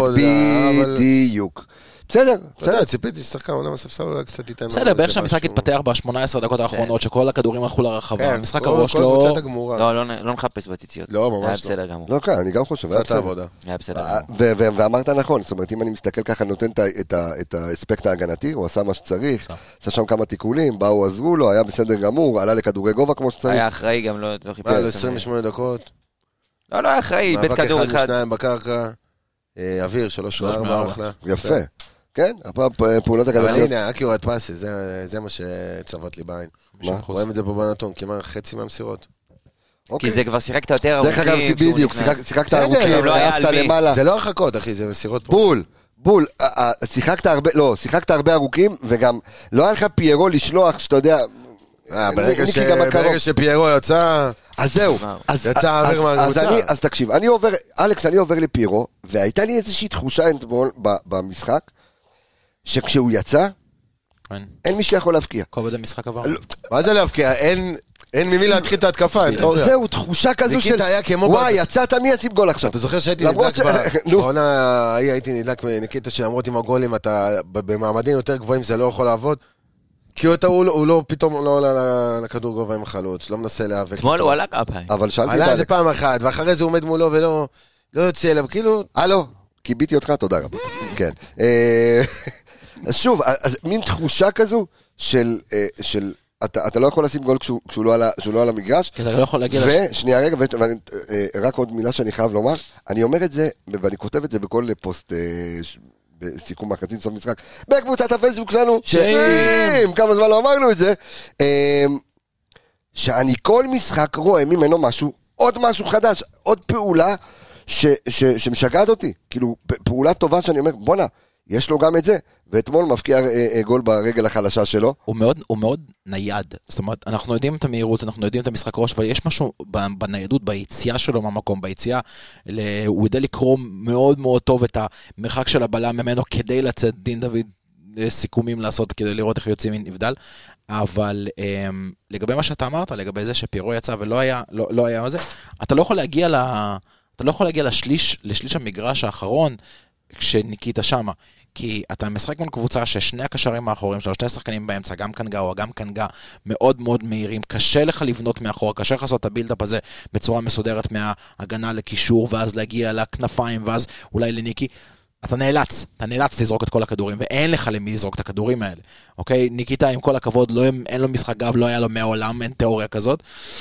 בדיוק. בסדר, בסדר. ציפיתי ששחקה עונה מספסל אולי קצת ייתן... בסדר, בערך שהמשחק התפתח ב-שמונה עשרה דקות האחרונות, שכל הכדורים הלכו לרחבה. המשחק הראש לא... לא, לא נחפש בציציות. לא, ממש לא. היה בסדר גמור. לא, כן, אני גם חושב. קצת העבודה. היה בסדר גמור. ואמרת נכון, זאת אומרת, אם אני מסתכל ככה, נותן את האספקט ההגנתי, הוא עשה מה שצריך, עשה שם כמה תיקולים, באו, עזרו לו, היה בסדר גמור, עלה לכדורי גובה כמו שצריך. היה אחראי גם, לא חיפש. עשרים ושמונה דקות. לא, לא היה אחראי, בית כדור אחד. שניים בקרקע, אוויר, שלוש מארבע. יפה. כן, פעולות הגנתיות. אבל הנה, אקיורט פאסי, זה מה שצבט לי בעין. רואים את זה פה בנתון, כמעט חצי מהמסירות. כי זה כבר שיחקת יותר ארוכים. דרך אגב, בדיוק, שיחקת ארוכים, עפת למעלה. זה לא הרחקות, אחי, זה מסירות פה. בול, בול. שיחקת הרבה, לא, שיחקת הרבה ארוכים, וגם לא היה לך פיירו לשלוח, שאתה יודע... ברגע שפיירו יצא... אז זהו. יצא העבר מהקבוצה. אז תקשיב, אני עובר, אלכס, אני עובר לפיירו, והייתה לי איזושהי תחושה במשחק, שכשהוא יצא, אין מי שיכול להפקיע. כובד המשחק עבר. מה זה להפקיע? אין ממי להתחיל את ההתקפה. זהו, תחושה כזו של, וואי, יצאת, מי ישים גול עכשיו? אתה זוכר שהייתי נדלק בעונה, הייתי נדלק מניקיטה שאמרות עם הגולים, אתה במעמדים יותר גבוהים זה לא יכול לעבוד, כי הוא לא פתאום לא עולה לכדור גובה עם החלוץ, לא מנסה להיאבק. אתמול הוא עלה כמה פעמים. אבל שאלתי את אלכס. עלה איזה פעם אחת, ואחרי זה הוא עומד מולו ולא יוצא אליו, כאילו... הלו, קיביתי אותך, תודה רבה. כן. אז שוב, מין תחושה כזו של, של, אתה, אתה לא יכול לשים גול כשהוא, כשהוא לא על, כשהוא לא על המגרש. כי אתה לא יכול להגיע לש... ושנייה רגע, ורק עוד מילה שאני חייב לומר, אני אומר את זה, ואני כותב את זה בכל פוסט, בסיכום מחצית סוף משחק, בקבוצת הפייסבוק שלנו, שאים, כמה זמן לא אמרנו את זה, שאני כל משחק רואה ממנו משהו, עוד משהו חדש, עוד פעולה, ש, ש, שמשגעת אותי, כאילו פעולה טובה שאני אומר, בונה, יש לו גם את זה, ואתמול מפקיע גול ברגל החלשה שלו. הוא מאוד, הוא מאוד נייד, זאת אומרת, אנחנו יודעים את המהירות, אנחנו יודעים את המשחק ראש, אבל יש משהו בניידות, ביציאה שלו מהמקום, ביציאה, הוא יודע לקרוא מאוד מאוד טוב את המרחק של הבלם ממנו, כדי לצאת דין דוד, סיכומים לעשות כדי לראות איך יוצאים נבדל, אבל לגבי מה שאתה אמרת, לגבי זה שפירו יצא ולא היה, לא, לא היה זה, אתה לא יכול להגיע ל... אתה לא יכול להגיע לשליש, לשליש המגרש האחרון, כשניקית שמה, כי אתה משחק מול קבוצה ששני הקשרים האחורים שלו, שני השחקנים באמצע, גם קנגה או גם קנגה, מאוד מאוד מהירים, קשה לך לבנות מאחור, קשה לך לעשות את הבילדאפ הזה בצורה מסודרת מההגנה לקישור, ואז להגיע לכנפיים, ואז אולי לניקי, אתה נאלץ, אתה נאלץ לזרוק את כל הכדורים, ואין לך למי לזרוק את הכדורים האלה, אוקיי? ניקיטה, עם כל הכבוד, לא, אין לו משחק גב, לא היה לו מעולם, אין תיאוריה כזאת,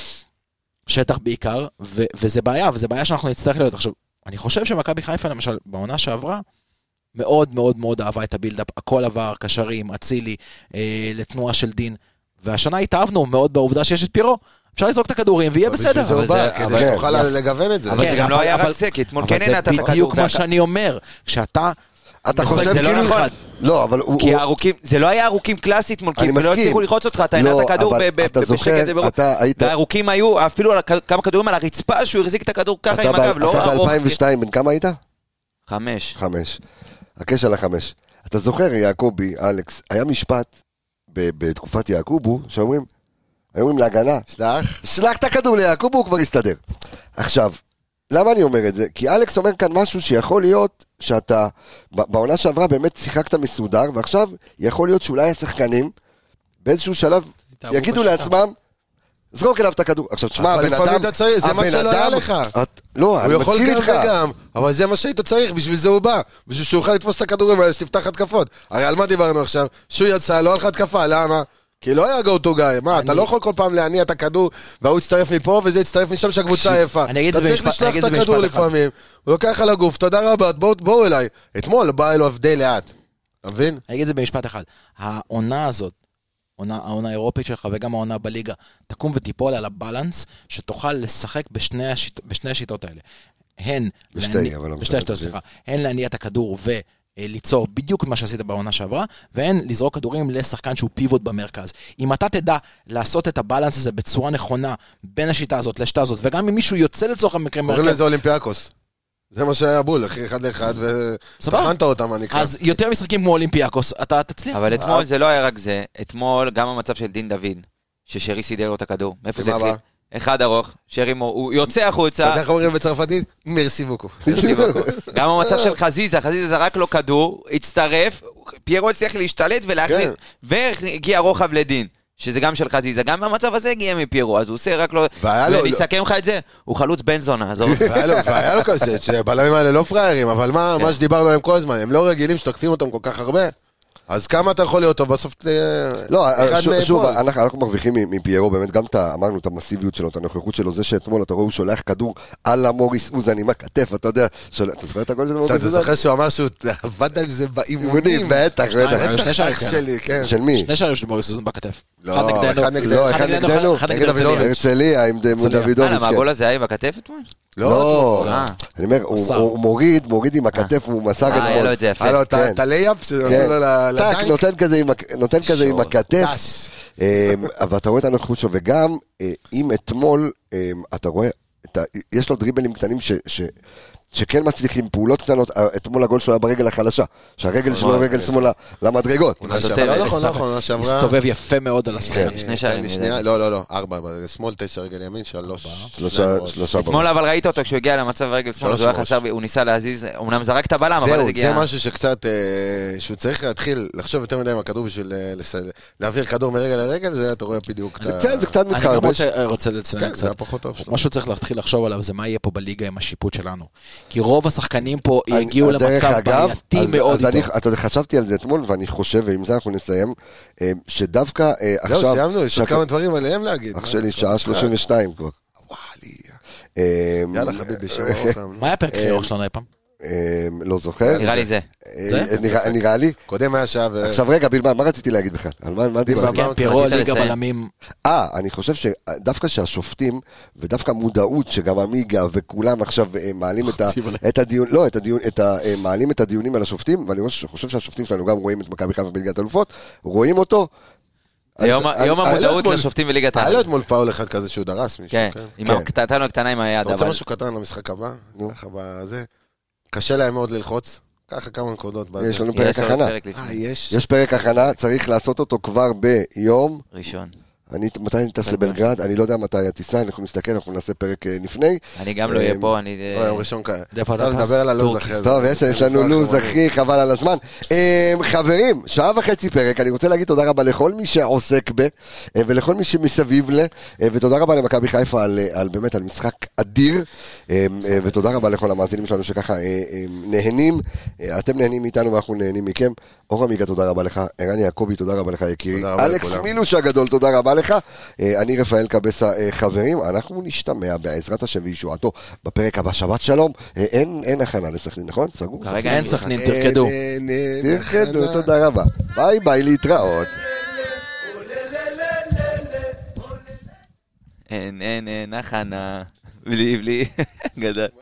שטח בעיקר, ו- וזה בעיה, וזה בעיה שאנחנו נצטרך להיות. עכשיו, אני חושב שמכבי חיפה, למשל, בעונה שעברה, מאוד מאוד מאוד אהבה את הבילדאפ, הכל עבר, קשרים, אצילי, אה, לתנועה של דין, והשנה התאהבנו מאוד בעובדה שיש את פירו, אפשר לזרוק את הכדורים ויהיה בסדר. זה בא, כדי שתוכל לגוון את זה. אבל זה גם לא היה רק זה, כי אתמול כן נתת את הכדור. אבל זה בדיוק מה שאני אומר, כשאתה... אתה חושב זה לא נכון. לא, אבל הוא... כי הארוכים, זה לא היה ארוכים קלאסית מול קים, ולא הצליחו ללחוץ אותך, אתה הנעת כדור בשקט וברוב. והארוכים היו, אפילו כמה כדורים על הרצפה, שהוא החזיק את הכדור ככה עם הגב, לא ארוך. אתה ב-אלפיים ושתיים, בן כמה היית? חמש. חמש. הקש על החמש. אתה זוכר, יעקובי, אלכס, היה משפט בתקופת יעקובו, שאומרים, אומרים להגנה, שלח. שלח את הכדור ליעקובו, הוא כבר יסתדר. עכשיו, למה אני אומר את זה? כי אלכס אומר כאן משהו שיכול להיות שאתה, בעונה שעברה באמת שיחקת מסודר, ועכשיו יכול להיות שאולי השחקנים, באיזשהו שלב, יגידו לעצמם, זרוק אליו את הכדור. עכשיו, תשמע, הבן אדם... זה מה שלא היה לך. לא, אני מסכים איתך. הוא יכול גם וגם, אבל זה מה שהיית צריך, בשביל זה הוא בא. בשביל שהוא יוכל לתפוס את הכדורים האלה, שתפתח התקפות. הרי על מה דיברנו עכשיו? שהוא יצא, לא הלכה התקפה, למה? כי לא היה go to guy, מה, אתה לא יכול כל פעם להניע את הכדור, והוא יצטרף מפה, וזה יצטרף משם שהקבוצה יפה. אתה צריך לשלוח את הכדור לפעמים, הוא לוקח על הגוף, תודה רבה, בואו אליי. אתמול בא אלו עבדי לאט, אתה מבין? אני אגיד את זה במשפט אחד, העונה הזאת, העונה האירופית שלך וגם העונה בליגה, תקום ותיפול על הבלנס, שתוכל לשחק בשני השיטות האלה. הן להניע את הכדור ו... ליצור בדיוק מה שעשית בעונה שעברה, ואין לזרוק כדורים לשחקן שהוא פיבוט במרכז. אם אתה תדע לעשות את הבלנס הזה בצורה נכונה, בין השיטה הזאת לשיטה הזאת, וגם אם מישהו יוצא לצורך המקרה מרכז... קוראים לזה אולימפיאקוס. זה מה שהיה בול, אחרי אחד לאחד, ותחנת אותם, אני קרא. אז יותר משחקים כמו אולימפיאקוס, אתה תצליח. אבל אתמול זה לא היה רק זה, אתמול גם המצב של דין דוד, ששרי סידר לו את הכדור. מאיפה זה התחיל? אחד ארוך, שרימו, הוא יוצא החוצה. אתה יודע איך אומרים בצרפתית? מרסי בוקו. גם המצב של חזיזה, חזיזה זרק לו כדור, הצטרף, פיירו הצליח להשתלט ולהחזיר, והגיע רוחב לדין, שזה גם של חזיזה, גם המצב הזה הגיע מפיירו, אז הוא עושה רק לו, ולהסתכם לך את זה, הוא חלוץ בן זונה, עזוב. והיה לו כזה, שבלמים האלה לא פריירים, אבל מה שדיברנו עליהם כל הזמן, הם לא רגילים שתוקפים אותם כל כך הרבה. אז כמה אתה יכול להיות טוב בסוף? לא, שוב, אנחנו מרוויחים מפיירו, באמת גם אמרנו את המסיביות שלו, את הנוכחות שלו, זה שאתמול אתה רואה, הוא שולח כדור על המוריס אוזן עם הכתף, אתה יודע, אתה זוכר את הגול של מוריס אוזן? אתה זוכר שהוא אמר שהוא עבד על זה באימונים. בטח, בטח. של מי? שני שערים של מוריס אוזן בכתף. אחד נגדנו. אחד נגדנו. הרצליה עם דוידוביץ'. מה, הגול הזה היה בכתף אתמול? לא, אני אומר, הוא מוריד, מוריד עם הכתף, הוא מסג את היה לו את זה יפה. היה לו את הלייפ, נותן כזה עם הכתף, ואתה רואה את הנוכחות שלו, וגם אם אתמול, אתה רואה, יש לו דריבלים קטנים שכן מצליחים פעולות קטנות, אתמול הגול שלו היה ברגל החלשה, שהרגל שלו רגל שמאלה למדרגות. לא נכון, נכון, הסתובב יפה מאוד על השחקן. שני שערים. לא, לא, לא, ארבע, שמאל תשע, רגל ימין, שלוש. שלושה. אתמול אבל ראית אותו כשהוא הגיע למצב רגל שמאל, הוא ניסה להזיז, אומנם זרק את הבלם, אבל זה הגיע... זה משהו שקצת, שהוא צריך להתחיל לחשוב יותר מדי עם הכדור בשביל להעביר כדור מרגל לרגל, זה אתה רואה בדיוק את ה... זה קצת מתחרבש. אני רוצה לציין קצת. משהו צריך להתחיל לחשוב עליו, זה מה יהיה פה בליגה עם השיפוט שלנו. כי רוב השחקנים פה יגיעו למצב בעייתי מאוד איתו. אתה חשבתי על זה אתמול, ואני חושב, ועם זה אנחנו נסיים, שדווקא עכשיו... לא, סיימנו, יש כמה דברים עליהם להגיד. אח שלי, שעה שלושים ושתיים כבר. וואלי. יאללה חביבי, שבוע אותם. מה היה פרק חיוך שלנו פעם? לא זוכר. נראה לי זה. נראה לי. קודם היה שעה ו... עכשיו רגע, בלמה, מה רציתי להגיד בכלל? על מה דיברנו? פירו, ליגה בלמים. אה, אני חושב שדווקא שהשופטים, ודווקא מודעות, שגם עמיגה וכולם עכשיו מעלים את הדיון, לא, את הדיון, מעלים את הדיונים על השופטים, ואני חושב שהשופטים שלנו גם רואים את מכבי חיפה בליגת האלופות, רואים אותו. יום המודעות לשופטים בליגת האלופות. היה לו אתמול פאול אחד כזה שהוא דרס מישהו. כן, נתנו הקטנה עם היד. אתה רוצה משהו קטן למשחק הבא? ככה בזה. קשה להם מאוד ללחוץ, ככה כמה נקודות. יש לנו פרק הכנה. יש פרק הכנה, צריך לעשות אותו כבר ביום ראשון. אני, מתי אני טס לבלגרד? אני לא יודע מתי הטיסה, אנחנו נסתכל, אנחנו נעשה פרק לפני. אני גם לא אהיה פה, אני... יום ראשון כאן. נדבר על הלוז אחרי זה. טוב, יש לנו לוז אחי, חבל על הזמן. חברים, שעה וחצי פרק, אני רוצה להגיד תודה רבה לכל מי שעוסק ב, ולכל מי שמסביב ל, ותודה רבה למכבי חיפה על באמת, על משחק אדיר, ותודה רבה לכל המאזינים שלנו שככה נהנים, אתם נהנים איתנו ואנחנו נהנים מכם. אור עמיגה, תודה רבה לך. ערן יעקבי, תודה רבה לך יקירי. אלכס מילוש הגדול, תודה רבה לך. אני רפאל קבסה, חברים, אנחנו נשתמע בעזרת השם וישועתו בפרק הבא. שבת שלום. אין, אין הכנה לסכנין, נכון? סגור? כרגע אין סכנין, תרקדו. תרקדו, תודה רבה. ביי ביי, להתראות. אין, אין, אין, הכנה. בלי, בלי. גדל.